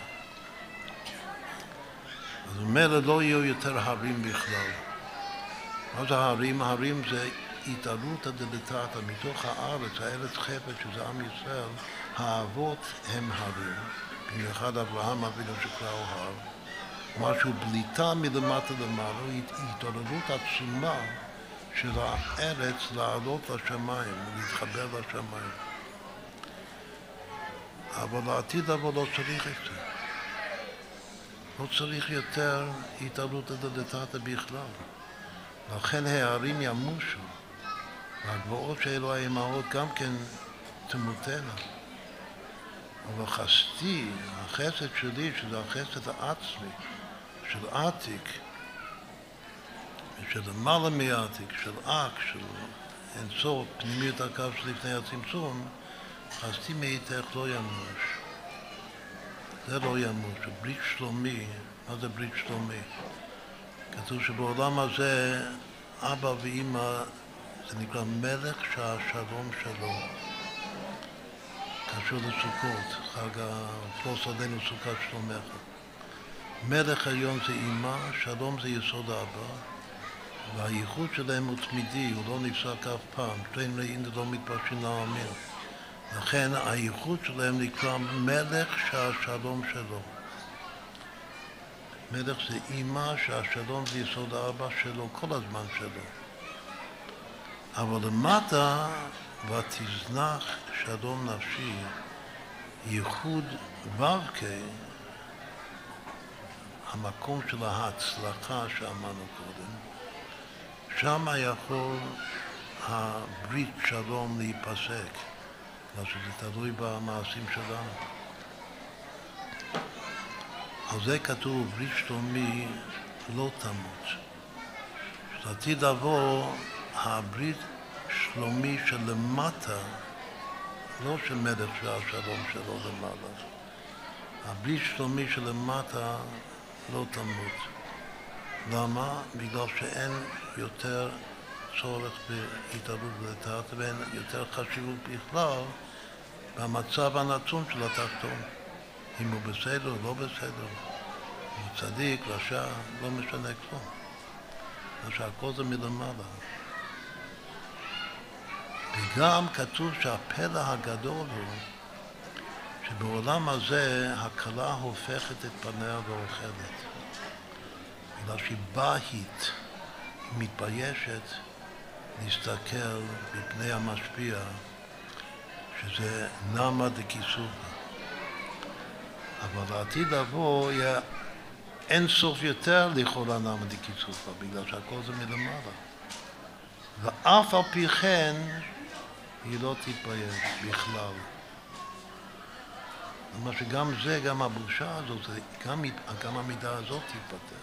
אז ממילא לא יהיו יותר הרים בכלל. מה זה הרים? הרים זה התעלות הדלתתא מתוך הארץ, הארץ חפץ שזה עם ישראל, האבות הם הרים. במיוחד אברהם אבינו שקראו הר. משהו בליטה מלמטה למעלה, התעוררות עצומה של הארץ לעלות לשמיים, להתחבר לשמיים. אבל לעתיד אבל לא צריך את זה. לא צריך יותר התעלות הדלתתא בכלל. לכן הערים ימושו, והגבעות שאלו האימהות גם כן תמותנה. אבל חסדי, החסד שלי, שזה החסד העצמי, של עתיק, של למעלה מעתיק, של אק, של אינסוף, פנימיות הקו שלפני הצמצום, חסדי מאיתך לא ימוש. זה לא ימוש, ברית שלומי. מה זה ברית שלומי? כתוב שבעולם הזה אבא ואמא זה נקרא מלך שהשלום שלו. קשור לסוכות, חג הפרוס עלינו סוכת שלומך. מלך עליון זה אמא, שלום זה יסוד אבא, והייחוד שלהם הוא תמידי, הוא לא נפסק אף פעם, שתיים רעים זה לא מתפרשים להאמין. לכן הייחוד שלהם נקרא מלך שהשלום שלו. מלך זה אמא שהשלום זה יסוד האבא שלו, כל הזמן שלו. אבל למטה, ותזנח שלום נפשי, ייחוד ו"קי, המקום של ההצלחה שאמרנו קודם, שם יכול הברית שלום להיפסק, שזה תלוי במעשים שלנו. על זה כתוב, ברית שלומי לא תמות. שעתיד לבוא, הברית שלומי שלמטה, לא של מלך שהשלום שלו למעלה. הברית שלומי שלמטה לא תמות. למה? בגלל שאין יותר צורך בהתעלות דלתתא ואין יותר חשיבות בכלל במצב הנתון של התחתון. אם הוא בסדר או לא בסדר, אם הוא צדיק, רשע, לא משנה כלום. שהכל זה מלמעלה. וגם כתוב שהפלא הגדול הוא שבעולם הזה הכלה הופכת את פניה ואוכלת. בגלל שהיא בהית, היא מתביישת להסתכל בפני המשפיע, שזה נמא דקיסופא. אבל לעתיד לבוא יהיה אין סוף יותר לכאורה נמא דקיסופא, בגלל שהכל זה מלמעלה. ואף על פי כן היא לא תתבייש בכלל. זאת אומרת שגם זה, גם הבושה הזאת, גם, גם המידה הזאת תתפטר.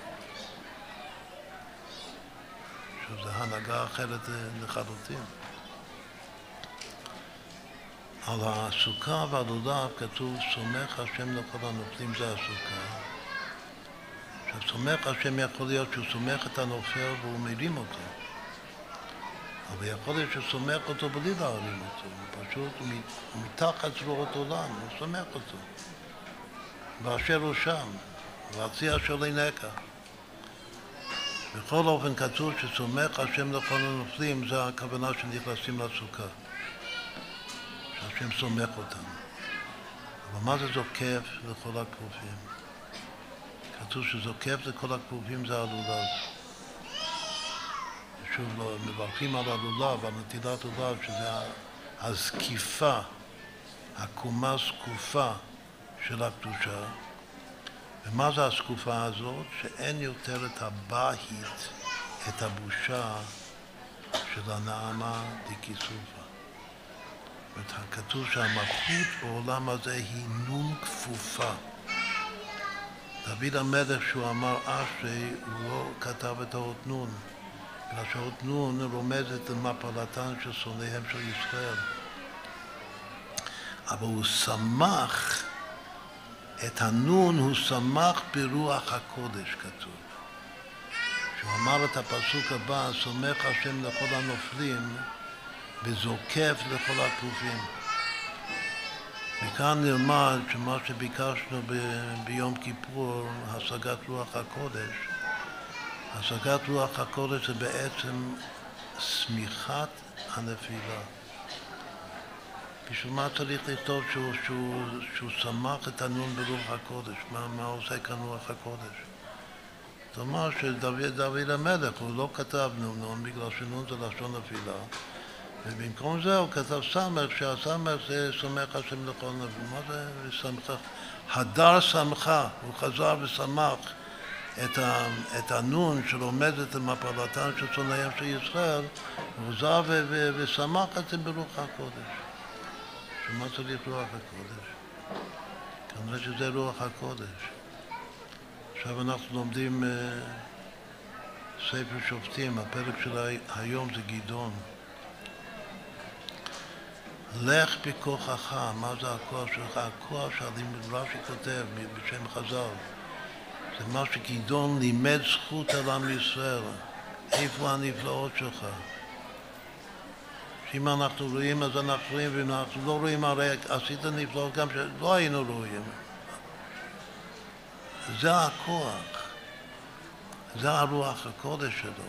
שזו הנהגה אחרת לחלוטין. על הסוכה והלולב כתוב סומך השם לכל הנופלים, זה הסוכה. עכשיו סומך השם יכול להיות שהוא סומך את הנופל והוא מרים אותו. אבל יכול להיות שהוא סומך אותו בלי להרים אותו. פשוט הוא מתחת זרועות עולם, הוא סומך אותו. ואשר הוא שם, והציע שולי נקע. בכל אופן כתוב שסומך השם לכל הנופלים, זה הכוונה שנכנסים לסוכה. שהשם סומך אותם. אבל מה זה זוקף לכל הכרופים? כתוב שזוקף לכל הכרופים זה הלולב. שוב, מברכים על הלולב, על נטילת לולב, שזה הזקיפה, הקומה זקופה של הקדושה. ומה זה הזקופה הזאת? שאין יותר את הבית, את הבושה של הנעמה דקיסופה. כתוב שהמלכות בעולם הזה היא נון כפופה. דוד המלך שהוא אמר אשרי, הוא לא כתב את האות נון, בגלל שהאות נון רומזת למפלתן של שונאיהם של ישראל. אבל הוא שמח, את הנון הוא שמח ברוח הקודש, כתוב. שהוא אמר את הפסוק הבא, סומך השם לכל הנופלים, וזוקף לכל הכפופים. מכאן נלמד שמה שביקשנו ב- ביום כיפור, השגת רוח הקודש, השגת רוח הקודש זה בעצם סמיכת הנפילה. בשביל מה צריך לכתוב שהוא, שהוא, שהוא שמח את הנון ברוח הקודש? מה, מה עושה כאן רוח הקודש? זאת אומרת שדוד דוד המלך, הוא לא כתב נון, נון בגלל שנון זה לשון נפילה, ובמקום זה הוא כתב סמך, שהסמך זה סומך השם לכל נביא. מה זה סמכה? הדר שמחה, הוא חזר ושמח את, ה, את הנון שלומדת למפלתן של שונאיהם של ישראל, הוא חזר ו, ו, ושמח את זה ברוח הקודש. שמה צריך רוח הקודש? כנראה שזה רוח הקודש. עכשיו אנחנו לומדים uh, ספר שופטים, הפרק של היום זה גדעון. לך בכוחך, מה זה הכוח שלך? הכוח שהרש"י כותב בשם חז"ל. זה מה שגדעון לימד זכות על עם ישראל. איפה הנפלאות שלך? שאם אנחנו רואים אז אנחנו רואים, ואם אנחנו לא רואים הרי עשית נפלאות גם שלא היינו רואים. זה הכוח. זה הרוח הקודש שלו.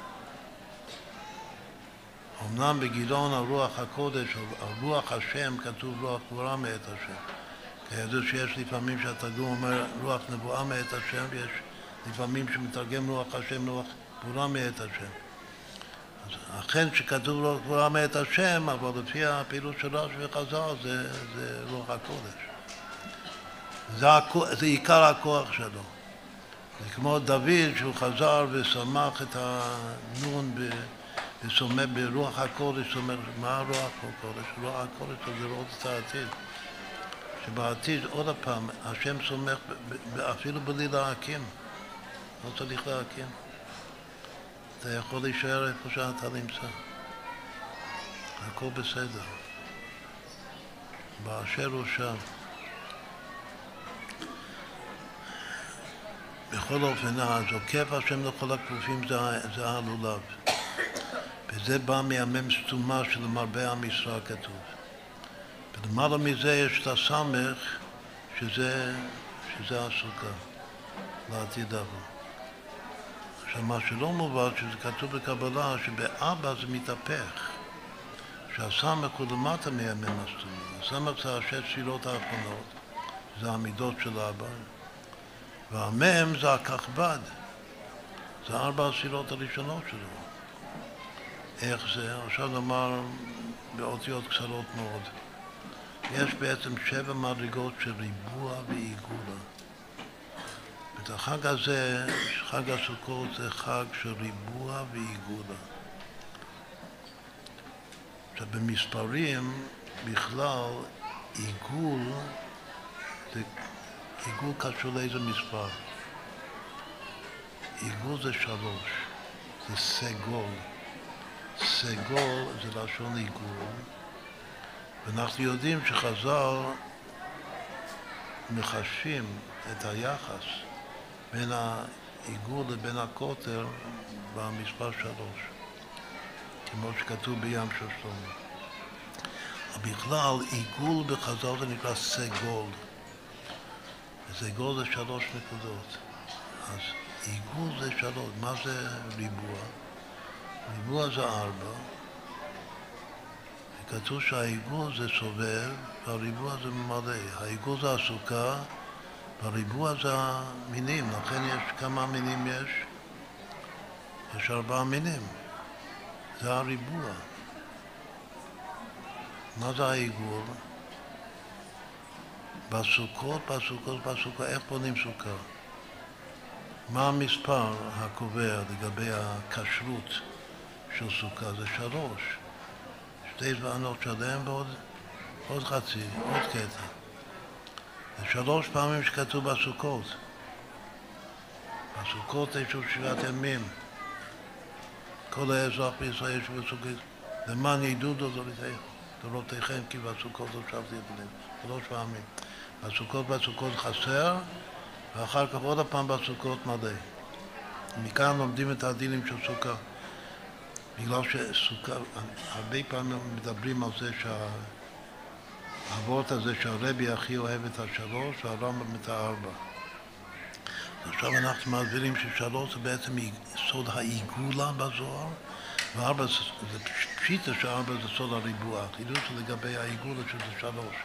אמנם בגדעון הרוח הקודש, הרוח השם, כתוב רוח גבורה מאת השם. כידוע שיש לפעמים שהתרגום אומר רוח נבואה מאת השם, ויש לפעמים שמתרגם רוח השם רוח גבורה מאת השם. אז אכן שכתוב רוח גבורה מאת השם, אבל לפי הפעילות של רש"י וחז"ל זה, זה רוח הקודש. זה, זה עיקר הכוח שלו. זה כמו דוד שהוא חזר ושמח את הנון ב... וסומך ברוח הקודש, סומך, מה רוח הקודש? רוח הקודש זה לראות את העתיד. שבעתיד, עוד פעם, השם סומך אפילו בלי להקים. לא צריך להקים. אתה יכול להישאר איפה שאתה נמצא. הכל בסדר. באשר הוא שם. בכל אופן, הזוקף השם לכל הכפופים זה, זה הלולב. וזה בא מהמם סתומה של מרבה עם ישראל כתוב. ולמעלה מזה יש את הסמך שזה, שזה הסוכה, לעתיד הבא. עכשיו מה שלא מובן שזה כתוב בקבלה שבאבא זה מתהפך. שהסמך הוא למטה מהמם הסתומה. הסמך זה השש תפילות האחרונות, זה המידות של אבא. והמם זה הככבד, זה ארבע התפילות הראשונות שלו. איך זה? עכשיו נאמר באותיות קצרות מאוד. יש בעצם שבע מדרגות של ריבוע ועיגולה. את החג הזה, חג הסוכות, זה חג של ריבוע ועיגולה. עכשיו במספרים בכלל עיגול, זה, עיגול קשור לאיזה מספר. עיגול זה שלוש, זה סגול. סגול זה לשון עיגול, ואנחנו יודעים שחז"ל מחשים את היחס בין העיגול לבין הכותל במספר שלוש, כמו שכתוב בים של שלמה. בכלל עיגול בחז"ל זה נקרא סגול, וסגול זה שלוש נקודות. אז עיגול זה שלוש, מה זה ריבוע? ריבוע זה ארבע, וכתוב שהעיגול זה סובב, והריבוע זה ממלא. העיגול זה הסוכה, והריבוע זה המינים, לכן יש כמה מינים יש? יש ארבעה מינים. זה הריבוע. מה זה העיגול? בסוכות, בסוכות, בסוכות, איך בונים סוכה? מה המספר הקובע לגבי הכשרות של סוכה? זה שלוש. שתי זבנות שלם ועוד עוד חצי, עוד קטע. זה שלוש פעמים שכתוב בסוכות. בסוכות יש עוד שבעת ימים. כל האזרח בישראל יש בסוכות. למען ידעו דורותיכם, כי בסוכות לא שבתי את בניהם. שלוש פעמים. בסוכות בסוכות חסר, ואחר כך עוד הפעם בסוכות מלא. מכאן לומדים את הדינים של סוכה. בגלל שסוכה, הרבה פעמים מדברים על זה שהאבות הזה שהרבי הכי אוהב את השלוש והרמב"ם את הארבע. עכשיו אנחנו מסבירים ששלוש זה בעצם סוד העיגולה בזוהר, וארבע זה פשיטה שארבע זה סוד הריבוע. תדעו שלגבי העיגולה שזה שלוש.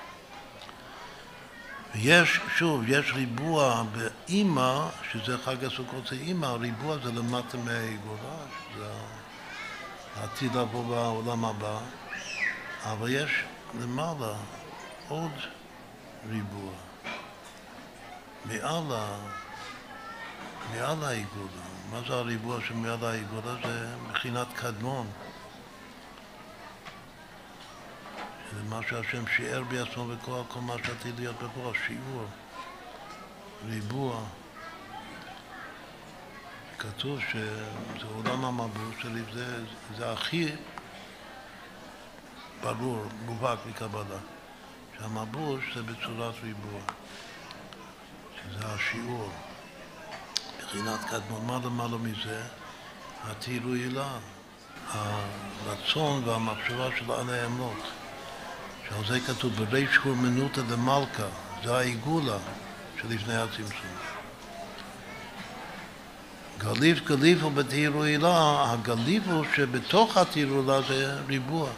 ויש, שוב, יש ריבוע באמא, שזה חג הסוכות זה אמא, הריבוע זה למטה מהעיגולה, שזה העתיד לבוא בעולם הבא, אבל יש למעלה עוד ריבוע, מעל, מעל העיגולה. מה זה הריבוע שמעל העיגולה? זה מבחינת קדמון. זה מה שהשם שיער בעצמו בכוח, כל מה שעתיד להיות בכוח, שיעור, ריבוע. כתוב שזה עולם המבול שלי, זה, זה הכי ברור, מובהק מקבלה. שהמבול זה בצורת ריבוע, שזה השיעור. מבחינת קדמון, מה למעלה מזה? התהילו הילה, הרצון והמחשבה של עלי אמות. שעל זה כתוב, בריש הוא מנותא דמלכה, זה העיגולה שלפני הצמצום. גליף גליף הוא בתהילו הילה, הגליף הוא שבתוך התהילו הילה זה ריבוע.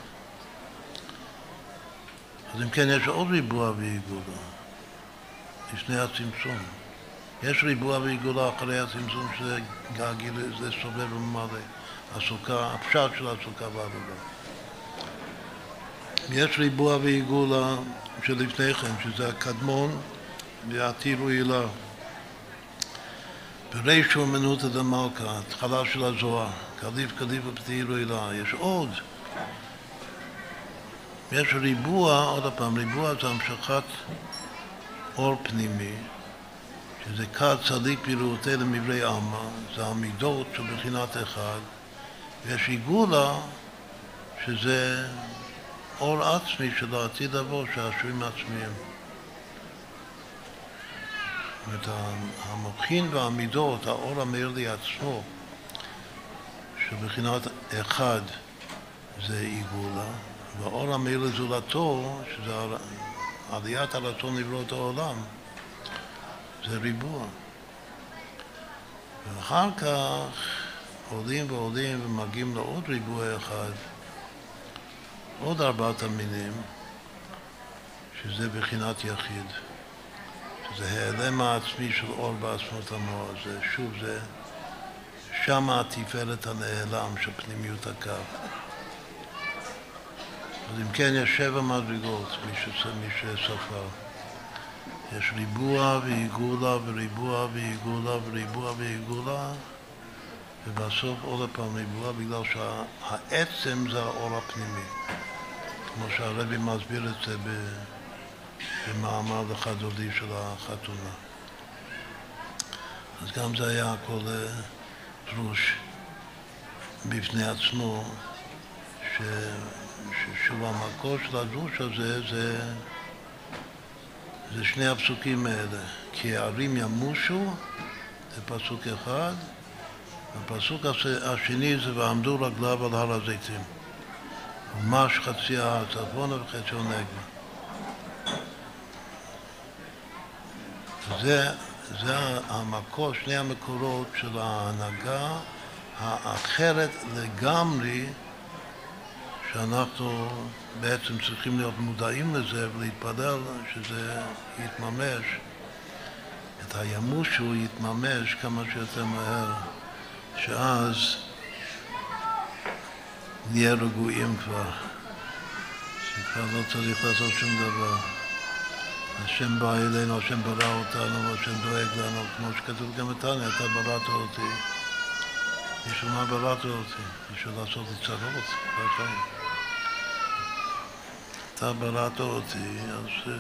אז אם כן יש עוד ריבוע ועיגולה, לפני הצמצום. יש ריבוע ועיגולה אחרי הצמצום שזה גגיל, זה סובב ומלא. הסוכה, הפשט של הסוכה בעבודה. יש ריבוע ועיגולה שלפני כן, שזה הקדמון והתהילו הילה. בריש הוא מנותא דמלכה, התחלה של הזוהר, קליף קליף ותהילו הילה. יש עוד. יש ריבוע, עוד פעם, ריבוע זה המשכת אור פנימי, שזה כד צדיק בראותי למברי עלמא, זה המידות שבחינת אחד, ויש עיגולה שזה אור עצמי של העתיד לבוא, שהשרים עצמיים. זאת אומרת, המוחין והמידות, האור המאיר לי עצמו, שבחינת אחד זה עיגולה, והאור המאיר לזולתו, שזה עליית הרצון לברות העולם, זה ריבוע. ואחר כך עולים ועולים ומגיעים לעוד ריבוע אחד, עוד ארבעת המינים, שזה בחינת יחיד, שזה העלם העצמי של אור בעצמות המוח. זה שוב, זה שם התפארת הנעלם של פנימיות הקו. אז אם כן, יש שבע מדרגות, מי שספר. יש ריבוע ועיגולה וריבוע ועיגולה וריבוע ועיגולה, ובסוף עוד פעם ריבוע, בגלל שהעצם זה האור הפנימי. כמו שהרבי מסביר את זה במאמר לחדולי של החתונה. אז גם זה היה הכל דרוש בפני עצמו, ש... ששוב המקור של הדרוש הזה זה, זה שני הפסוקים האלה. כי הערים ימושו, זה פסוק אחד, והפסוק השני זה ועמדו רגליו על הר הזיתים. ומש חצי ההר צפונה וחציו נגבה. זה, זה המקור, שני המקורות של ההנהגה האחרת לגמרי, שאנחנו בעצם צריכים להיות מודעים לזה ולהתפלל שזה יתממש, את הימוש שהוא יתממש כמה שיותר מהר, שאז נהיה רגועים כבר, שכבר לא צריך לעשות שום דבר. השם בא אלינו, השם ברא אותנו, השם דואג לנו, כמו שכתוב גם בתניא, אתה בראת אותי. בשביל מה בראת אותי? בשביל לעשות לי צרות בחיים. אתה בראת אותי, אז uh,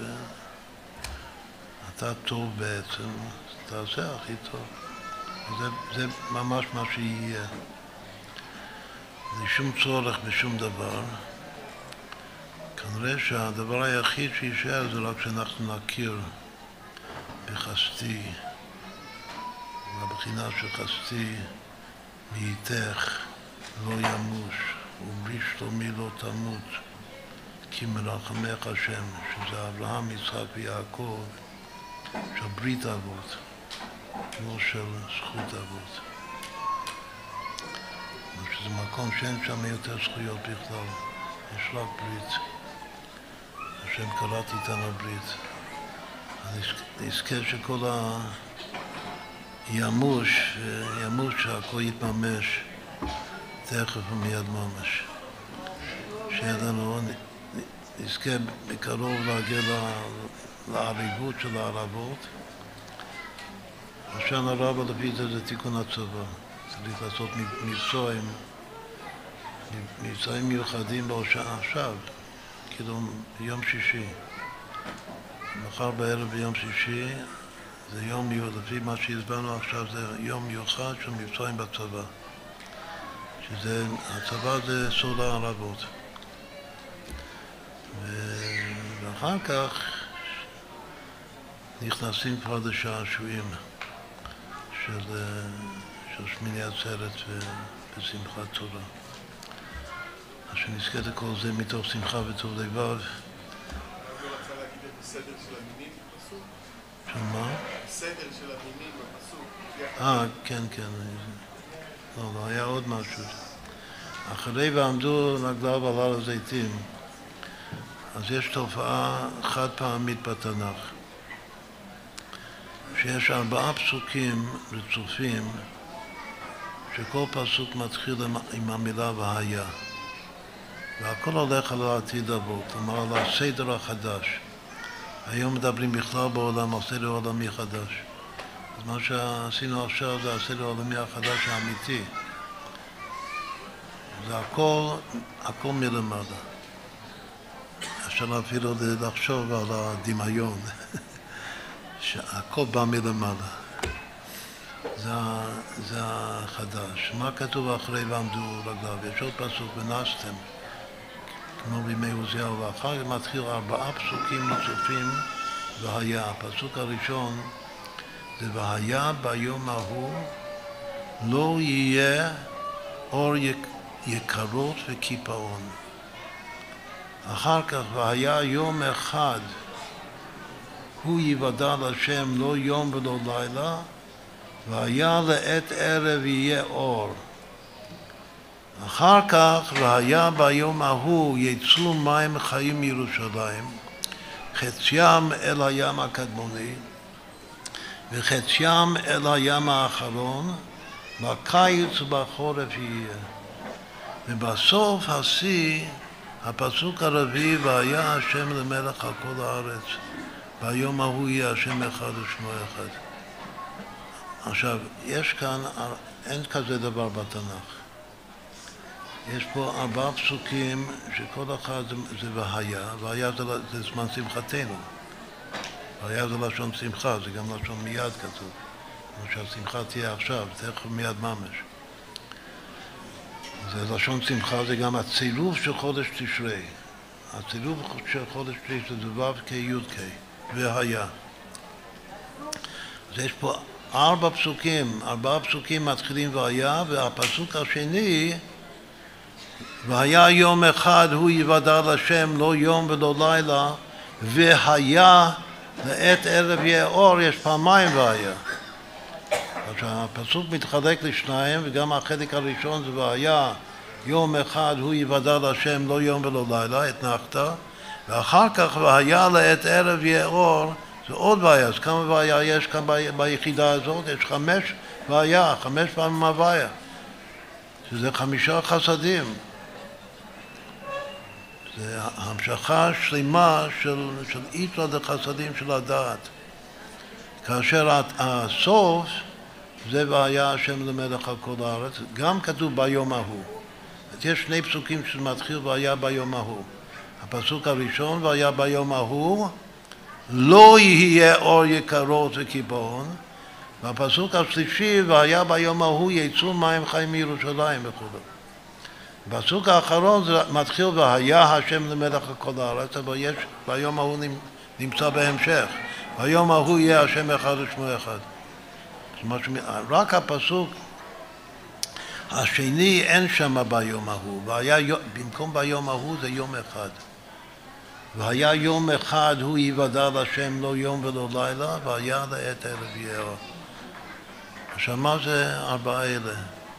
אתה טוב בעצם, תעשה הכי טוב. זה, זה ממש מה שיהיה. אין שום צורך בשום דבר. כנראה שהדבר היחיד שישאר זה רק שאנחנו נכיר בחסדי, מהבחינה של חסדי, מאיתך לא ימוש, ובשלומי לא תמות, כי מרחמך השם, שזה אברהם, יצחק ויעקב, של ברית אבות, לא של זכות אבות. שזה מקום שאין שם יותר זכויות בכלל, יש רק ברית. השם קראת איתנו ברית. נזכה שכל הימוש, ימוש שהכל יתממש תכף ומיד ממש. שיהיה לנו, נזכה בקרוב להגיע לעריבות של הערבות. השן הרבה לפי זה זה תיקון הצבא. צריך לעשות מבצעים, מבצעים מיוחדים בהושעה עכשיו, כאילו ביום שישי. מחר בערב ביום שישי זה יום מיוחד, לפי מה שהסברנו עכשיו זה יום מיוחד של מבצעים בצבא. שזה, הצבא זה סוד הערבות. ואחר כך נכנסים כבר לשעשועים של, של שמיני עצרת ושמחת תורה. אז שנזכה לכל זה מתוך שמחה וטוב לבב.
אני רצה להגיד את הסדר של המינים בפסוק.
של מה?
הסדר של המינים בפסוק.
אה, כן, כן. לא, לא, היה עוד משהו. אחרי ועמדו רגליו על הר הזיתים, אז יש תופעה חד פעמית בתנ"ך, שיש ארבעה פסוקים רצופים, שכל פסוק מתחיל עם המילה והיה. והכל הולך על העתיד לבוא, כלומר על הסדר החדש. היום מדברים בכלל בעולם על סדר עולמי חדש. אז מה שעשינו עכשיו זה הסדר העולמי החדש האמיתי. זה הכל, הכל מלמעלה. אפשר אפילו לחשוב על הדמיון, שהכל בא מלמעלה. זה, זה החדש. מה כתוב אחרי ועמדו רגליו? יש עוד פסוק ונסתם, כמו בימי עוזיהו, ואחר כך מתחיל ארבעה פסוקים רצופים והיה. הפסוק הראשון זה והיה ביום ההוא לא יהיה אור יקרות וקיפאון. אחר כך והיה יום אחד הוא יוודע לשם לא יום ולא לילה, והיה לעת ערב יהיה אור. אחר כך והיה ביום ההוא יצאו מים חיים מירושלים, חציים אל הים הקדמוני וחציים אל הים האחרון, בקיץ ובחורף יהיה. ובסוף השיא הפסוק הרביעי והיה השם למלך על כל הארץ, ביום ההוא יהיה השם אחד ושמו אחד. עכשיו, יש כאן, אין כזה דבר בתנ"ך. יש פה ארבעה פסוקים שכל אחד זה, זה והיה, והיה זה, זה זמן שמחתנו. והיה זה לשון שמחה, זה גם לשון מיד כתוב. כמו שהשמחה תהיה עכשיו, תכף מיד ממש. זה לשון שמחה, זה גם הצילוב של חודש תשרי. הצילוב של חודש תשרי זה ו' כ' י' כ' והיה. אז יש פה ארבע פסוקים, ארבעה פסוקים מתחילים והיה, והפסוק השני, והיה יום אחד הוא יוודע לשם לא יום ולא לילה, והיה לעת ערב יהיה אור, יש פעמיים והיה. עכשיו הפסוק מתחלק לשניים, וגם החלק הראשון זה והיה יום אחד הוא יוודע לשם לא יום ולא לילה, התנחת, ואחר כך והיה לעת ערב יהיה אור, זה עוד והיה. אז כמה והיה יש כאן ביחידה הזאת? יש חמש והיה, חמש פעמים הוויה, שזה חמישה חסדים. זה המשכה שלמה של, של איתרא דחסדים של הדעת. כאשר הסוף זה והיה השם למלך על כל הארץ, גם כתוב ביום ההוא. יש שני פסוקים שמתחיל והיה ביום ההוא. הפסוק הראשון והיה ביום ההוא לא יהיה אור יקרות וקיפאון, והפסוק השלישי והיה ביום ההוא יצאו מים חיים מירושלים וכו'. בפסוק האחרון זה מתחיל והיה השם למלך על כל הארץ, אבל יש ביום ההוא נמצא בהמשך. ביום ההוא יהיה השם אחד ושמו אחד. רק הפסוק השני אין שם ביום ההוא, והיה, במקום ביום ההוא זה יום אחד. והיה יום אחד הוא יוודע לשם לא יום ולא לילה, והיה לעת ערב יהיה אור. עכשיו מה זה ארבעה אלה?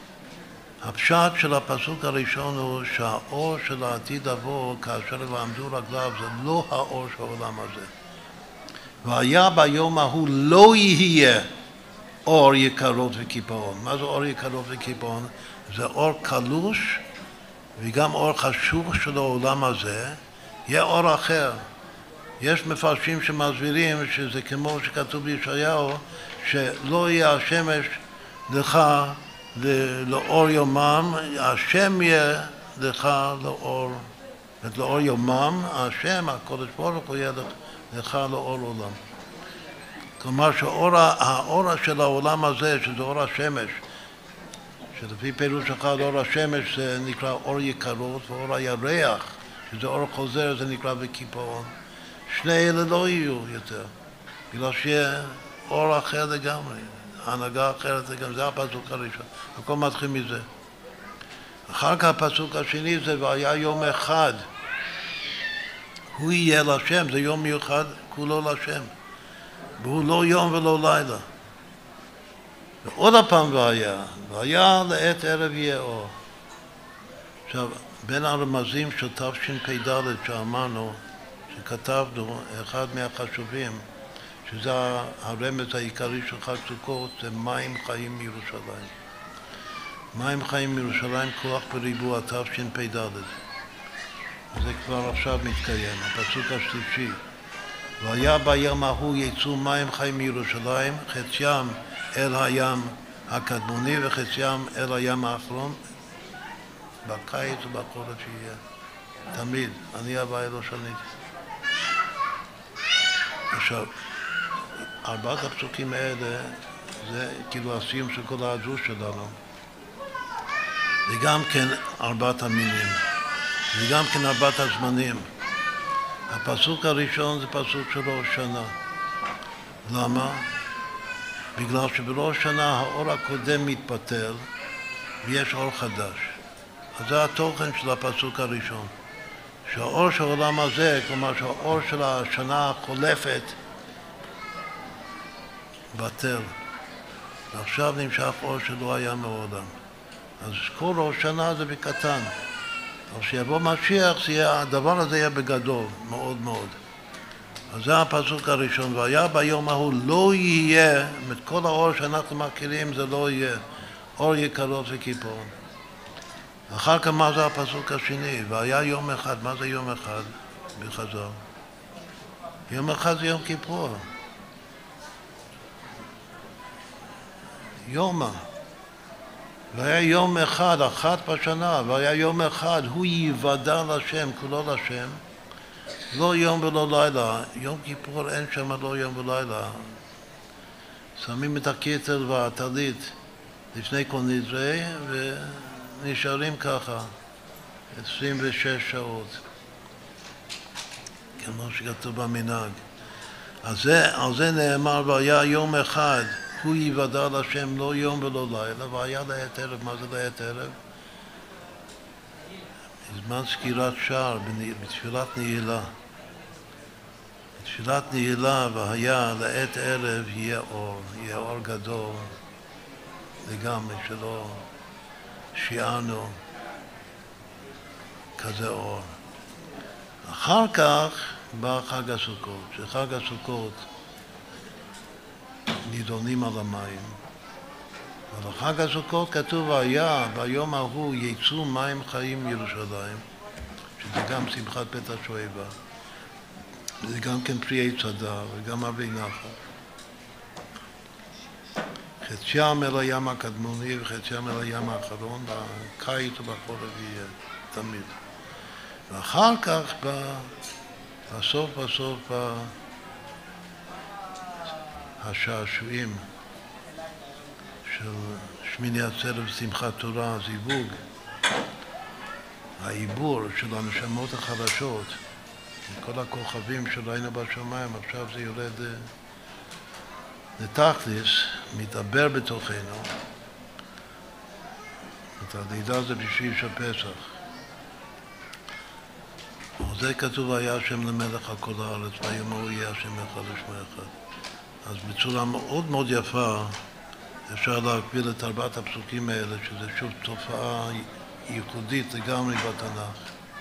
הפשט של הפסוק הראשון הוא שהאור של העתיד לבוא כאשר ועמדו רגליו זה לא האור של העולם הזה. והיה ביום ההוא לא יהיה אור יקרות וקיפאון. מה זה אור יקרות וקיפאון? זה אור קלוש וגם אור חשוך של העולם הזה. יהיה אור אחר. יש מפרשים שמסבירים שזה כמו שכתוב בישעיהו, שלא יהיה השמש לך לאור יומם, השם יהיה לך לאור, לאור יומם, השם, הקודש ברוך הוא יהיה לך לאור עולם. כלומר שהאור האור של העולם הזה, שזה אור השמש, שלפי פירוש אחד אור השמש זה נקרא אור יקרות, ואור הירח, שזה אור חוזר, זה נקרא בקיפאון. שני אלה לא יהיו יותר, בגלל שיהיה אור אחר לגמרי, הנהגה אחרת לגמרי, זה הפסוק הראשון, הכל מתחיל מזה. אחר כך הפסוק השני זה והיה יום אחד, הוא יהיה לשם, זה יום מיוחד כולו לשם, והוא לא יום ולא לילה. ועוד הפעם והיה, והיה לעת ערב יהיה אור. עכשיו, בין הרמזים של תשפ"ד שאמרנו, שכתבנו, אחד מהחשובים, שזה הרמז העיקרי של חג סוכות, זה מים חיים מירושלים. מים חיים מירושלים, כוח בריבוע, תשפ"ד. זה כבר עכשיו מתקיים, הפסוק השלישי. והיה ביום ההוא יצאו מים חיים מירושלים, חציים אל הים הקדמוני וחציים אל הים האחרון, בקיץ ובחורף שיהיה. תמיד, אני הבעיה לא שניתי. עכשיו, ארבעת הפסוקים האלה, זה כאילו הסיום של כל הדרוש שלנו. זה גם כן ארבעת המינים, זה גם כן ארבעת הזמנים. הפסוק הראשון זה פסוק של ראש שנה. למה? בגלל שבראש שנה האור הקודם מתפטר ויש אור חדש. אז זה התוכן של הפסוק הראשון. שהאור של העולם הזה, כלומר שהאור של השנה החולפת, בטל. ועכשיו נמשך אור שלא היה מעולם. אז כל ראש שנה זה בקטן. אבל כשיבוא משיח, הדבר הזה יהיה בגדול, מאוד מאוד. אז זה הפסוק הראשון. והיה ביום ההוא לא יהיה, את כל האור שאנחנו מכירים זה לא יהיה, אור יקרות וקיפאון. אחר כך מה זה הפסוק השני? והיה יום אחד, מה זה יום אחד בחז"ל? יום אחד זה יום כיפור. יומא. והיה יום אחד, אחת בשנה, והיה יום אחד, הוא יוודע לשם, כולו לשם, לא יום ולא לילה. יום כיפור אין שם לא יום ולילה. שמים את הכתר והטלית לפני כל נדרי ונשארים ככה עשרים ושש שעות, כמו שכתוב במנהג. אז זה, על זה נאמר והיה יום אחד הוא יוודע לשם לא יום ולא לילה, והיה לעת ערב. מה זה לעת ערב? בזמן סגירת שער, בתפילת נעילה. בתפילת נעילה והיה לעת ערב יהיה אור, יהיה אור גדול לגמרי, שלא שיענו כזה אור. אחר כך בא חג הסוכות, שחג הסוכות נידונים על המים. אבל חג הסוכות כתוב היה ביום ההוא יצאו מים חיים מירושלים, שזה גם שמחת בית השואבה, זה גם כן פרי עץ הדר וגם אבי נחל. חציים אל הים הקדמוני וחציים אל הים האחרון, בקיץ ובחורף יהיה תמיד. ואחר כך בסוף בסוף השעשועים של שמיני עצרת ושמחת תורה, זיווג, העיבור של הנשמות החדשות, כל הכוכבים שראינו בשמיים, עכשיו זה יורד לתכלס, מתעבר בתוכנו. את הלידה זה בשביל של פסח. זה כתוב היה השם למלך על כל הארץ, ויאמרו יהיה השם אחד ושמו אחד. אז בצורה מאוד מאוד יפה אפשר להקביל את ארבעת הפסוקים האלה, שזה שוב תופעה ייחודית לגמרי בתנ"ך.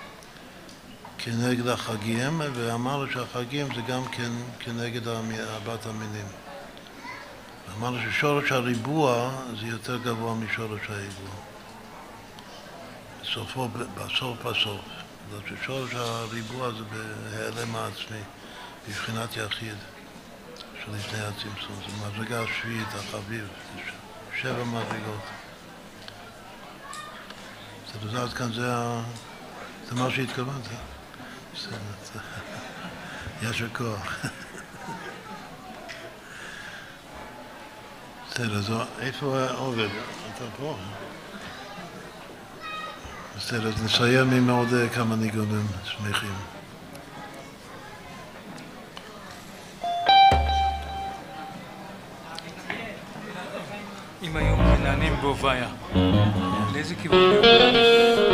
כנגד החגים, ואמרנו שהחגים זה גם כן כנגד ארבעת המינים. אמרנו ששורש הריבוע זה יותר גבוה משורש העיבור. בסופו, בסוף בסוף. ששורש הריבוע זה בהיעלם העצמי, בבחינת יחיד של לפני הצמצום. זה מדרגה השביעית, החביב, שבע מדרגות. זה עד כאן זה, זה מה שהתכוונת. יש הכוח. בסדר, אז איפה עובד? אתה פה? בסדר, אז נסיים עם עוד כמה ניגונים שמחים.
אם היו מנענים בהוביה, לאיזה כיוון היו מנענים?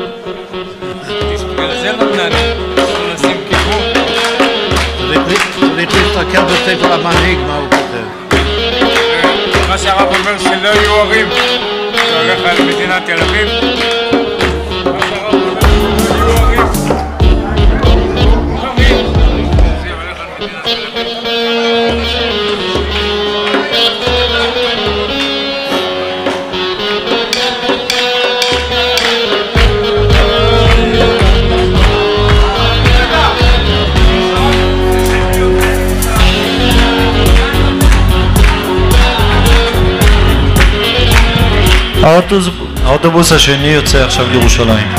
בגלל זה לא מנענים, לא נשים כיוון.
צריך להסתכל בספר המנהיג, מה הוא כותב.
מה שהרב אומר שלא יהיו ערים, זה הולך על מדינת תל אביב. מה שהרב אומר שלא יהיו ערים, זה הולך על מדינת תל אביב.
האוטובוס השני יוצא עכשיו לירושלים.